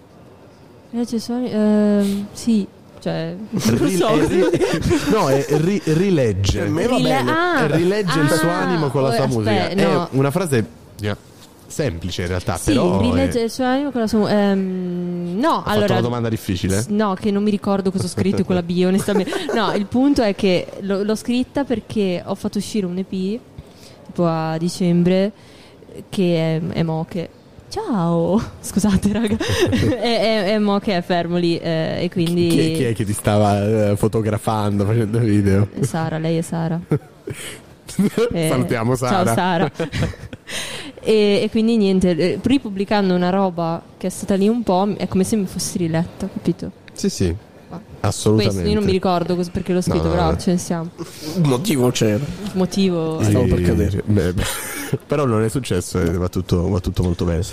Sì, cioè non lo so. Rilegge. Per me va bene. Rilegge il suo animo con la sua musica. no. È una frase semplice in realtà, Sì, però rilegge il suo animo con la sua no, ho fatto allora una domanda difficile. no, che non mi ricordo cosa ho scritto in quella bio, onestamente. No, il punto è che l'ho scritta perché ho fatto uscire un EP tipo a dicembre che è Moche. Ciao, scusate raga. è Moche, è fermo lì e quindi Chi è che ti stava fotografando, facendo video? Sara, lei è Sara. Salutiamo Sara. Ciao Sara. E quindi niente, ripubblicando una roba che è stata lì un po', è come se mi fossi riletta, capito? Sì, assolutamente. Questo io non mi ricordo perché l'ho scritto, No, però no. ce ne siamo. Un motivo c'era. Motivo Stavo per cadere. Però non è successo, va tutto molto bene.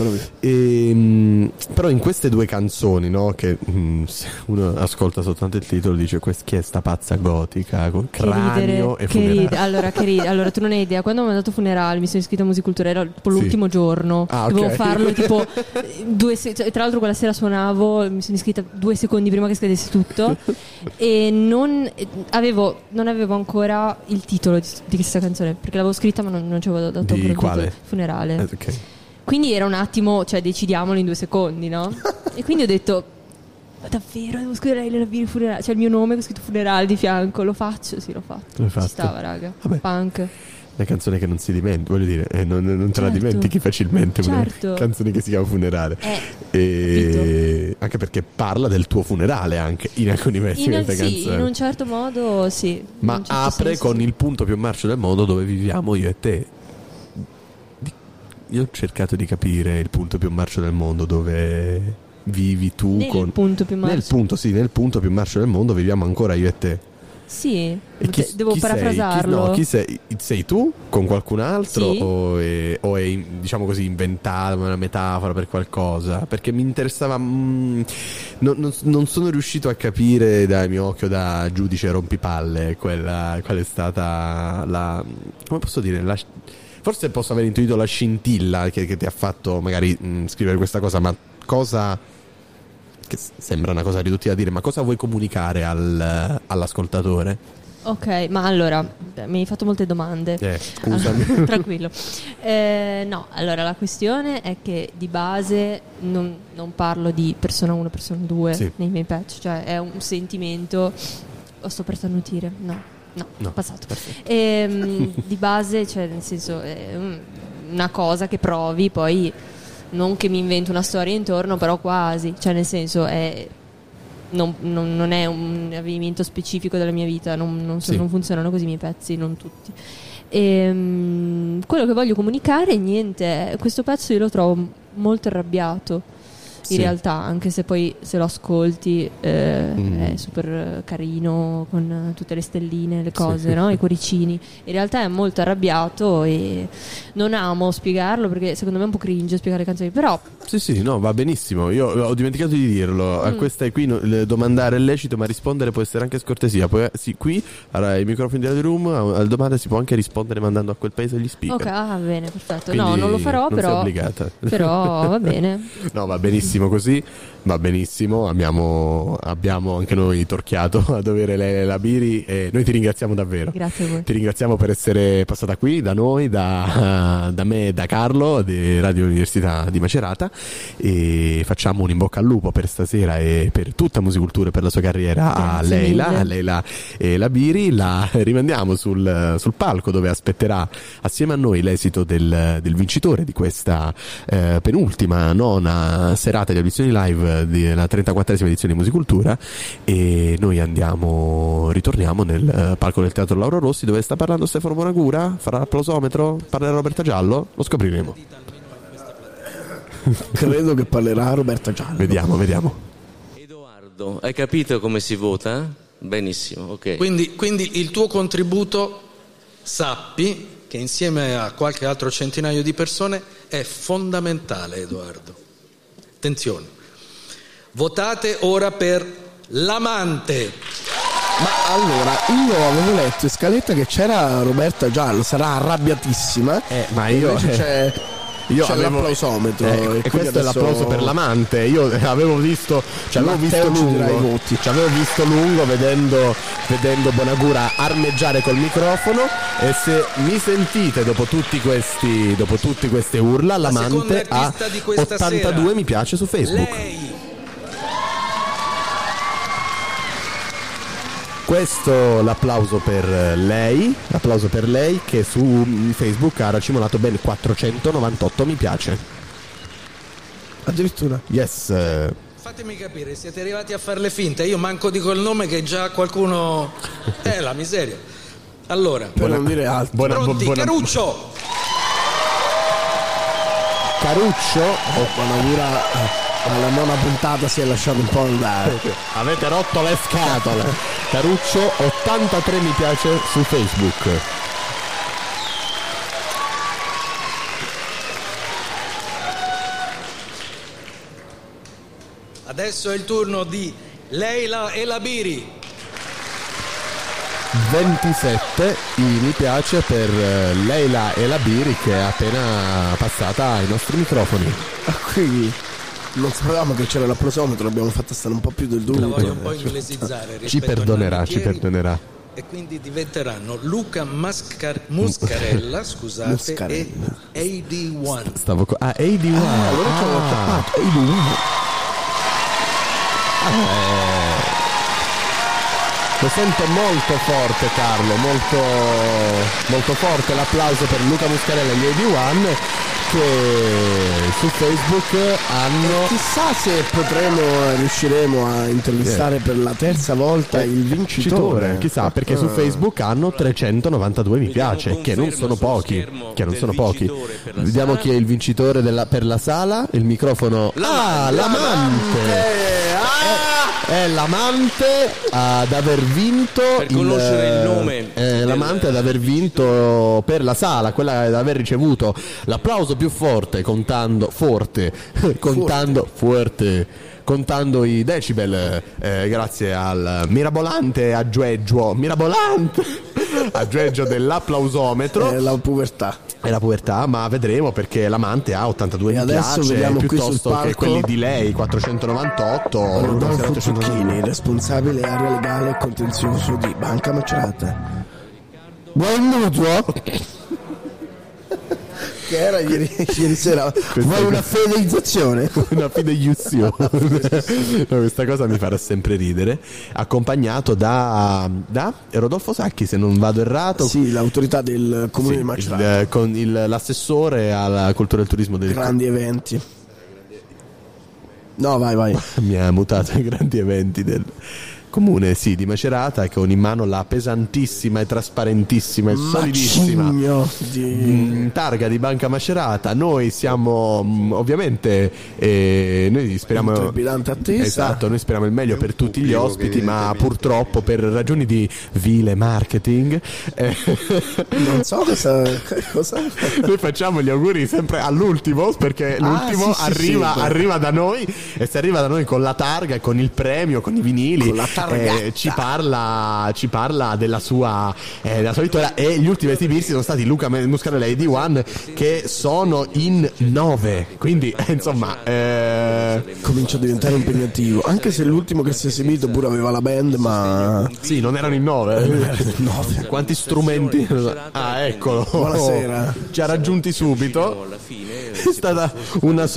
Però in queste due canzoni, no, che se uno ascolta soltanto il titolo dice chi è sta pazza gotica con cranio e funerale. Allora tu non hai idea, quando ho mandato funerale mi sono iscritta a Musicultura, era tipo l'ultimo giorno, dovevo farlo tipo tra l'altro quella sera suonavo, mi sono iscritta 2 secondi prima che scadesse tutto e non avevo ancora il titolo di questa canzone perché l'avevo scritta ma non ci avevo dato ancora il quale? titolo. Funerale. Ok. Quindi era un attimo, cioè decidiamolo in 2 secondi, no? E quindi ho detto ma davvero devo scrivere Elena Biri funerale, cioè il mio nome che ho scritto funerale di fianco, lo faccio? Sì, l'ho fatto. L'hai fatto? Ci stava, raga. Vabbè. Punk. Una canzone che non si dimentica, voglio dire, non te la dimentichi facilmente. Certo. Una canzone che si chiama Funerale. Anche perché parla del tuo funerale anche in alcuni versi questa canzone. In un certo modo sì. Ma in un certo apre senso, con sì. il punto più marcio del mondo dove viviamo io e te. Io ho cercato di capire il punto più marcio del mondo dove vivi tu Nel punto più marcio. nel punto più marcio del mondo viviamo ancora io e te. Sì, E devo parafrasarlo. Chi sei? Sei tu con qualcun altro Sì. o è diciamo così inventata una metafora per qualcosa? Perché mi interessava non sono riuscito a capire dal mio occhio da giudice rompipalle qual è stata la, come posso dire, forse posso aver intuito la scintilla che ti ha fatto magari scrivere questa cosa, ma cosa che sembra una cosa riduttiva da dire, ma cosa vuoi comunicare all'ascoltatore? Ok, ma allora mi hai fatto molte domande. Scusami. Tranquillo. No, allora la questione è che di base non parlo di persona 1, persona 2 nei miei patch, cioè è un sentimento. O sto per starnutire? No, passato. Di base, cioè nel senso è una cosa che provi, poi non che mi invento una storia intorno, però quasi, cioè nel senso non è un avvenimento specifico della mia vita, non funzionano così i miei pezzi, non tutti. Quello che voglio comunicare è niente, questo pezzo io lo trovo molto arrabbiato in realtà, anche se poi se lo ascolti è super carino con tutte le stelline, le cose, no? I cuoricini. In realtà è molto arrabbiato e non amo spiegarlo perché secondo me è un po' cringe spiegare le canzoni, però sì, no, va benissimo. Io ho dimenticato di dirlo. Questa è qui, domandare è lecito, ma rispondere può essere anche scortesia. Poi qui i microfoni di Radio Room, alla domanda si può anche rispondere mandando a quel paese gli speaker. Ok, bene, perfetto. Quindi no, non lo farò, non però sei obbligata. Però va bene. No, va benissimo così, va benissimo. Abbiamo anche noi torchiato a dovere la Biri e noi ti ringraziamo davvero. Grazie a voi. Ti ringraziamo per essere passata qui da noi, da me e da Carlo di Radio Università di Macerata, e facciamo un in bocca al lupo per stasera e per tutta Musicultura e per la sua carriera. Grazie a Leila e la Biri. La rimandiamo sul palco dove aspetterà assieme a noi l'esito del vincitore di questa penultima, nona serata di audizioni live della 34esima edizione di Musicultura, e noi ritorniamo nel palco del Teatro Lauro Rossi dove sta parlando Stefano Bonagura. Farà l'applausometro? Parlerà Roberta Giallo? Lo scopriremo. Credo che parlerà Roberta Giallo. Vediamo. Edoardo, hai capito come si vota? Benissimo, ok. Quindi il tuo contributo, sappi che insieme a qualche altro centinaio di persone è fondamentale, Edoardo. Attenzione, votate ora per L'amante. Ma allora, io avevo letto in scaletta che c'era Roberta Giallo, sarà arrabbiatissima. Ma io c'è l'applausometro. E questo è l'applauso per l'amante. Io avevo visto, avevo visto lungo vedendo Bonagura armeggiare col microfono, e se mi sentite dopo tutte queste urla, l'amante ha 82 mi piace su Facebook. Questo l'applauso per lei che su Facebook ha racimolato ben 498 mi piace. Addirittura? Yes. Fatemi capire, siete arrivati a fare le finte? Io manco dico il nome che già qualcuno... la miseria. Allora, per non dire altro. Pronti, Caruccio! Bonagura alla nona puntata si è lasciato un po' andare. Avete rotto le scatole. Caruccio 83 mi piace su Facebook. Adesso è il turno di Leila e la Biri. 27 mi piace per Leila e la Biri, che è appena passata ai nostri microfoni. Qui non sapevamo che c'era l'applausometro, l'abbiamo fatta stare un po' più del dovuto. La voglio un po' inglesizzare. Ci perdonerà. E quindi diventeranno Luca Muscarella, scusate, e AD1. AD1. Allora ci avevo chiamato AD1. Lo sento molto forte, Carlo, molto forte l'applauso per Luca Muscarella e gli AD1, che su Facebook hanno... Chissà se riusciremo a intervistare per la terza volta il vincitore. Chissà, perché su Facebook hanno 392 mi piace, che non sono pochi. Vediamo chi è il vincitore per la sala. Il microfono. L'amante! È l'amante ad aver vinto. Per conoscere il nome. L'amante ad aver vinto per la sala, quella ad aver ricevuto l'applauso più forte, contando i decibel, grazie al mirabolante aggeggio dell'applausometro. È la pubertà. Ma vedremo, perché l'amante ha 82 mi piace, piuttosto che quelli di lei 498. Rodolfo Zucchini, responsabile area legale e contenzioso di Banca Macerata. Buon mutuo. Che era ieri sera. Vuoi una fidelizzazione? Una fideiuzione. No, questa cosa mi farà sempre ridere. Accompagnato da Rodolfo Sacchi, se non vado errato. Sì, l'autorità del comune di Macerata. Con l'assessore alla cultura e al turismo dei grandi eventi. No, vai. Mi ha mutato i grandi eventi del comune, sì, di Macerata, con in mano la pesantissima e trasparentissima e solidissima targa di Banca Macerata. Noi siamo ovviamente noi speriamo in trepidante attesa. Esatto, noi speriamo il meglio per tutti gli ospiti, ma purtroppo per ragioni di vile marketing non so cosa noi facciamo gli auguri sempre all'ultimo, perché l'ultimo arriva da noi, e se arriva da noi con la targa e con il premio, con i vinili, ci parla della sua vittoria. E gli ultimi a esibirsi sono stati Luca Muscarella e D1, che sono in 9, quindi insomma comincia a diventare impegnativo, anche se l'ultimo che si è esibito pure aveva la band, ma sì, non erano in 9. Quanti strumenti? Eccolo, buonasera, ci ha raggiunti subito. È stata una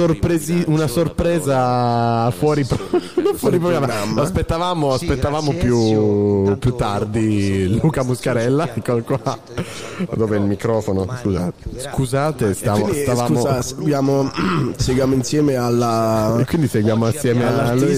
sorpresa fuori programma. Aspettavamo più tardi Luca Muscarella. Eccolo qua. Dove è il microfono? Scusate, seguiamo insieme alla. E quindi seguiamo assieme a lui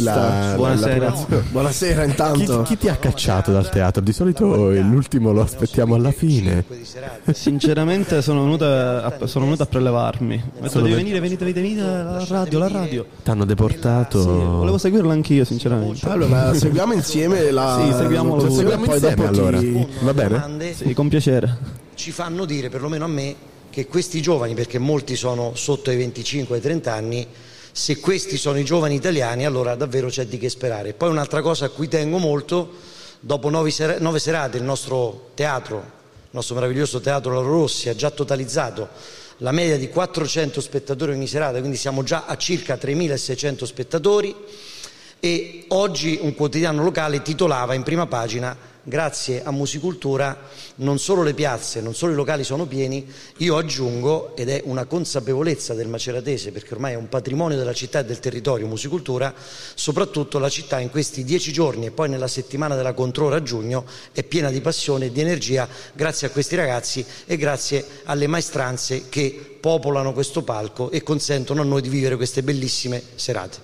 Buonasera intanto. Chi ti ha cacciato dal teatro? Di solito l'ultimo lo aspettiamo alla fine. Sinceramente sono venuto a prelevarmi. Venite alla radio. T'hanno deportato. Sì, volevo seguirlo anch'io, sinceramente. Allora, seguiamo insieme seguiamo insieme, allora. Va bene? Sì, con piacere. Ci fanno dire, perlomeno a me, che questi giovani, perché molti sono sotto ai 25 ai 30 anni, se questi sono i giovani italiani, allora davvero c'è di che sperare. Poi un'altra cosa a cui tengo molto, dopo 9 serate il nostro teatro, il nostro meraviglioso teatro Lauro Rossi ha già totalizzato la media di 400 spettatori ogni serata, quindi siamo già a circa 3.600 spettatori, e oggi un quotidiano locale titolava in prima pagina: grazie a Musicultura non solo le piazze, non solo i locali sono pieni, io aggiungo, ed è una consapevolezza del maceratese, perché ormai è un patrimonio della città e del territorio Musicultura, soprattutto la città in questi 10 giorni e poi nella settimana della controra a giugno è piena di passione e di energia, grazie a questi ragazzi e grazie alle maestranze che popolano questo palco e consentono a noi di vivere queste bellissime serate.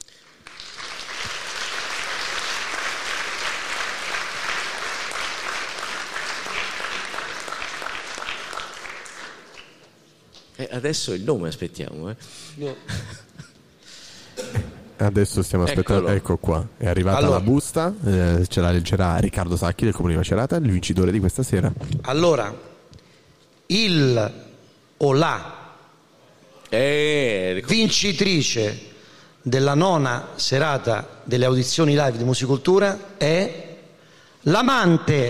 Adesso il nome aspettiamo. Adesso stiamo aspettando. Ecco qua, è arrivata la busta, ce la leggerà Riccardo Sacchi del Comune di Macerata, il vincitore di questa sera. Allora, il o la vincitrice della 9ª serata delle audizioni live di Musicultura è l'Amante.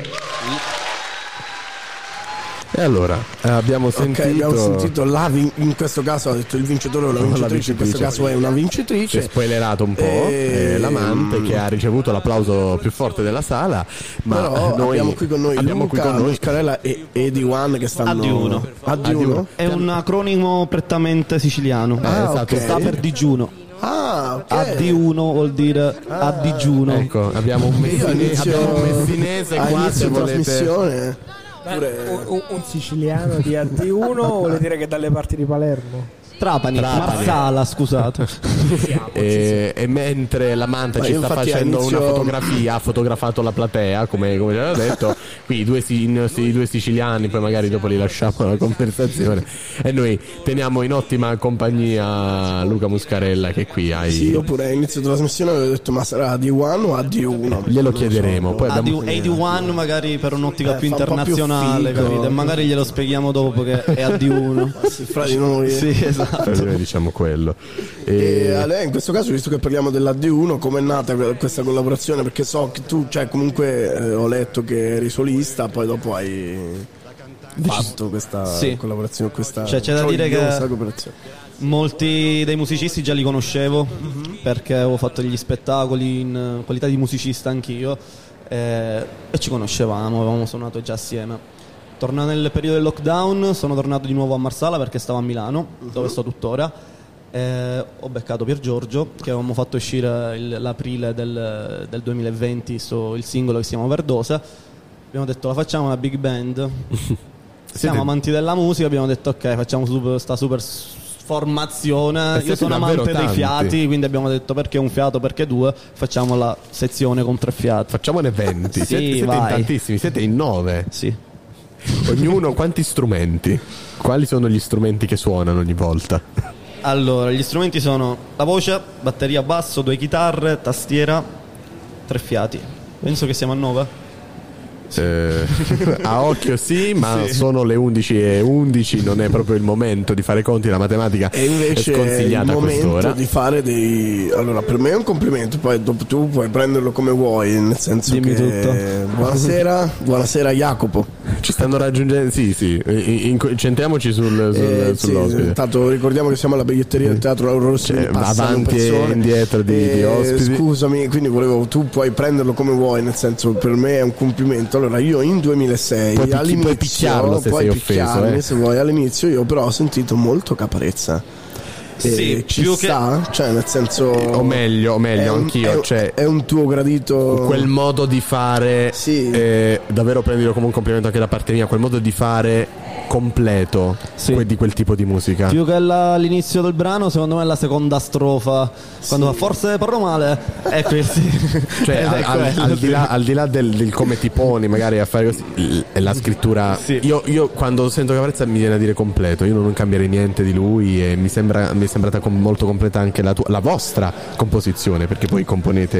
E allora abbiamo sentito in questo caso ha detto il vincitore o la vincitrice, in questo caso è una vincitrice. Si è spoilerato un po', l'Amante, che ha ricevuto l'applauso più forte della sala, ma però noi abbiamo qui con noi Luca Muscarella e D1 che stanno AD1 è un acronimo prettamente siciliano, esatto, sta per digiuno. Okay. AD1 vuol dire a digiuno. Ecco, abbiamo un messinese qua, se volete. Un siciliano di AD1 vuole dire che è dalle parti di Palermo. Trapani. Marsala, scusate. E mentre l'Amante ci sta facendo una fotografia, ha fotografato la platea, come ci aveva detto, qui i due siciliani, poi magari dopo li lasciamo alla conversazione, e noi teniamo in ottima compagnia Luca Muscarella, che qui hai. Sì, io pure all'inizio della trasmissione avevo detto: ma sarà AD1 o AD1? Glielo chiederemo. Poi AD1 magari per un'ottica più internazionale, capite? Magari glielo spieghiamo dopo che è AD1. Fra di noi. Sì, esatto. Diciamo quello. In questo caso, visto che parliamo dell'AD1, com'è nata questa collaborazione? Perché so che tu, comunque ho letto che eri solista, poi dopo hai fatto questa collaborazione, questa c'è da dire che molti dei musicisti già li conoscevo, perché avevo fatto degli spettacoli in qualità di musicista anch'io, e ci conoscevamo, avevamo suonato già assieme. Tornato nel periodo del lockdown, sono tornato di nuovo a Marsala perché stavo a Milano, dove sto tuttora. Ho beccato Pier Giorgio, che avevamo fatto uscire l'aprile del 2020 il singolo che si chiama Overdose. Abbiamo detto: la facciamo una big band. Siamo amanti della musica, abbiamo detto ok, facciamo sta super formazione. Io sono davvero amante dei tanti. fiati, quindi abbiamo detto perché un fiato, perché due, facciamo la sezione con 3 fiati. Facciamone 20. Sì, siete in vai. tantissimi, siete in 9. Sì. Ognuno quanti strumenti? Quali sono gli strumenti che suonano ogni volta? Allora, gli strumenti sono la voce, batteria, basso, 2 chitarre, tastiera, 3 fiati. Penso che siamo a 9. A occhio sì, ma Sì. sono le 11:11, non è proprio il momento di fare conti, la matematica E invece è è il sconsigliata a momento quest'ora. di fare dei... Allora, per me è un complimento, poi dopo tu puoi prenderlo come vuoi, nel senso Dimmi che... tutto. Buonasera Jacopo. Ci stanno raggiungendo, sì, centriamoci Sì, sull'ospite. intanto ricordiamo che siamo alla biglietteria del Teatro Lauro Rossini, passano Avanti persone. e indietro di ospiti. Scusami, quindi tu puoi prenderlo come vuoi, nel senso per me è un complimento. Allora io in 2006 puoi picchiarlo se puoi sei offeso, picchiarmi se vuoi, all'inizio io però ho sentito molto Caparezza. Sì, ci più sta, cioè nel senso O meglio, anch'io, è un tuo gradito quel modo di fare, davvero prendilo come un complimento anche da parte mia, quel modo di fare completo di quel tipo di musica. Più che all'inizio del brano, secondo me è la seconda strofa, quando forse parlo male, è così. Cioè, al di là del come ti poni magari a fare così, la scrittura. Io quando sento Caparezza mi viene a dire completo. Io non cambierei niente di lui e mi è sembrata molto completa anche la vostra composizione, perché poi componete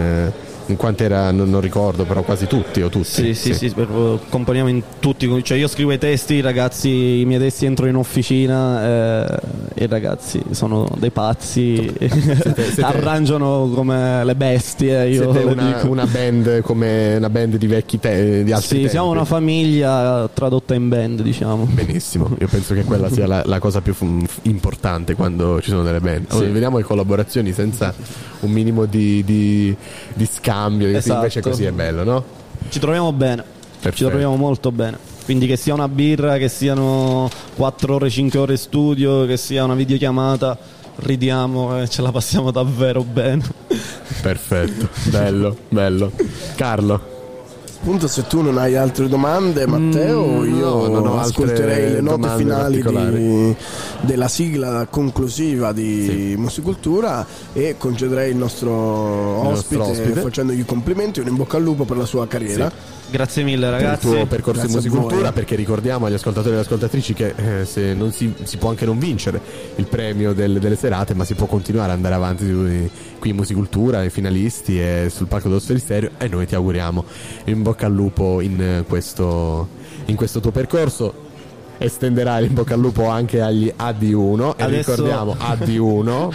in quanti era, non ricordo, però quasi tutti o tutti. Sì, componiamo in tutti, cioè io scrivo i testi, i miei testi entrano in officina e i ragazzi sono dei pazzi, arrangiano come le bestie. Io siete una band, come una band di vecchi di altri tempi. Siamo una famiglia tradotta in band, diciamo. Benissimo, io penso che quella sia la cosa più importante quando ci sono delle band. Sì. Vediamo le collaborazioni senza un minimo di scambio, Esatto. invece così è bello, no? Ci troviamo bene. Perfetto. Ci troviamo molto bene. Quindi che sia una birra, che siano 4 ore, 5 ore studio, che sia una videochiamata, ridiamo e ce la passiamo davvero bene. Perfetto, bello. Carlo. Appunto, se tu non hai altre domande, Matteo, io non ho ascolterei le note domande finali della sigla conclusiva di Musicultura e concederei il nostro ospite facendogli i complimenti, un in bocca al lupo per la sua carriera. Sì. Grazie mille ragazzi. Per il tuo percorso Grazie in musicultura, a voi. perché ricordiamo agli ascoltatori e alle ascoltatrici che se non si può anche non vincere il premio delle serate, ma si può continuare ad andare avanti qui in Musicultura, ai finalisti e sul palco dello Sferisterio, e noi ti auguriamo in bocca al lupo in questo tuo percorso. Estenderà in bocca al lupo anche agli AD1 e adesso... ricordiamo AD1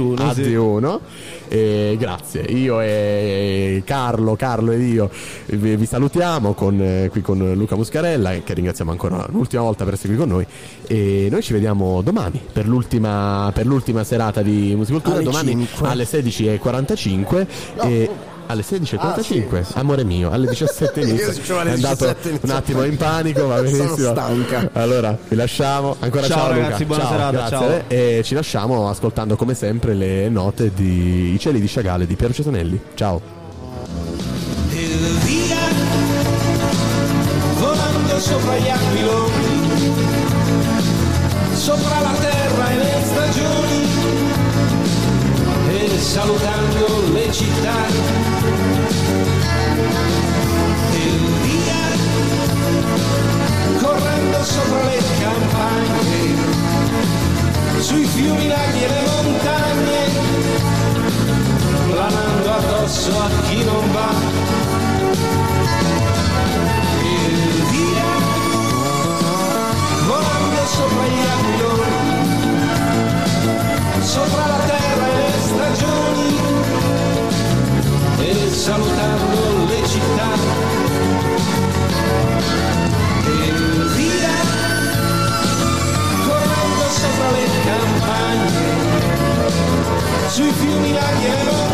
AD1 e grazie, io e Carlo ed io vi salutiamo qui con Luca Muscarella, che ringraziamo ancora un'ultima volta per essere qui con noi, e noi ci vediamo domani per l'ultima serata di Musicultura, domani alle 16:45 alle 16:45, amore mio, alle 17 inizia. È andato un attimo in panico, va benissimo. Sono stanca. Allora, vi lasciamo. Ancora ciao ragazzi, Luca. buona serata, grazie. ciao. E ci lasciamo ascoltando come sempre le note di I cieli di Chagall di Piero Cesanelli. Ciao. E via, volando sopra gli aquiloni, sopra la terra e le stagioni, e salutando le città. E via, correndo sopra le campagne, sui fiumi, laghi e le montagne, planando addosso a chi non va. E via, volando sopra gli aquiloni, sopra la terra e le stagioni, e salutando le città. E via, correndo sopra le campagne, sui fiumi, laghi e